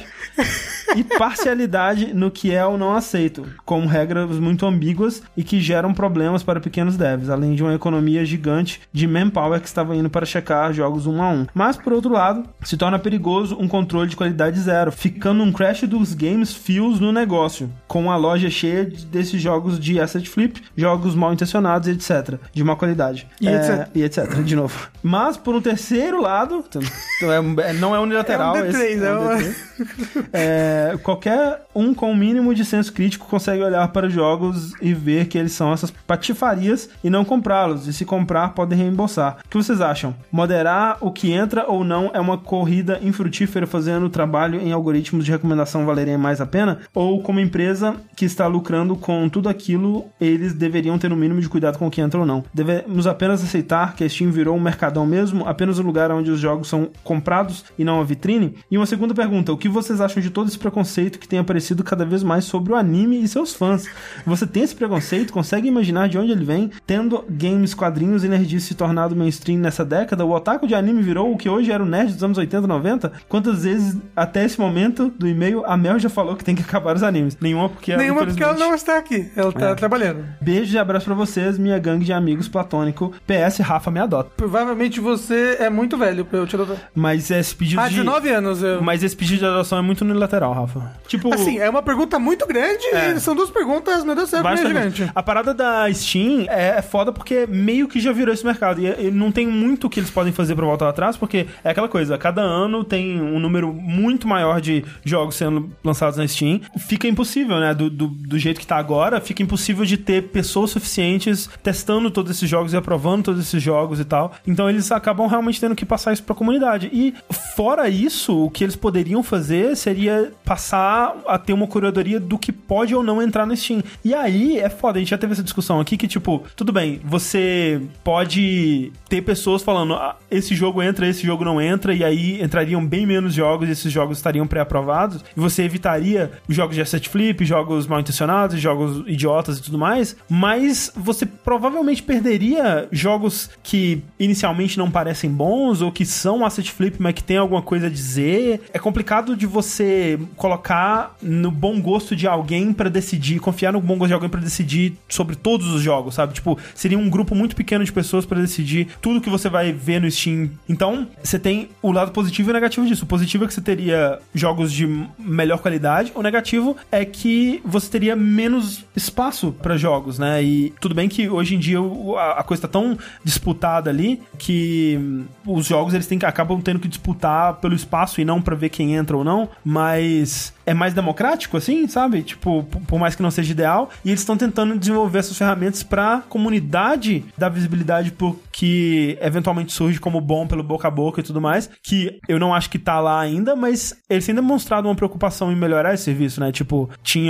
e parcialidade no que é ou não aceito, como regras muito ambíguas e que geram problemas para pequenos devs, além de uma economia gigante de manpower que estava indo para checar jogos um a um. Mas, por outro lado, se torna perigoso um controle de qualidade zero, ficando um crash dos games feels no negócio, com a loja cheia de- desses jogos de asset flip, jogos mal intencionados, etcétera, de má qualidade. E É, etcétera. E etcétera, de novo. Mas, por um terceiro lado, então é- é- não é unilateral. É um D três, esse- é um um- D três. É, qualquer um com o mínimo de senso crítico consegue olhar para os jogos e ver que eles são essas patifarias e não comprá-los, e se comprar podem reembolsar. O que vocês acham? Moderar o que entra ou não é uma corrida infrutífera, fazendo o trabalho em algoritmos de recomendação valerem mais a pena? Ou, como empresa que está lucrando com tudo aquilo, eles deveriam ter um mínimo de cuidado com o que entra ou não? Devemos apenas aceitar que a Steam virou um mercadão mesmo, apenas um lugar onde os jogos são comprados e não uma vitrine? E uma segunda pergunta: o que vocês acham de todo esse preconceito que tem aparecido cada vez mais sobre o anime e seus fãs? Você tem esse preconceito? Consegue imaginar de onde ele vem? Tendo games, quadrinhos e nerdice se tornado mainstream nessa década, o otaku de anime virou o que hoje era o nerd dos anos oitenta, noventa? Quantas vezes, até esse momento do e-mail, a Mel já falou que tem que acabar os animes? Nenhuma, porque ela, Nenhuma porque ela infelizmente- não está aqui. Ela tá É. trabalhando. Beijo e abraço pra vocês, minha gangue de amigos platônico. P S, Rafa me adota. Provavelmente você é muito velho pra eu te adotar. Mas esse pedido Ah, de... dezenove anos. Eu... Mas esse pedido de adoção é muito unilateral, Rafa? Tipo... Assim, é uma pergunta muito grande É. e são duas perguntas, meu Deus do céu, meio Bastante. gigante. A parada da Steam é, é foda porque meio que já virou esse mercado. E, e não tem muito que eles podem fazer pra voltar atrás, porque é aquela coisa, cada ano tem um número muito maior de jogos sendo lançados na Steam. Fica impossível, né? Do, do, do jeito que tá agora, fica impossível de ter pessoas suficientes testando todos esses jogos e aprovando todos esses jogos e tal. Então eles acabam realmente tendo que passar isso pra comunidade. E fora isso, o que eles poderiam fazer seria passar a ter uma curadoria do que pode ou não entrar no Steam. E aí é foda, a gente já teve essa discussão aqui que, tipo, tudo bem, você pode ter pessoas falando, ah, esse jogo entra, esse jogo não entra, e aí entrariam bem menos jogos e esses jogos estariam pré-aprovados, e você evitaria jogos de asset flip, jogos mal intencionados, jogos idiotas e tudo mais, mas você provavelmente perderia jogos que inicialmente não parecem bons, ou que são asset flip, mas que tem alguma coisa a dizer. É complicado de você colocar no bom gosto de alguém pra decidir, confiar no bom gosto de alguém pra decidir sobre todos os jogos, sabe? Tipo, seria um grupo muito pequeno de pessoas pra decidir tudo que você vai ver no Steam. Então, você tem o lado positivo e o negativo disso. O positivo é que você teria jogos de melhor qualidade, o negativo é que você teria menos espaço pra jogos, né? E tudo bem que hoje em dia a coisa tá tão disputada ali que os jogos eles têm que, acabam tendo que disputar pelo espaço e não pra ver quem entra ou não, mas é mais democrático, assim, sabe? Tipo, por mais que não seja ideal, e eles estão tentando desenvolver essas ferramentas pra comunidade dar visibilidade pro que eventualmente surge como bom pelo boca a boca e tudo mais, que eu não acho que tá lá ainda, mas eles têm demonstrado uma preocupação em melhorar esse serviço, né? Tipo, tinha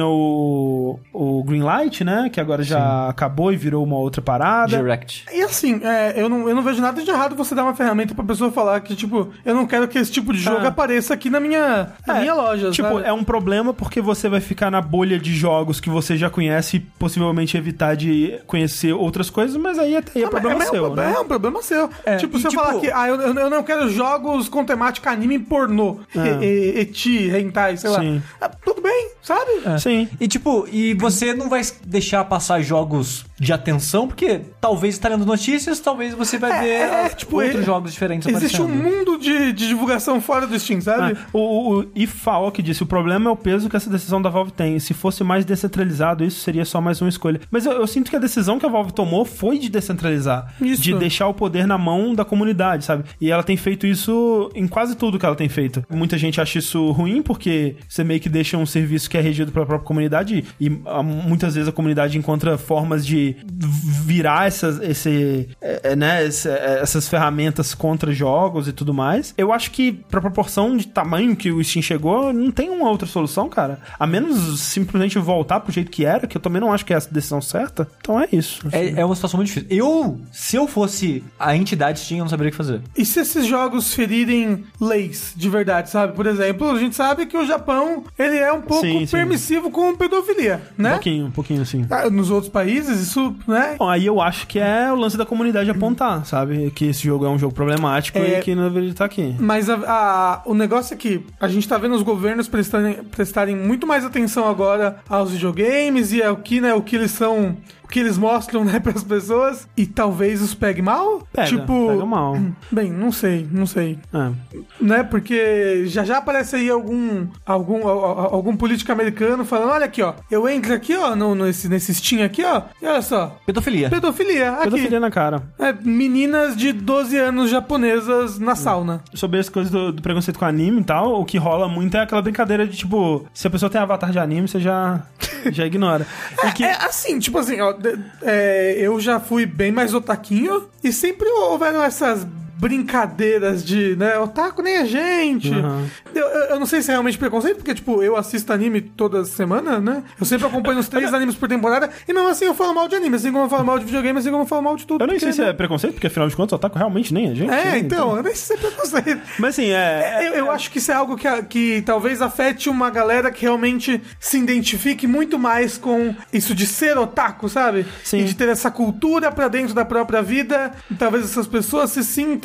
o, o Greenlight, né? Que agora já Sim. acabou e virou uma outra parada. Direct. E assim, é, eu, não, eu não vejo nada de errado você dar uma ferramenta pra pessoa falar que, tipo, eu não quero que esse tipo de jogo ah. apareça aqui na minha, na é, minha loja, tipo, sabe? é um problema porque você vai ficar na bolha de jogos que você já conhece e possivelmente evitar de conhecer outras coisas, mas aí até aí é Ah, problema é, seu, é, né? É um problema seu. É, tipo, e se eu tipo- falar que ah, eu, eu não quero jogos com temática anime pornô, É. e, e, eti, hentai, sei lá. Sim. Ah, tudo bem, sabe? Sim. E tipo, e você não vai deixar passar jogos de atenção, porque talvez tá lendo notícias, talvez você vai ver é, ah, tipo, outros é- jogos diferentes Existe um aparecendo. mundo de, de divulgação fora do Steam, sabe? Ah, o, o Ifao que disse, o problema é o peso que essa decisão da Valve tem. Se fosse mais descentralizado, isso seria só mais uma escolha. Mas eu, eu sinto que a decisão que a Valve tomou foi de descentralizar. Isso. De deixar o poder na mão da comunidade, sabe? E ela tem feito isso em quase tudo que ela tem feito. Muita gente acha isso ruim, porque você meio que deixa um serviço que é regido pela própria comunidade e ah, muitas vezes a comunidade encontra formas de virar essas, esse, é, né, esse, é, essas ferramentas contra jogos e tudo mais. Eu acho que pra proporção de tamanho que o Steam chegou, não tem uma outra solução, cara. A menos simplesmente voltar pro jeito que era, que eu também não acho que é essa decisão certa. Então é isso. É, é uma situação muito difícil. Eu, se eu fosse a entidade Steam, eu não saberia o que fazer. E se esses jogos ferirem leis de verdade, sabe? Por exemplo, a gente sabe que o Japão, ele é um pouco Sim, sim. permissivo com pedofilia, Um né? pouquinho, um pouquinho assim. Ah, nos outros países, isso, né? Bom, aí eu acho que é o lance da comunidade apontar, sabe? Que esse jogo é um jogo problemático É. e que não deveria estar aqui. Mas a- a- o negócio é que a gente tá vendo os governos prestarem, prestarem muito mais atenção agora aos videogames e ao que, né, o que eles são, o que eles mostram, né, pras pessoas, e talvez os pegue mal? Pega, tipo, pega mal. Bem, não sei, não sei. É. Né, porque já já aparece aí algum algum, al- al- algum político americano falando, olha aqui, ó, eu entro aqui, ó, no, nesse, nesse Steam aqui, ó, e olha só, Pedofilia. pedofilia, aqui. Pedofilia na cara. É, meninas de doze anos japonesas na sauna. Sobre as coisas do, do preconceito com anime e tal, o que rola muito é aquela brincadeira de, tipo, se a pessoa tem avatar de anime, você já, já ignora. E que, É assim, tipo assim, ó, de- é, eu já fui bem mais otaquinho e sempre houveram essas brincadeiras de, né, otaku nem a gente. Uhum. Eu, eu, eu não sei se é realmente preconceito, porque, tipo, eu assisto anime toda semana, né? Eu sempre acompanho os três animes por temporada e mesmo assim eu falo mal de anime, assim como eu falo mal de videogame, assim como eu falo mal de tudo. eu nem porque, sei se né? é preconceito, porque afinal de contas o otaku realmente nem a gente. É, né? então, eu nem sei se é preconceito. Mas assim, é... Eu, eu acho que isso é algo que, a- que talvez afete uma galera que realmente se identifique muito mais com isso de ser otaku, sabe? Sim. E de ter essa cultura pra dentro da própria vida. E talvez essas pessoas se sintam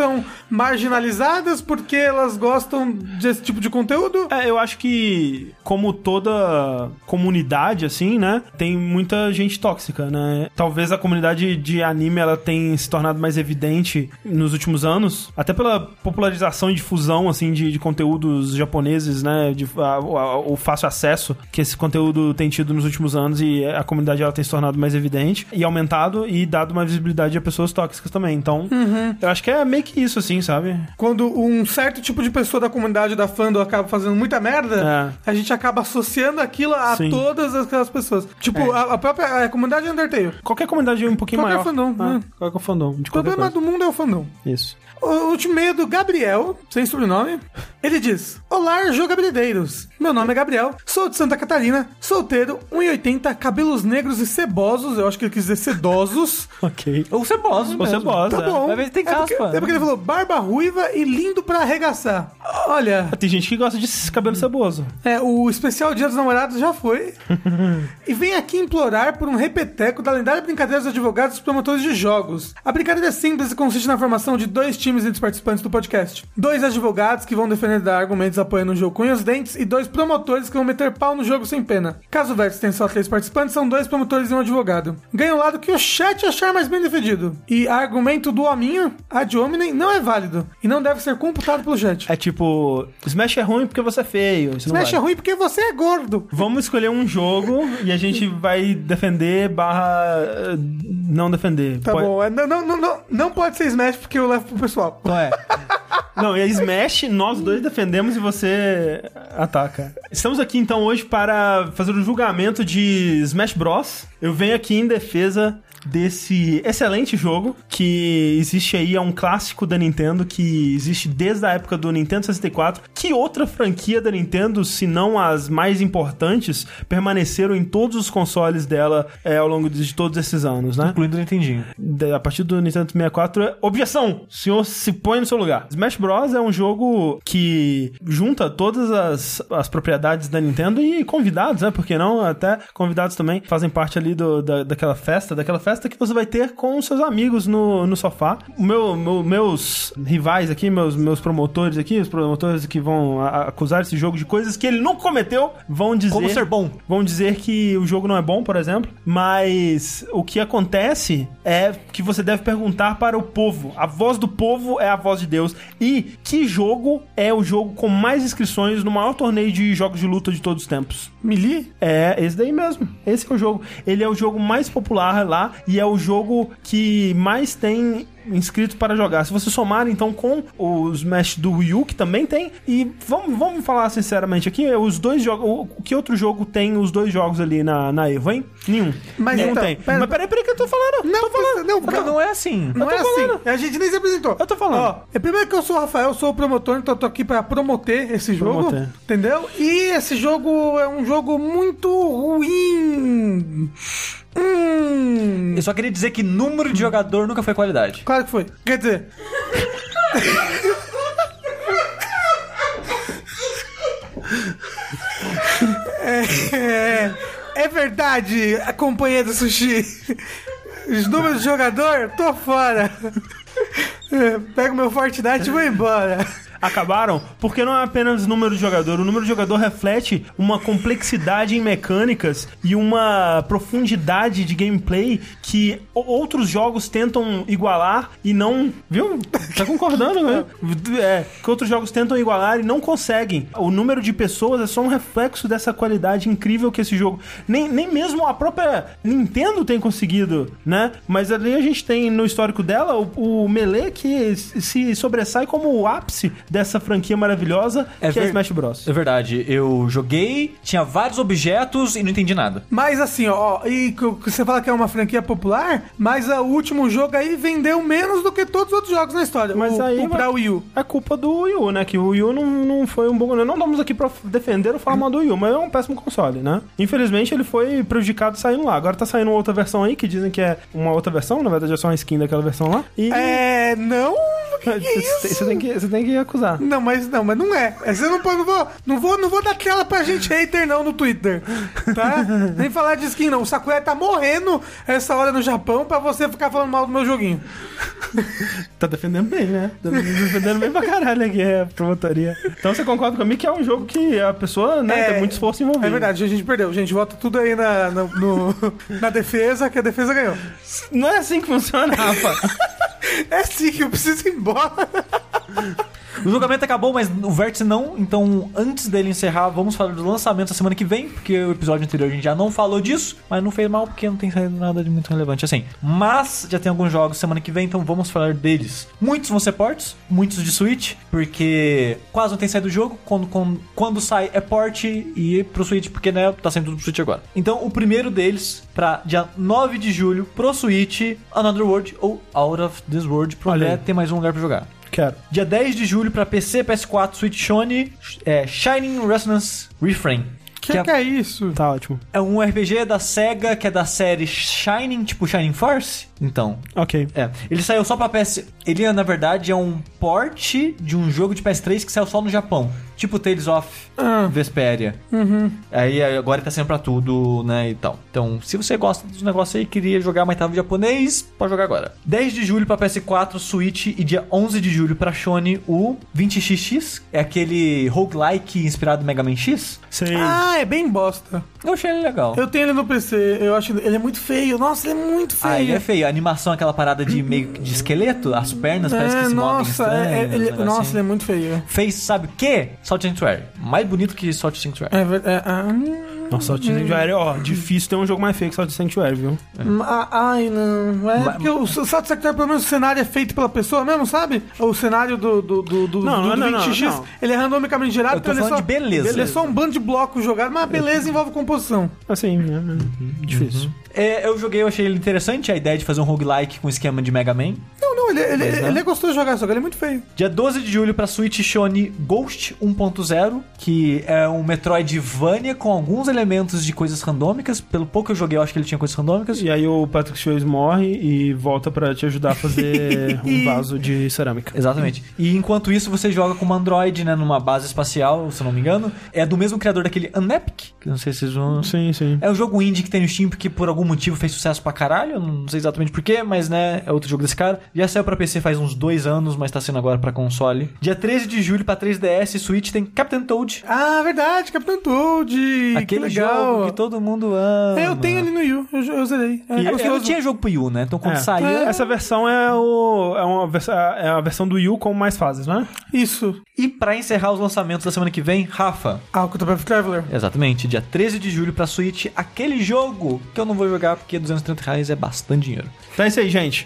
estão marginalizadas porque elas gostam desse tipo de conteúdo? É, eu acho que, como toda comunidade, assim, né, tem muita gente tóxica, né? Talvez a comunidade de anime, ela tenha se tornado mais evidente nos últimos anos, até pela popularização e difusão, assim, de, de conteúdos japoneses, né, de, a, a, o fácil acesso que esse conteúdo tem tido nos últimos anos, e a comunidade, ela tem se tornado mais evidente e aumentado e dado uma visibilidade a pessoas tóxicas também. Então, uhum. eu acho que é meio que isso, assim, sabe? Quando um certo tipo de pessoa da comunidade da fandom acaba fazendo muita merda, é. a gente acaba associando aquilo a Sim. todas aquelas pessoas. Tipo, é. a, a própria a comunidade Undertale. Qualquer comunidade um pouquinho qualquer maior. Fandom, ah, né? Qualquer fandom. O problema coisa. do mundo é o fandom. Isso. O último e-mail do Gabriel, sem sobrenome. Ele diz: Olá, jogabilideiros. Meu nome é Gabriel, sou de Santa Catarina, solteiro, um e oitenta, cabelos negros e cebosos. Eu acho que ele quis dizer sedosos. Ok. Ou cebosos Ou cebosos, Tá é. bom. Vai ver se tem é porque, caspa. é porque ele falou barba ruiva e lindo pra arregaçar. Olha... Tem gente que gosta de cabelo ceboso. É, o especial Dia dos Namorados já foi. E vem aqui implorar por um repeteco da lendária brincadeira dos advogados e dos promotores de jogos. A brincadeira é simples e consiste na formação de dois times entre os participantes do podcast. Dois advogados que vão defender dar argumentos apoiando o jogo com os dentes e dois promotores que vão meter pau no jogo sem pena. Caso o Versus tenha só três participantes, são dois promotores e um advogado. Ganha o lado que o chat achar mais bem defendido. E argumento do hominho, ad hominem, não é válido e não deve ser computado pelo chat. É tipo, Smash é ruim porque você é feio. Smash é ruim porque você é gordo. Vamos escolher um jogo e a gente vai defender barra não defender. Tá pode... bom, não, não, não, não pode ser Smash porque eu levo pro pessoal. Não é. Não, e a Smash, nós dois defendemos e você ataca. Estamos aqui então hoje para fazer o julgamento de Smash Bros. Eu venho aqui em defesa desse excelente jogo que existe aí, é um clássico da Nintendo que existe desde a época do Nintendo sessenta e quatro. Que outra franquia da Nintendo, se não as mais importantes, permaneceram em todos os consoles dela é, ao longo de todos esses anos, né? Incluindo o Nintendinho. A partir do Nintendo sessenta e quatro, objeção! O senhor se põe no seu lugar. Smash Bros. É um jogo que junta todas as, as propriedades da Nintendo e convidados, né? Porque não? Até convidados também fazem parte ali do, da, daquela festa, daquela festa que você vai ter com os seus amigos no, no sofá. O meu, meu, meus rivais aqui, meus, meus promotores aqui, os promotores que vão a, acusar esse jogo de coisas que ele nunca cometeu, vão dizer... Como ser bom. Vão dizer que o jogo não é bom, por exemplo, mas o que acontece é que você deve perguntar para o povo. A voz do povo é a voz de Deus. E que jogo é o jogo com mais inscrições no maior torneio de jogos de luta de todos os tempos? Melee? É, esse daí mesmo. Esse é o jogo. Ele é o jogo mais popular lá e é o jogo que mais tem inscritos para jogar. Se você somar então com os Smash do Wii U, que também tem, e vamos, vamos falar sinceramente aqui, os dois jogos, o que outro jogo tem os dois jogos ali na, na Evo, hein? Nenhum. Mas Nenhum então, tem. pera, Mas peraí, peraí que eu tô falando. Não, tô falando. Não, não, não é assim. Não é falando. assim. A gente nem se apresentou. Eu tô falando. Ó, é primeiro que eu sou o Rafael, eu sou o promotor, então eu tô aqui pra promoter esse jogo. Promoter. Entendeu? E esse jogo é um jogo muito ruim. Hum. Eu só queria dizer que número de jogador nunca foi qualidade. Claro que foi. Quer dizer... é, é, é verdade, a companhia do sushi. Os números de jogador, tô fora. Pego meu Fortnite e vou embora. Acabaram porque não é apenas número de jogador. O número de jogador reflete uma complexidade em mecânicas e uma profundidade de gameplay que outros jogos tentam igualar e não... Viu? Tá concordando, né? É, que outros jogos tentam igualar e não conseguem. O número de pessoas é só um reflexo dessa qualidade incrível que esse jogo... Nem, nem mesmo a própria Nintendo tem conseguido, né? Mas ali a gente tem no histórico dela o, o Melee que se sobressai como o ápice dessa franquia maravilhosa é que ver... é Smash Bros. É verdade, eu joguei, tinha vários objetos e não entendi nada. Mas assim, ó, e você fala que é uma franquia popular, mas o último jogo aí vendeu menos do que todos os outros jogos na história. Mas o, aí o pra Wii U. É culpa do Wii U, né? Que o Wii U não, não foi um bom... Não estamos aqui pra defender ou falar mal do Wii U, mas é um péssimo console, né? Infelizmente ele foi prejudicado saindo lá. Agora tá saindo outra versão aí, que dizem que é uma outra versão, na verdade é só uma skin daquela versão lá. E... É... não... Você, você, tem que, você tem que acusar. Não, mas não, mas não é. Você não pode, não vou, não vou, não vou dar tela pra gente hater não no Twitter, tá? Nem falar de skin não. O Sakurai tá morrendo essa hora no Japão pra você ficar falando mal do meu joguinho. Tá defendendo bem, né? Tá defendendo bem pra caralho aqui a promotoria. Então você concorda comigo que é um jogo que a pessoa, né, É, tem muito esforço envolvido. É verdade, a gente perdeu. Gente, volta tudo aí na, na, no, na defesa, que a defesa ganhou. Não é assim que funciona, Rafa. É sim, que eu preciso ir embora. O julgamento acabou, mas o Vértice não. Então, antes dele encerrar, vamos falar do lançamento da semana que vem, porque o episódio anterior a gente já não falou disso, mas não fez mal porque não tem saído nada de muito relevante assim. Mas já tem alguns jogos semana que vem, então vamos falar deles. Muitos vão ser ports, muitos de Switch, porque quase não tem saído do jogo. Quando, quando, quando sai é port e pro Switch, porque né, tá saindo tudo pro Switch agora. Então, o primeiro deles, pra dia nove de julho, pro Switch, Another World ou Out of This World, pro André ter mais um lugar pra jogar. Quero. Dia dez de julho pra P C, P S quatro, Switch, Sony, é, Shining Resonance Refrain. Que que é isso? Tá ótimo. É um R P G da SEGA, que é da série Shining, tipo Shining Force. Então, Ok. é. Ele saiu só pra P S... Ele, na verdade, é um port de um jogo de P S três que saiu só no Japão. Tipo Tales of Ah. Vesperia. Uhum. Aí agora ele tá saindo pra tudo, né, e tal. Então, se você gosta dos negócios aí, queria jogar, mas tava em japonês, pode jogar agora. dez de julho pra P S quatro, Switch, e dia onze de julho pra Sony, o vinte X X. É aquele roguelike inspirado no Mega Man X. Sei. Ah, é bem bosta. Eu achei ele legal. Eu tenho ele no P C, eu acho ele é muito feio. Nossa, ele é muito feio. Ah, ele é feio. A animação, aquela parada de meio de esqueleto, as pernas parece que É, se movem nossa, estranho. é, é, uns ele, negocinhos. nossa, ele é muito feio. Fez, sabe o quê? Salt Sanctuary. Mais bonito que Salt Sanctuary. É verdade. Ah, hum, Nossa, Salt Sanctuary, ó, difícil ter um jogo mais feio que Salt Sanctuary, viu? ah, ai, não. É Mas- porque o Salt Sanctuary, pelo menos o cenário é feito pela pessoa mesmo, sabe? O cenário do, do, do, do, Não, do, não, do não, vinte X, não. ele é randomicamente gerado. Eu tô então ele é falando só, de beleza. Ele é só um bando de blocos jogados, mas a beleza envolve composição. Assim, é, é difícil. É, eu joguei, eu achei ele interessante, a ideia de fazer um roguelike com esquema de Mega Man. Não, não, ele, ele, Mas, né? ele é gostoso de jogar, só que ele é muito feio. Dia doze de julho pra Switch, Sony Ghost um ponto zero, que é um Metroidvania com alguns elementos de coisas randômicas. Pelo pouco que eu joguei, eu acho que ele tinha coisas randômicas. E aí o Patrick Swayze morre e volta pra te ajudar a fazer um vaso de cerâmica. Exatamente. E enquanto isso, você joga como Android, né, numa base espacial, se eu não me engano. É do mesmo criador daquele Unepic, que eu não sei se vocês vão... Sim, sim. É um jogo indie que tem no Steam que por algum motivo fez sucesso pra caralho. Eu não sei exatamente porquê, mas né, é outro jogo desse cara. Já saiu pra P C faz uns dois anos, mas tá saindo agora pra console. Dia treze de julho pra três D S e Switch tem Captain Toad. Ah, verdade, Capitão Toad. Aquele que legal. jogo que todo mundo ama. É, eu tenho ele no Wii, eu, eu zerei. É, E eu, gostoso. eu tinha jogo pro Wii U, né? Então quando É. saiu... É. Essa versão é, o, é, uma, vers- é a versão do Wii U com mais fases, né? Isso. E pra encerrar os lançamentos da semana que vem, Rafa... Ah, o Octopath Traveler. Exatamente, dia treze de julho pra Switch, aquele jogo que eu não vou jogar porque duzentos e trinta reais é bastante dinheiro. Então é isso aí, gente.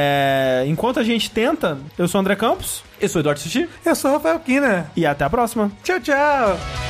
É, Enquanto a gente tenta, eu sou o André Campos Eu sou o Eduardo Sushi. Eu sou o Rafael Kina. e até a próxima. Tchau, tchau.